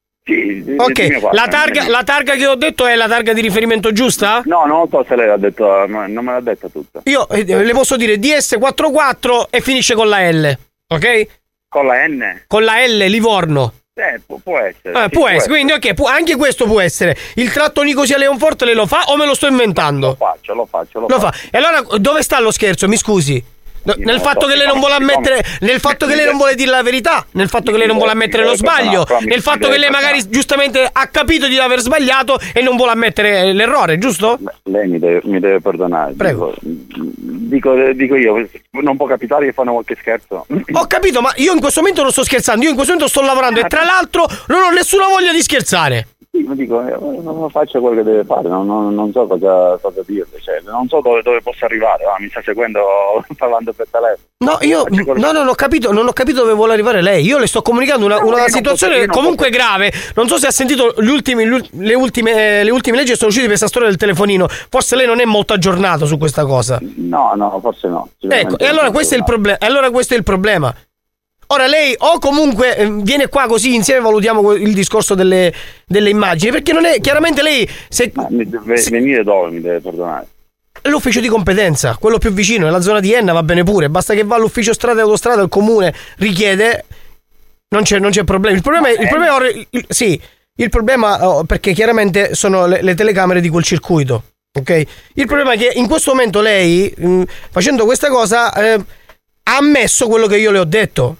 Sì,
ok, la targa, la targa che ho detto è la targa di riferimento giusta?
No, non so se lei l'ha detto, non me l'ha detta tutta.
Io eh, le posso dire D S quarantaquattro e finisce con la L, ok?
Con la N?
Con la L, Livorno.
Eh, può, può essere.
Eh,
sì,
può,
può
essere,
essere,
quindi ok, può, anche questo può essere. Il tratto Nicosia Leonforte lei lo fa o me lo sto inventando?
Lo faccio, lo faccio, lo,
lo
faccio.
fa. E allora dove sta lo scherzo? Mi scusi. No, nel fatto che lei non vuole ammettere, nel fatto che lei non vuole dire la verità, nel fatto che lei non vuole ammettere lo sbaglio, nel fatto che lei magari giustamente ha capito di aver sbagliato e non vuole ammettere l'errore, giusto?
Lei mi deve, mi deve perdonare.
Prego.
Dico, dico, dico io, non può capitare che fanno qualche scherzo.
Ho capito, ma io in questo momento non sto scherzando, io in questo momento sto lavorando e tra l'altro non ho nessuna voglia di scherzare.
Io dico, non faccio quello che deve fare, non, non, non so cosa, cosa dirle, cioè, non so dove, dove possa arrivare, ah, mi sta seguendo parlando per telefono.
No, io no, non ho capito, non ho capito dove vuole arrivare lei. Io le sto comunicando una,
no,
una situazione
posso,
comunque
posso...
grave. Non so se ha sentito gli ultimi, le ultime le ultime leggi che sono uscite per questa storia del telefonino. Forse lei non è molto aggiornato su questa cosa.
No, no, forse no.
Ecco, e allora questo è il problema. Allora questo è il problema. Ora lei o comunque eh, viene qua così insieme valutiamo il discorso delle, delle immagini, perché non è chiaramente lei se,
Ma mi deve
se,
venire dove mi deve perdonare?
L'ufficio di competenza, quello più vicino, nella zona di Enna va bene pure, basta che va all'ufficio strada e autostrada, il comune richiede, non c'è, non c'è problema. Il problema è, il problema è ora, il, sì, il problema oh, perché chiaramente sono le, le telecamere di quel circuito, ok? Il problema è che in questo momento lei, mh, facendo questa cosa, eh, ha ammesso quello che io le ho detto.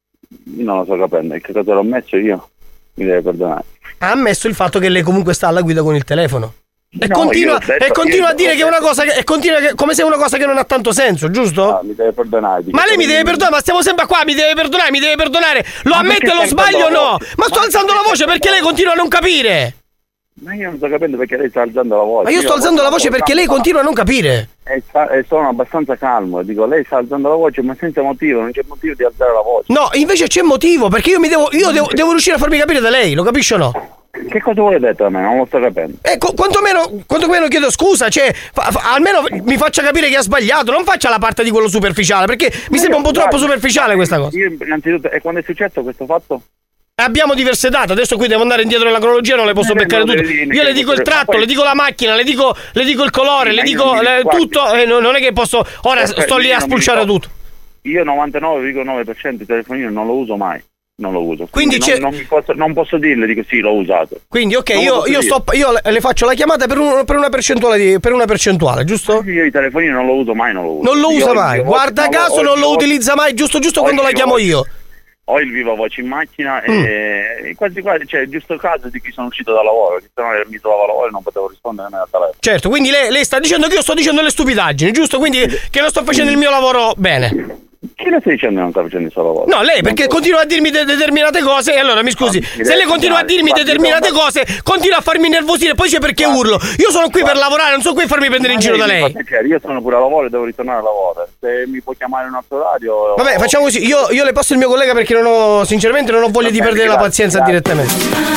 Io non lo sto capendo, che cosa l'ho messo io? Mi deve perdonare.
Ha ammesso il fatto che lei comunque sta alla guida con il telefono. E
No,
continua,
detto,
e continua a dire
detto,
che è una cosa che, e continua che, come se è una cosa che non ha tanto senso, giusto?
No, mi deve perdonare.
Ma lei mi deve perdonare, ma stiamo sempre qua, mi deve perdonare, mi deve perdonare. Lo
Ma
ammette lo sbaglio o no? Ma sto alzando la voce perché lei continua a non capire.
Ma io non sto capendo perché lei sta alzando la voce.
Ma io sto alzando la voce perché lei continua a non capire.
E, sta, e sono abbastanza calmo, dico, lei sta alzando la voce ma senza motivo, non c'è motivo di alzare la voce.
No, invece c'è motivo, perché io mi devo, io devo, devo riuscire a farmi capire da lei, lo capisce o no?
Che cosa vuole detto da me? Non lo sto capendo.
Eh, co- quantomeno, quantomeno chiedo scusa, cioè, fa, fa, almeno mi faccia capire che ha sbagliato, non faccia la parte di quello superficiale, perché mi sembra un po' troppo superficiale questa cosa.
Io innanzitutto, e quando è successo questo fatto?
Abbiamo diverse date, adesso qui devo andare indietro nella cronologia, non le posso beccare tutte. Io le dico il tratto, le dico la macchina, le dico, le dico il colore, le dico le, tutto, e non è che posso, ora sto lì a spulciare tutto.
Io novantanove virgola nove per cento di telefonino non lo uso mai. Non lo uso.
Quindi,
Quindi non, non, mi posso, non posso dirle di che sì, l'ho usato.
Quindi ok, io, io, sto, io le, le faccio la chiamata per, un, per, una percentuale di, per una percentuale, giusto?
Io i telefonini non lo uso mai, non lo uso.
Non lo usa
io,
mai,
io,
guarda
io,
caso
io,
non
io,
lo utilizza mai, giusto giusto
io,
quando
io,
la chiamo io.
Ho il viva voce in macchina mm. e quasi quasi, cioè giusto il caso di chi sono uscito da lavoro, che se no mi trovavo a lavoro e non potevo rispondere nemmeno al telefono.
Certo, quindi lei, lei sta dicendo che io sto dicendo le stupidaggini, giusto? Quindi che non sto facendo il mio lavoro bene.
Chi le stai dicendo che non sta facendo il suo lavoro?
No, lei perché continua a dirmi de- determinate cose e allora mi scusi, no, se lei continua a dirmi determinate cose, continua a farmi nervosire, poi c'è perché guarda, urlo. Io sono qui guarda, per lavorare, non sono qui a farmi prendere in giro da lei.
Io sono pure a lavoro e devo ritornare a lavoro. Se mi può chiamare in un altro orario.
Vabbè,
o...
facciamo così, io, io le passo il mio collega perché non ho, sinceramente non ho voglia Vabbè, di perdere grazie, la pazienza grazie. direttamente.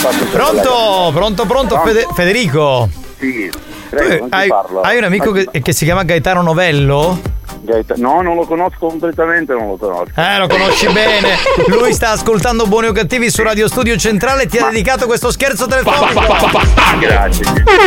Pronto, pronto, pronto, Fede- Federico?
Sì, prego,
hai, hai un amico che, che si chiama Gaetano Novello?
No, non lo conosco completamente, non lo conosco.
Eh, lo conosci bene. Lui sta ascoltando Buoni o Cattivi su Radio Studio Centrale e ti ha dedicato questo scherzo telefonico.
Grazie.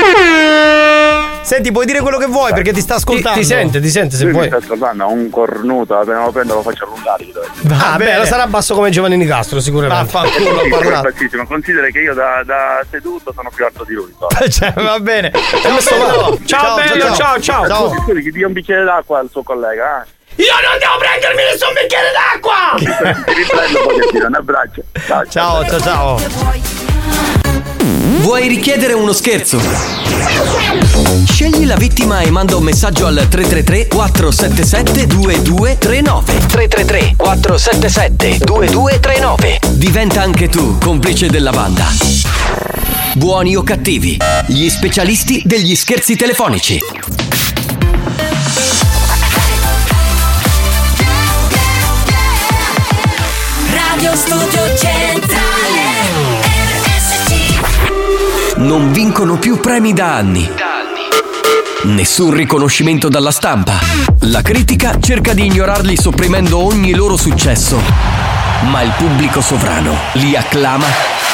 Senti, puoi dire quello che vuoi perché ti sta ascoltando.
Ti, ti sente, ti sente se
Lui
vuoi.
Mi sta ascoltando, un cornuto, appena lo prendo lo faccio allungare.
Ah, beh, lo sarà basso come Giovanni Nicastro, sicuramente.
Va, fa culo a parlare.
Considera che io da, da seduto sono più alto di lui.
Cioè, va bene.
Ciao, bello. Ciao, ciao, bello, ciao, ciao.
ciao. Scusi, che dia un bicchiere d'acqua al suo collega, eh?
Io non devo prendermi nessun bicchiere d'acqua!
Ti riprendo un pochettino, un abbraccio. Ciao,
ciao, ciao, ciao.
Vuoi richiedere uno scherzo? Scegli la vittima e manda un messaggio al tre tre tre quattro sette sette due due tre nove. tre tre tre quattro sette sette due due tre nove. Diventa anche tu complice della banda. Buoni o cattivi, gli specialisti degli scherzi telefonici.
studio centrale R S C.
Non vincono più premi da anni. Nessun riconoscimento dalla stampa. La critica cerca di ignorarli sopprimendo ogni loro successo. Ma il pubblico sovrano li acclama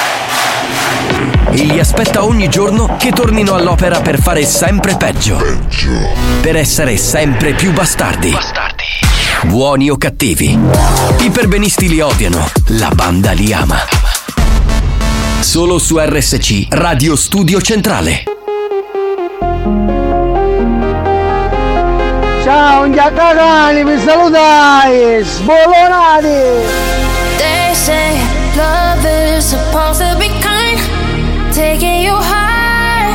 e li aspetta ogni giorno che tornino all'opera per fare sempre peggio. Per essere sempre più bastardi. Buoni o cattivi. I perbenisti li odiano, la banda li ama. Solo su R S C Radio Studio Centrale.
Ciao, cagani, mi salutai, sbolonati.
They say love is supposed to be kind, taking you high.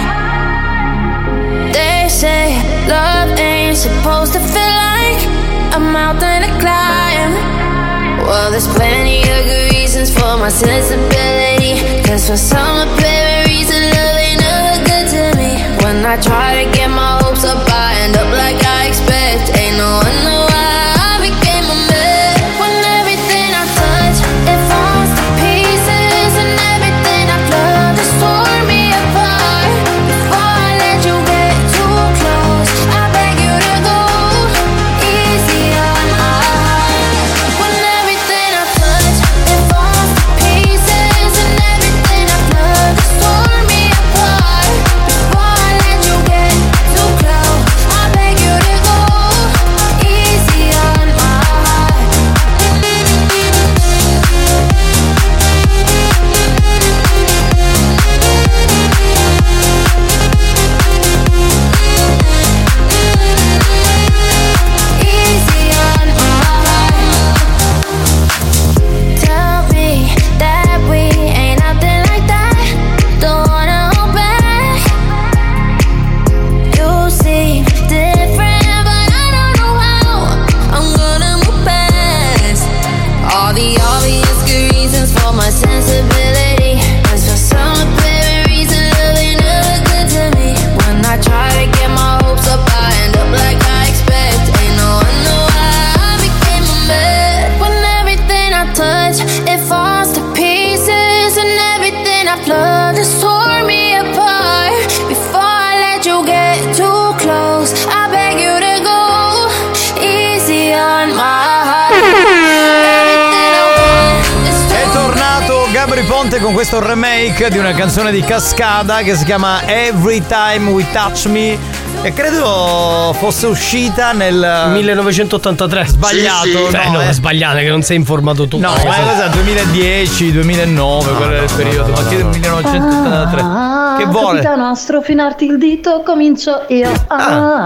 They say love ain't supposed to feel like a mountain to climb. Well, there's plenty of good reasons for my sensibility, cause for some apparent reason love ain't never good to me. When I try to get my hopes up, I end up like I expect. Ain't no wonder why I became a mess. When everything I touch, it falls to pieces, and everything I've loved has torn me apart. Before I let you get too close, I beg you to go easy on my heart. When everything I touch, it falls to pieces, and everything I've loved has torn me apart. Before I let you get too close, I beg you to go easy on my heart. Easy on my heart. Tell me that we ain't nothing like that. Don't wanna hold back. You seem different, but I don't know how I'm gonna move past all the obvious good reasons for my sensibility. Cause for some apparent reason love ain't never good to me. When I try to get my hopes up, I end up like I expect. Ain't no wonder why I became a mess. When everything I touch, it falls to pieces, and everything I've loved has torn me apart. Before I let you get too close, I beg you to go easy on my heart. Everything I want is
È tornato Gabri Ponte con questo remake di una canzone di Cascada che si chiama Every Time We Touch Me, e credo fosse uscita nel
millenovecentottantatré.
Sbagliato,
Sì, sì.
no,
Beh, no,
eh.
è sbagliato, che non sei informato tu.
No,
Eh,
ma
sì.
cosa? duemiladieci, duemilanove, quello è il periodo, ma che millenovecentottantatré?
Ah,
Che vuole?
capitano, a strofinarti il dito comincio io. Ah,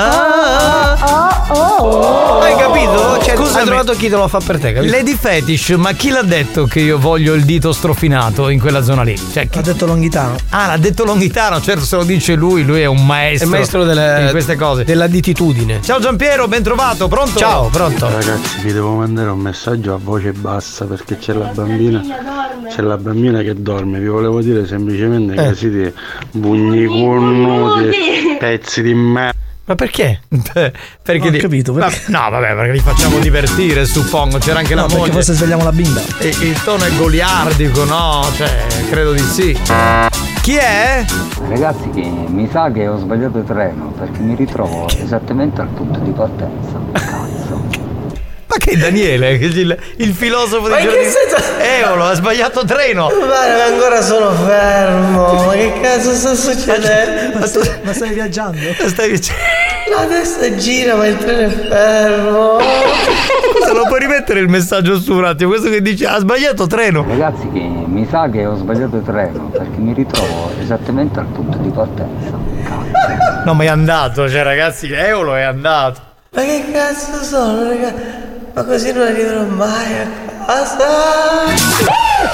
Ah.
ah, oh, oh.
Hai capito? Cioè,
Scusami.
hai trovato chi te lo fa per te, capito?
Lady Fetish, ma chi l'ha detto che io voglio il dito strofinato in quella zona lì? Cioè, chi...
Ha detto Longhitano.
Ah, l'ha detto Longhitano, certo, se lo dice lui, lui è un maestro.
È il maestro delle-
di queste cose.
Della dititudine.
Ciao Giampiero, ben trovato, pronto?
Ciao, pronto?
Ragazzi, vi devo mandare un messaggio a voce bassa perché c'è la bambina. C'è la bambina che dorme. Vi volevo dire semplicemente
Eh.
che siete bugni cornuti, pezzi di merda.
Ma perché? perché
Non ho
di-
capito, perché?
Ma- no, vabbè, perché li facciamo divertire, suppongo. C'era anche
No,
la
perché
moglie.
forse svegliamo la bimba.
E il tono è goliardico, no? Cioè, credo di sì. Chi è?
Ragazzi, che mi sa che ho sbagliato il treno perché mi ritrovo esattamente al punto di partenza. Cazzo.
Ma che è Daniele? Che Il, il filosofo
Ma
di
in che senso?
Eolo, ha sbagliato treno.
Guarda che ancora sono fermo. Ma che cazzo sta succedendo?
Ma, stai, ma stai viaggiando?
Stai dicendo?
La testa gira ma il treno è fermo.
Scusa, lo puoi rimettere il messaggio su un attimo? Questo che dice ha sbagliato treno.
Ragazzi, che mi sa che ho sbagliato il treno perché mi ritrovo esattamente al punto di partenza. Cazzo.
No, ma è andato, cioè ragazzi, Eolo è andato.
Ma che cazzo sono, raga? Ma così non arriverò mai a casa.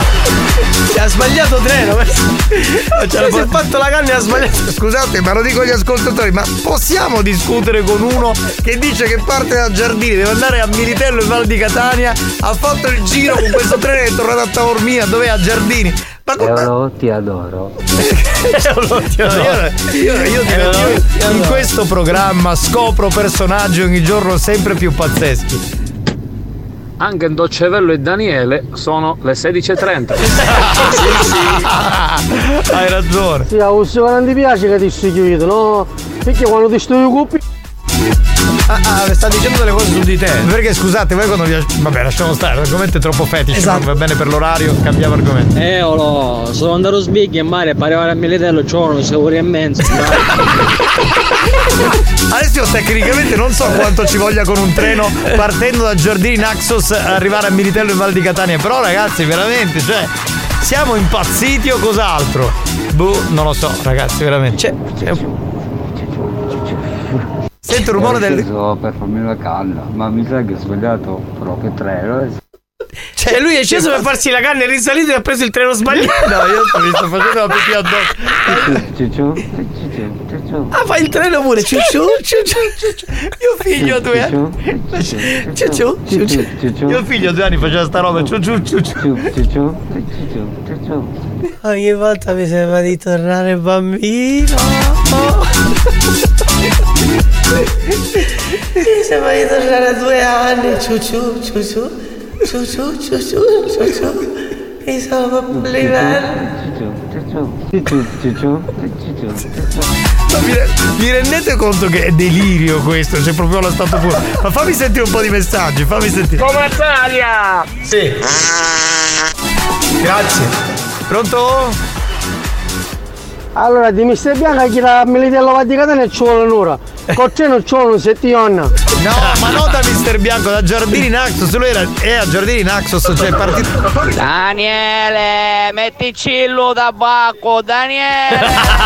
Ha sbagliato treno. Cioè, si è fatto la canna e ha sbagliato.
Scusate, ma lo dico agli ascoltatori, ma possiamo discutere con uno che dice che parte da Giardini, deve andare a Militello in Val di Catania, ha fatto il giro con questo treno e è tornato a Taormina, dov'è a Giardini? Ma
Eolo, ti adoro.
Eolo, ti adoro. Io, io, io,
Eolo,
io
ti adoro.
in questo programma scopro personaggi ogni giorno sempre più pazzeschi.
anche in Doccevello e Daniele sono le sedici e trenta.
Sì, sì. Hai ragione.
Sì, a questo non ti piace che ti stai chiudendo, no? Perché quando ti stai occupi.
Ah, ah, sta dicendo delle cose su di te. Perché scusate, voi quando vi. Vabbè, lasciamo stare, l'argomento è troppo fetish, esatto. Non va bene per l'orario, cambiamo argomento.
Eh, olo, sono andato a sbighi e mare, per arrivare a Militello c'ho sei ore e mezzo.
Adesso io tecnicamente non so quanto ci voglia con un treno partendo da Giardini Naxos arrivare a Militello in Val di Catania, però ragazzi, veramente, cioè, siamo impazziti o cos'altro? Boh, non lo so, ragazzi, veramente. C'è. c'è... Sento il rumore del.
Per farmi la canna, ma mi sa che ho sbagliato proprio treno.
Cioè lui è sceso per farsi la canna, è risalito e ha preso il treno sbagliato.
No, io sto, mi sto facendo la pipì addosso.
Cicciu, cicciu, cicciu.
Ah, fa il treno pure. Cicciu, cicciu, cicciu. Mio figlio a due anni. Cicciu, cicciu.
Mio figlio a due anni faceva sta roba. Cicciu, cicciu.
Ogni volta mi sembra di tornare bambino. Mi sembra di tornare a due anni. Ciuciu, ciuciu. Ciu ciu ciu ciu ciu ciu. Mi sono proprio a livello.
Ma mi, mi rendete conto che è delirio questo? C'è proprio allo stato puro. Ma fammi sentire un po' di messaggi, fammi sentire.
Come Italia!
Sì. Grazie. Pronto?
Allora di mister Bianca chi la Militello va di Catania ci vuole un'ora. Con te non ci vuole un settimana.
No, ma non da mister Bianco, da Giardini Naxos. Lui era, è a Giardini Naxos, cioè è partito.
Daniele, mettici il tabacco, Daniele.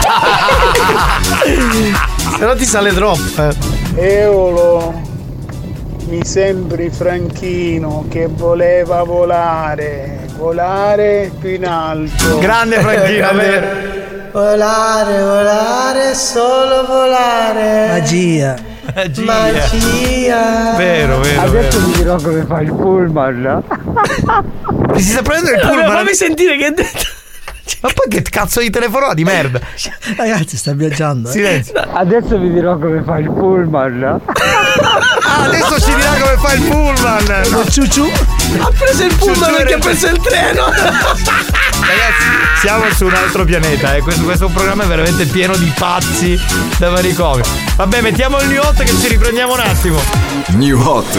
Se no ti sale troppo. Eh.
Eolo, mi sembri Franchino che voleva volare, volare più in alto.
Grande Franchino, vero?
Volare, volare, solo volare.
Magia.
Magia. Magia.
Vero, vero.
Adesso
vero.
mi dirò come fa il pullman.
Mi si sta prendendo il pullman.
Allora, fammi sentire che ha detto.
Ma poi che cazzo di telefono ha di merda?
Ragazzi, sta viaggiando. Eh.
Silenzio.
Adesso vi dirò come fa il pullman.
Ah, adesso ci dirà come fa il pullman.
No. Ciuciu. Ha preso il pullman ciu, perché ha preso il treno.
Ragazzi, siamo su un altro pianeta, eh. questo, questo programma è veramente pieno di pazzi da manicomi. Vabbè, mettiamo il New Hot che ci riprendiamo un attimo.
New Hot.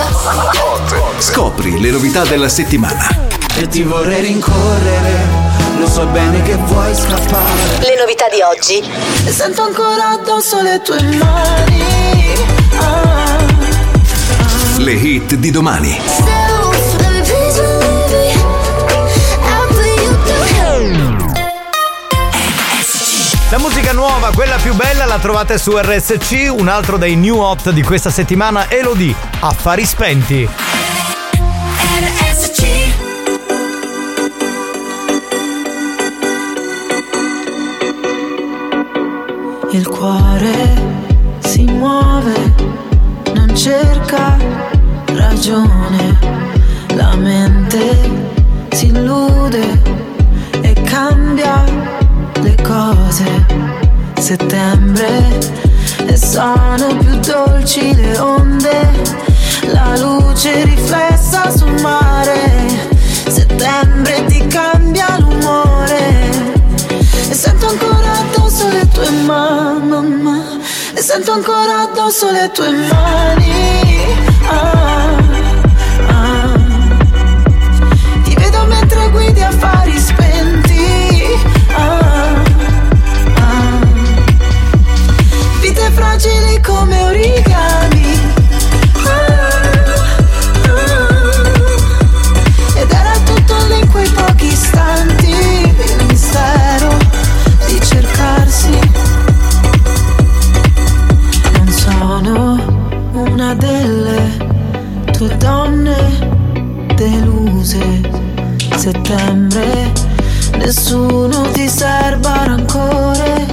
Scopri le novità della settimana.
E ti vorrei rincorrere, lo so bene che vuoi scappare.
Le novità di oggi.
E sento ancora addosso le tue mani. Ah, ah.
Le hit di domani.
La musica nuova, quella più bella, la trovate su R S C. Un altro dei New Hot di questa settimana, Elodie, Affari spenti.
R S C.
Il cuore si muove, non cerca ragione, la mente si illude e cambia le cose. Settembre e sono più dolci le onde, la luce riflessa sul mare. Settembre ti cambia l'umore e sento ancora addosso le tue mani, e sento ancora addosso le tue mani. Ah, ah. Ti vedo mentre guidi affari spenti. Ah, ah. Vite fragili come origami. Ah, ah. Ed era tutto lì in quei pochi istanti. Il mistero di cercarsi. Non sono una delle tue donne deluse. Settembre, nessuno ti serba rancore.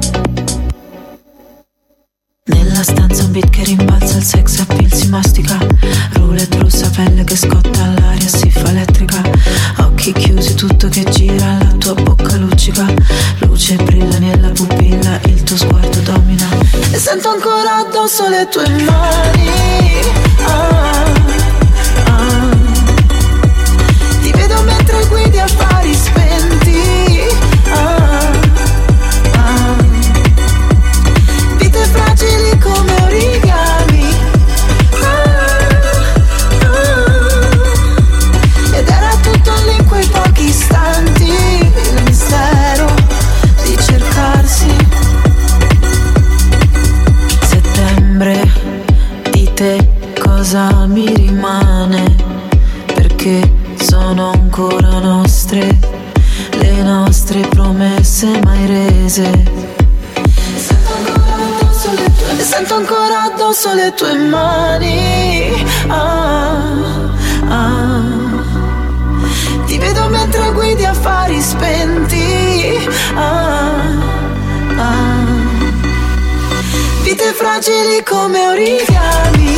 Nella stanza un beat che rimbalza, il sex appeal si mastica. Roulette rossa, pelle che scotta, l'aria si fa elettrica. Occhi chiusi, tutto che gira, la tua bocca luccica. Luce brilla nella pupilla, il tuo sguardo domina. E sento ancora addosso le tue mani. Ah, ah. affari spenti. Ah, ah. Vite fragili come origami. Ah, ah. Ed era tutto lì in quei pochi istanti, il mistero di cercarsi. Settembre, di te cosa mi rimane? Perché sono ancora nostre le nostre promesse mai rese. Sento ancora addosso le tue mani. Ah, ah. Ti vedo mentre guidi affari spenti. Ah, ah. Vite fragili come origami.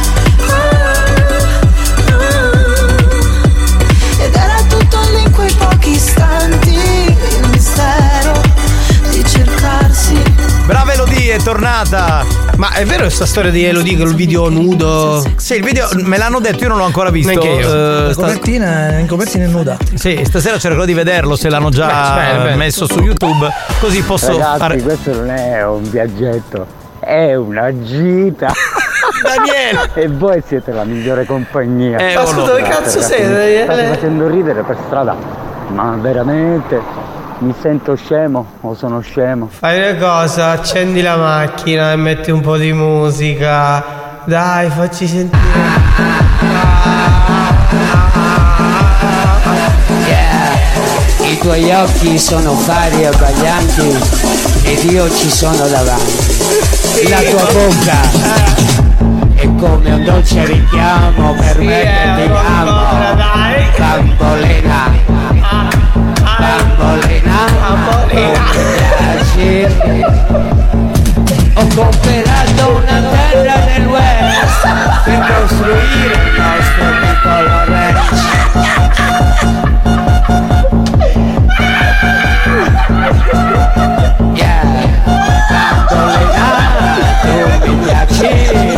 Ah, ah. Ed era tutto lì in quei pochi istanti, il mistero di cercarsi.
Brava Elodie, è tornata.
Ma è vero questa storia di Elodie con il video nudo?
Sì, il video me l'hanno detto, io non l'ho ancora visto.
Neanche io.
Uh,
La copertina, in copertina è nuda.
Sì, stasera cercherò di vederlo, se l'hanno già
Beh, bene, bene.
messo su YouTube, così posso
Ragazzi,
fare.
questo non è un viaggetto, è una gita.
Daniele!
E voi siete la migliore compagnia.
Eh, ma scusa, dove cazzo sei, Daniele?
State facendo ridere per strada, ma veramente mi sento scemo o sono scemo?
Fai una cosa, accendi la macchina e metti un po' di musica. Dai, facci sentire.
Yeah. I tuoi occhi sono fari e abbaglianti ed io ci sono davanti. La tua bocca è come un dolce richiamo per me che ti amo. Bambolina, bambolina, bambolina. Ho comprato una terra nel West per costruire il nostro piccolo ranch. Yeah, bambolina, tu mi piaci.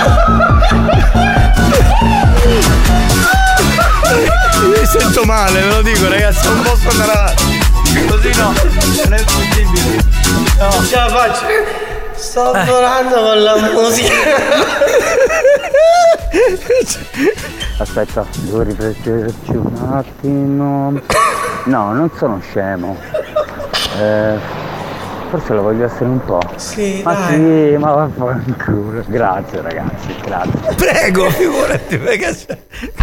Mi sento male, ve lo dico ragazzi, non posso andare avanti. Così no, non è possibile. No,
ce la faccio. Sto volando con la musica.
Aspetta, devo rifletterci un attimo. No, non sono scemo. Eh, forse lo voglio essere un po'.
Sì,
ma
dai.
sì, ma vaffanculo. Grazie ragazzi, grazie.
Prego, figurati, perché.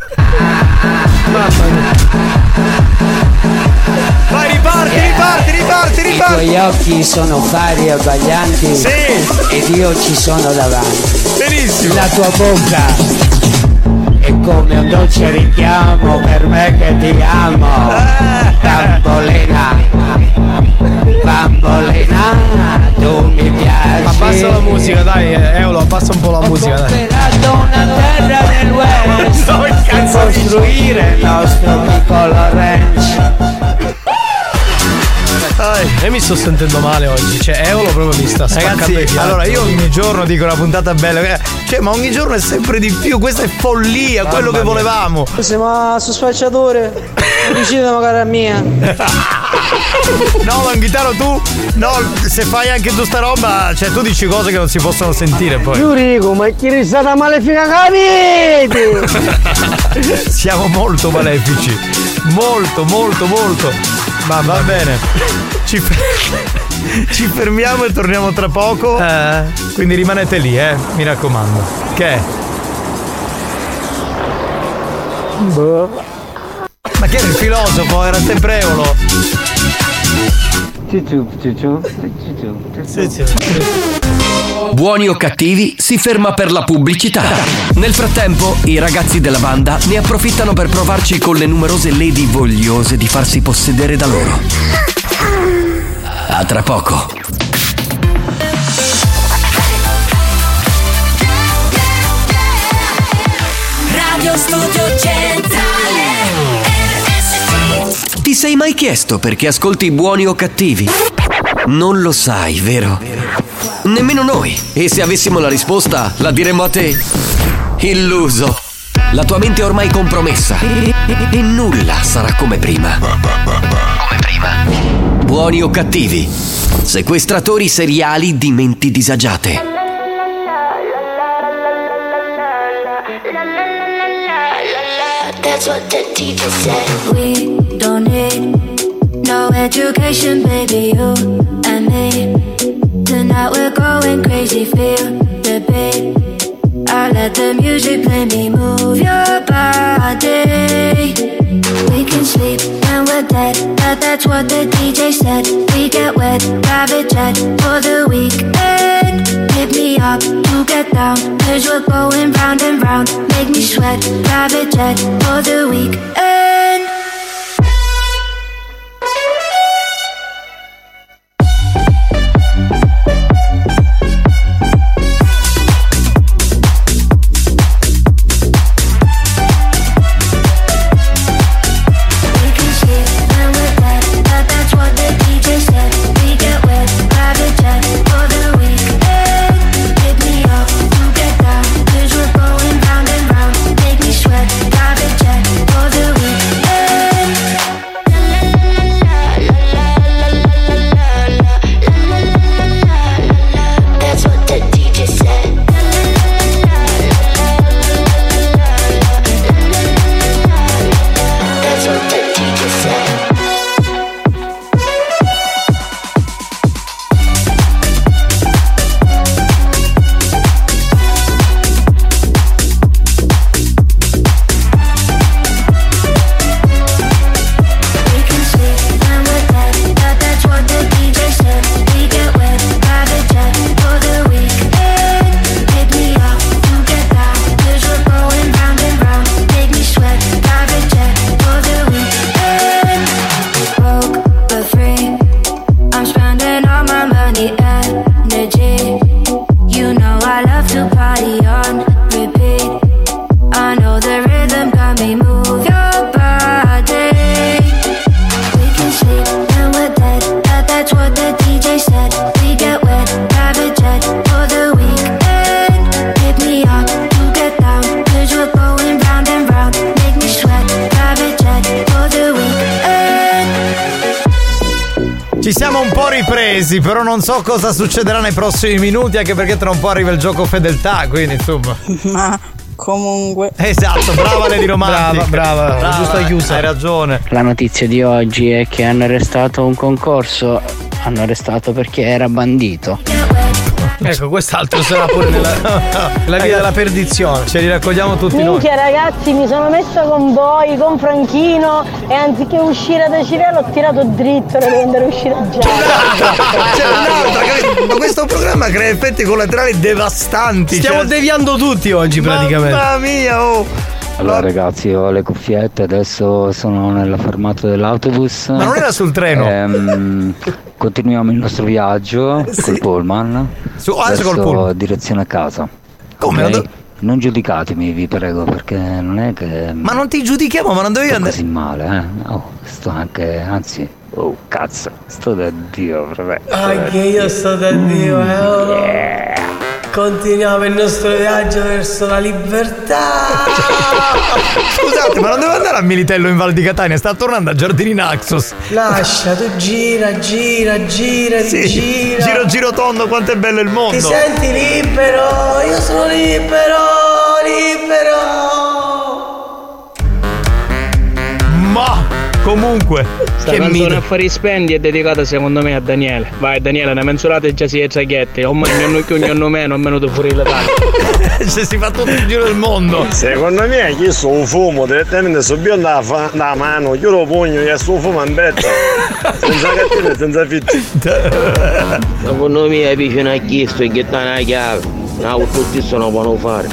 Vai, riparti, riparti, riparti, riparti.
I tuoi occhi sono fari e abbaglianti.
Sì.
Ed io ci sono davanti.
Benissimo.
La tua bocca è come un dolce richiamo per me che ti amo. Bambolina, bambolina, tu mi piaci.
Abbassa la musica, dai, Eolo, abbassa un po' la musica, dai.
Ho comprato una terra nel West per costruire il nostro piccolo ranch.
Io mi sto sentendo male oggi, cioè Eolo proprio mi sta spaccando
Ragazzi,
i fianchi.
allora io ogni giorno dico una puntata bella, cioè ma ogni giorno è sempre di più, questa è follia, quello che volevamo.
Sì, ma su spacciatore vicino magari a mia.
No, Manghitano, tu no, se fai anche tu sta roba, cioè tu dici cose che non si possono sentire poi.
Giurico, ma chi è stata malefica, capite?
Siamo molto malefici, molto, molto, molto. Ma va bene, ci, fer- ci fermiamo e torniamo tra poco. Eh. Quindi rimanete lì, eh, mi raccomando. Che è?
Boh.
Ma che era il filosofo? Era sempre Eolo.
Buoni o cattivi si ferma per la pubblicità. Nel frattempo, i ragazzi della banda ne approfittano per provarci con le numerose lady vogliose di farsi possedere da loro. A tra poco.
Radio Studio Centrale R S C.
Ti sei mai chiesto perché ascolti Buoni o cattivi? Non lo sai, vero? Nemmeno noi. E se avessimo la risposta, la diremmo a te? Illuso. La tua mente è ormai compromessa e, e- e nulla sarà come prima. Come prima. Buoni o cattivi, sequestratori seriali di menti disagiate.
That's what the teacher said. We don't need no education, baby, you and me. Tonight we're going crazy, feel the beat. I let the music play me, move your body. We can sleep when we're dead, but that's what the D J said. We get wet, private jet for the weekend. Hit me up to get down, cause we're going round and round. Make me sweat, private jet for the weekend.
Ci siamo un po' ripresi, però non so cosa succederà nei prossimi minuti, anche perché tra un po' arriva il gioco fedeltà, quindi insomma.
Ma comunque.
Esatto, brava Lady Romantic.
Brava, brava, brava, giusta chiusa.
Hai ragione.
La notizia di oggi è che hanno arrestato un concorso, hanno arrestato perché era bandito.
Ecco, quest'altro sarà pure nella la via della perdizione.
Ce li raccogliamo tutti
Minchia, noi. Ragazzi, mi sono messa con voi, con Franchino, e anziché uscire da Cirello ho tirato dritto, devo andare a uscire a Giacomo.
C'è un'altra, capito? Ma questo programma crea effetti collaterali devastanti.
Stiamo cioè... deviando tutti oggi praticamente.
Mamma mia, oh.
Allora ragazzi, ho le cuffiette, adesso sono nella fermata dell'autobus.
Ma non era sul treno?
Ehm, continuiamo il nostro viaggio sì. col pullman.
Su, adesso col pullman.
Direzione a casa.
Come?
Okay? Non giudicatemi, vi prego, perché non è che.
Ma non ti giudichiamo, ma non dovevi andare
così male, eh? Oh, sto anche, anzi, oh cazzo, sto da Dio, proprio.
Anche io sto da Dio, eh. Oh.
Yeah.
Continuiamo il nostro viaggio verso la libertà.
Scusate, ma non devo andare a Militello in Val di Catania, sta tornando a Giardini Naxos.
Lascia, tu gira, gira, gira,
sì,
gira.
Giro giro tondo, quanto è bello il mondo.
Ti senti libero? Io sono libero, libero.
Ma comunque,
sta canzone Affari Spendi è dedicata secondo me a Daniele. Vai Daniele, una mensolata e già si è traghetti. O meglio noi che ognuno meno, almeno tu fuori la taglia.
Se si fa tutto il giro del mondo.
Secondo me è chiesto un fumo direttamente subito da, fa- da mano, io lo pugno e sto fumo in betta. Senza cattive, senza fitti.
Secondo me è vicino a chiesto e che sta una chiave. No, tutti sono buono fare.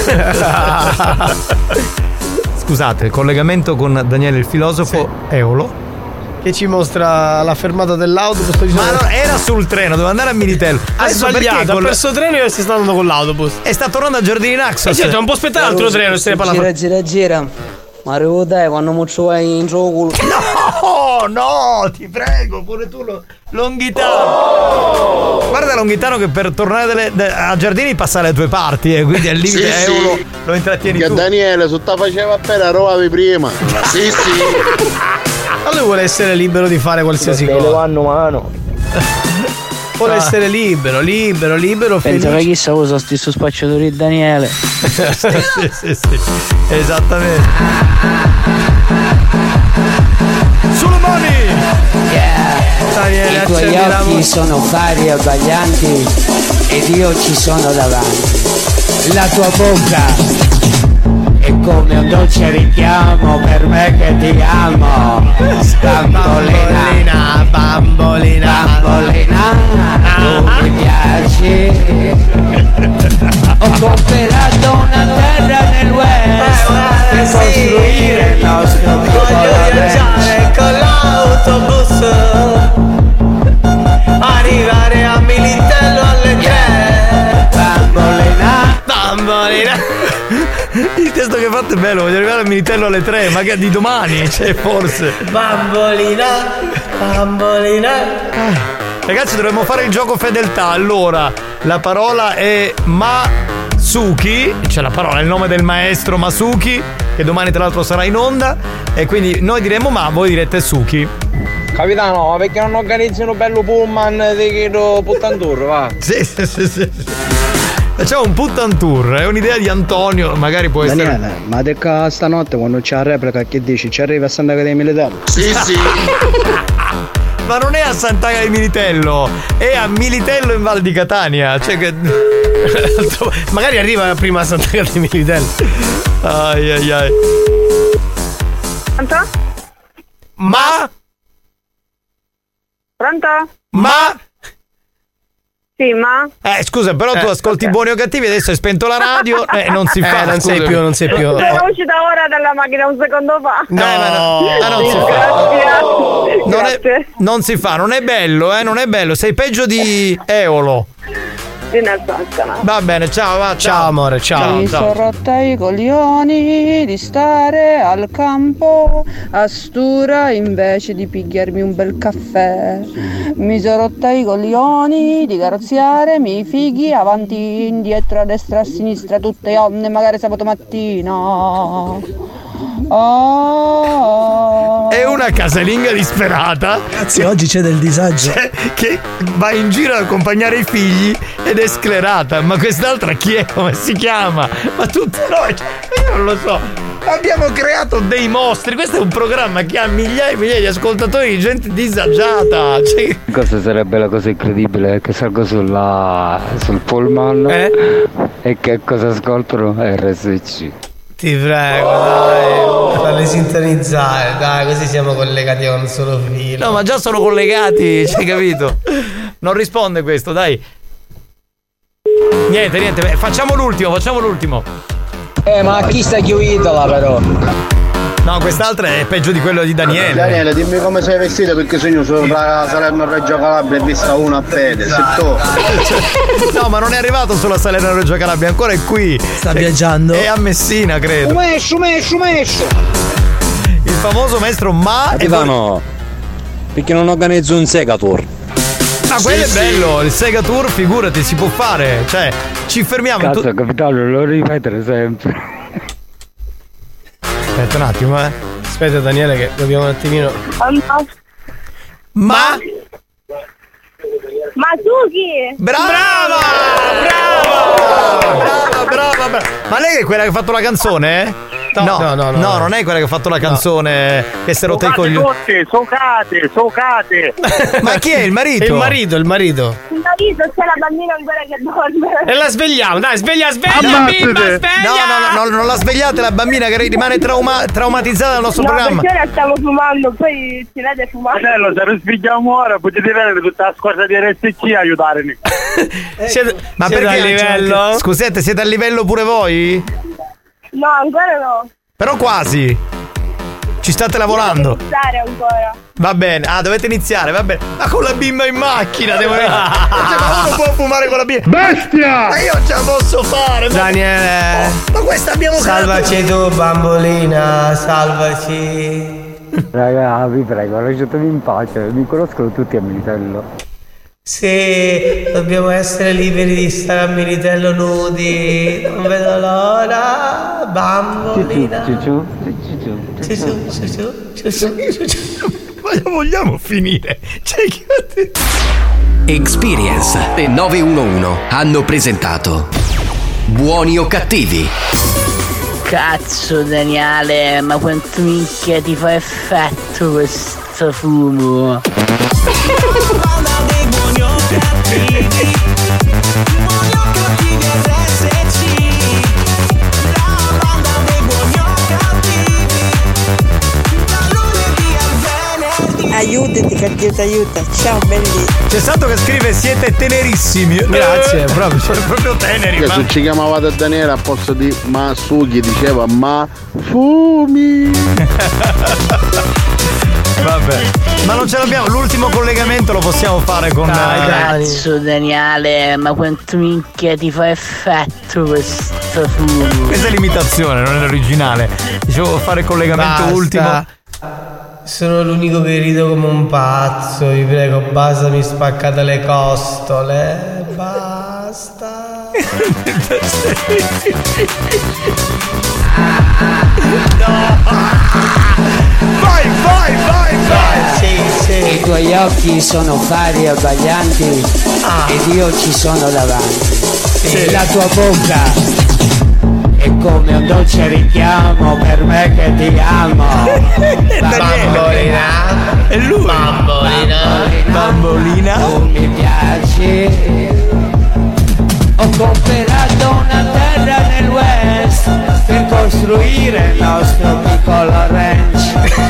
Scusate, il collegamento con Daniele il filosofo sì. Eolo
che ci mostra la fermata dell'autobus.
Ma no, era sul treno, doveva andare a Militello.
Ha sbagliato, ha perso il treno e si sta andando con l'autobus.
E sta tornando a Giardini Naxos.
E certo, non può aspettare l'altro treno se ne parla.
Gira, gira, gira. Ma arrivo te quando mi vai in gioco.
No, no, ti prego, pure tu lo, Longhitano. Oh! Guarda Longhitano che per tornare delle, de, a Giardini passa alle tue parti, eh, quindi al limite sì, euro sì. Lo intrattieni
che
tu.
Daniele, su ta faceva appena rovavi prima. Sì, sì.
Ma lui vuole essere libero di fare qualsiasi cosa.
Levando mano.
Vuole ah. essere libero, libero, libero, felice.
Pensa che chissà usa stesso spacciatore di Daniele.
sì, sì, sì. Esattamente. Sulle mani!
Yeah. Daniele, i tuoi occhi sono fari e abbaglianti ed io ci sono davanti. La tua bocca è come un dolce richiamo per me che ti amo. Bambolina,
bambolina,
bambolina, tu mi piaci. Ho comprato una terra nel West per costruire il nostro
voglio viaggiare con l'autobus, arrivare a Militello alle tre.
Bambolina,
bambolina.
Il testo che hai fatto è bello, voglio arrivare a Militello alle tre, magari di domani, cioè forse.
Bambolina, bambolina.
Ragazzi, dovremmo fare il gioco fedeltà. Allora, la parola è Masuki, c'è la parola, il nome del maestro Masuki, che domani tra l'altro sarà in onda. E quindi noi diremo ma, voi direte Suki.
Capitano, ma perché non organizzi un bello pullman di chiedo puttan tour, va?
Sì, sì, sì, sì. Facciamo un puttan tour, è un'idea di Antonio, magari può essere.
Daniele, ma de ca stanotte quando c'è la replica che dici? Ci arriva a Sant'Agata Militello?
Sì, sì.
Ma non è a Sant'Agata di Militello, è a Militello in Val di Catania. Cioè che.
Magari arriva prima a Sant'Agata di Militello.
Ai ai ai.
Pronto?
Ma?
Pronto?
Ma?
Sì, ma?
Eh, scusa, però tu
eh,
ascolti
okay.
Buoni o Cattivi, adesso hai spento la radio e eh, non si fa.
Eh, non
scusami.
sei più, non sei più.
Sono uscita ora dalla macchina un secondo fa.
No, no, no, no non si fa.
Grazie.
Non,
Grazie.
È, non si fa, non è bello, eh, non è bello. Sei peggio di Eolo.
Va
bene, ciao, va, ciao.
Ciao amore, ciao.
Mi
ciao.
sono rotta i coglioni di stare al campo a Stura invece di pigliarmi un bel caffè. Mi sono rotta i coglioni di carrozziare i fighi avanti, indietro, a destra, a sinistra, tutte onne, magari sabato mattina. Oh.
È una casalinga disperata.
Ragazzi, oggi c'è del disagio.
Cioè, che va in giro ad accompagnare i figli ed è sclerata. Ma quest'altra chi è? Come si chiama? Ma tutti noi, io non lo so. Abbiamo creato dei mostri. Questo è un programma che ha migliaia e migliaia di ascoltatori di gente disagiata. Cioè...
Cosa sarebbe la cosa incredibile? Che salgo sulla sul pullman
eh?
e che cosa ascoltano? R S C.
Ti prego, dai, farli sintonizzare, dai, così siamo collegati a un solo filo.
No, ma già sono collegati, ci hai capito? Non risponde questo, dai. Niente, niente, facciamo l'ultimo, facciamo l'ultimo.
Eh, ma chi sta chiudita però?
No, quest'altra è peggio di quello di Daniele.
Daniele, dimmi come sei vestito perché se io sono la Salerno Reggio Calabria e vista una a Fede, se tu.
No, ma non è arrivato solo a Salerno Reggio Calabria, ancora è qui.
Sta è, viaggiando.
È a Messina, credo.
Mescio, mescio, mescio.
Il famoso maestro Ma.
Capitano, perché non organizzo un Segatour?
Ma quello sì, è bello, sì. Il Sega Tour, figurati, si può fare. Cioè, ci fermiamo.
Cazzo,
tu...
capitano, lo ripetere sempre.
Aspetta un attimo, eh.
Aspetta Daniele che dobbiamo un attimino.
Ma
Masuki!
Brava! Brava! Brava, brava, brava! Ma lei è quella che ha fatto la canzone, eh? No, no, no, no, no, no, non è quella che ha fatto la canzone no. Che si è rotta i coglioni.
Socate, socate!
Ma chi è il marito?
È il marito, il marito.
Il marito, c'è la bambina ancora che dorme.
E la svegliamo, dai, sveglia, sveglia, bimba, sveglia!
No, no, no, non la svegliate la bambina che rimane trauma- traumatizzata dal nostro
no,
programma.
Perché ora stiamo fumando, poi ci vede fumare.
Fratello, se non svegliamo ora potete vedere tutta la scorsa di R S C a aiutarmi.
siete,
Ma
siete
perché
a livello?
Scusate, siete a livello pure voi?
No, ancora no.
Però quasi. Ci state lavorando?
Devo iniziare ancora.
Va bene, ah dovete iniziare, va bene. Ma con la bimba in macchina devo cioè, ma uno può fumare con la bimba. Bestia! Ma io ce la posso fare.
Daniele.
Oh, ma questa abbiamo
salvaci tu, bambolina, salvaci.
Raga, vi prego, lasciatemi in pace, mi conoscono tutti a Militello.
Sì, dobbiamo essere liberi di stare a Militello nudi. Non vedo l'ora, bambolina.
Ciuciù, ciuciù,
ciuciù, ciuciù, ciuciù, ciuciù.
Ma vogliamo finire? Cioè, che...
Experience e nove uno uno hanno presentato Buoni o cattivi?
Cazzo Daniele, ma quanto minchia ti fa effetto questo fumo?
Aiutati che Dio ti aiuta. Ciao belli.
C'è stato che scrive siete tenerissimi.
Grazie, proprio,
proprio teneri.
Che
ma...
se ci chiamava Daniele a posto di Masugi diceva ma fumi.
Vabbè, ma non ce l'abbiamo. L'ultimo collegamento lo possiamo fare con
Dai, cazzo Daniele, ma quanto minchia ti fa effetto questo fumo?
Questa è l'imitazione, non è l'originale. Dicevo fare il collegamento
Basta.
ultimo.
Sono l'unico che rido come un pazzo, vi prego, basta, mi spaccate le costole. Basta.
No. Vai, vai, vai, vai.
Sì, sì.
I tuoi occhi sono fari abbaglianti
ah.
ed io ci sono davanti.
Sì.
La tua bocca è come un dolce richiamo per me che ti amo.
Bambolina.
È lui.
Bambolina.
Bambolina.
Tu mi piaci. Ho comprato una terra nel West per costruire il nostro piccolo ranch.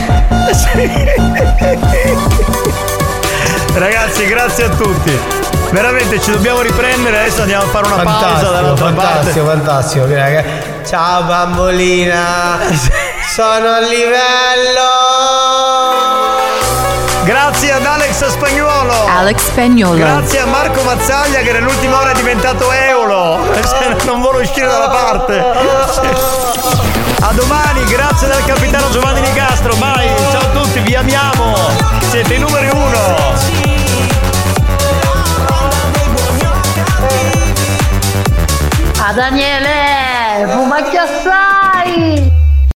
Ragazzi, grazie a tutti. Veramente ci dobbiamo riprendere. Adesso andiamo a fare una
fantastico,
pausa dall'altra
fantastico,
parte.
fantastico, raga. Ciao bambolina. Sono a livello.
Grazie ad Alex Spagnuolo.
Alex Spagnuolo.
Grazie a Marco Mazzaglia che nell'ultima ora è diventato Eolo. Non vuole uscire dalla parte. A domani, grazie dal capitano Giovanni Nicastro. Bye, ciao a tutti, vi amiamo. Siete i numeri uno.
A Daniele, fuma che assai!